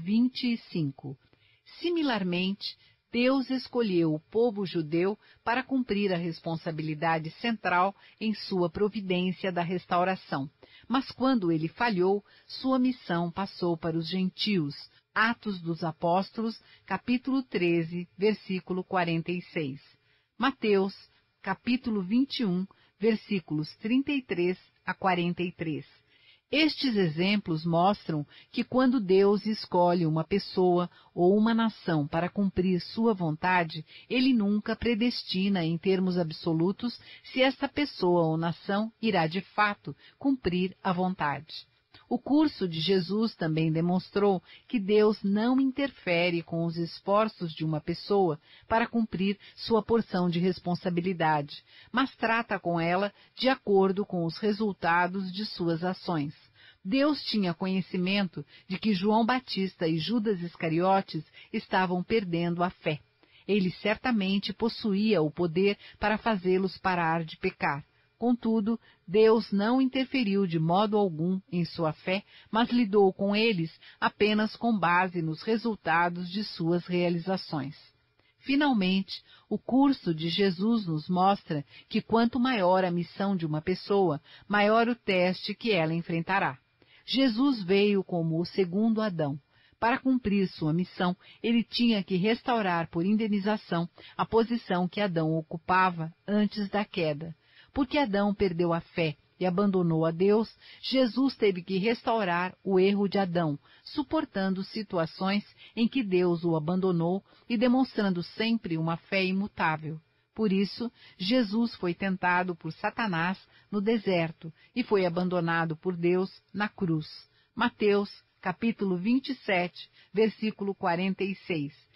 25. Similarmente, Deus escolheu o povo judeu para cumprir a responsabilidade central em sua providência da restauração. Mas quando ele falhou, sua missão passou para os gentios. Atos dos Apóstolos, capítulo 13, versículo 46. Mateus, capítulo 21, versículos 33 a 43. Estes exemplos mostram que quando Deus escolhe uma pessoa ou uma nação para cumprir sua vontade, Ele nunca predestina em termos absolutos se esta pessoa ou nação irá de fato cumprir a vontade. O curso de Jesus também demonstrou que Deus não interfere com os esforços de uma pessoa para cumprir sua porção de responsabilidade, mas trata com ela de acordo com os resultados de suas ações. Deus tinha conhecimento de que João Batista e Judas Iscariotes estavam perdendo a fé. Ele certamente possuía o poder para fazê-los parar de pecar. Contudo, Deus não interferiu de modo algum em sua fé, mas lidou com eles apenas com base nos resultados de suas realizações. Finalmente, o curso de Jesus nos mostra que quanto maior a missão de uma pessoa, maior o teste que ela enfrentará. Jesus veio como o segundo Adão. Para cumprir sua missão, ele tinha que restaurar por indenização a posição que Adão ocupava antes da queda. Porque Adão perdeu a fé e abandonou a Deus, Jesus teve que restaurar o erro de Adão, suportando situações em que Deus o abandonou e demonstrando sempre uma fé imutável. Por isso, Jesus foi tentado por Satanás no deserto e foi abandonado por Deus na cruz. Mateus, capítulo 27, versículo 46.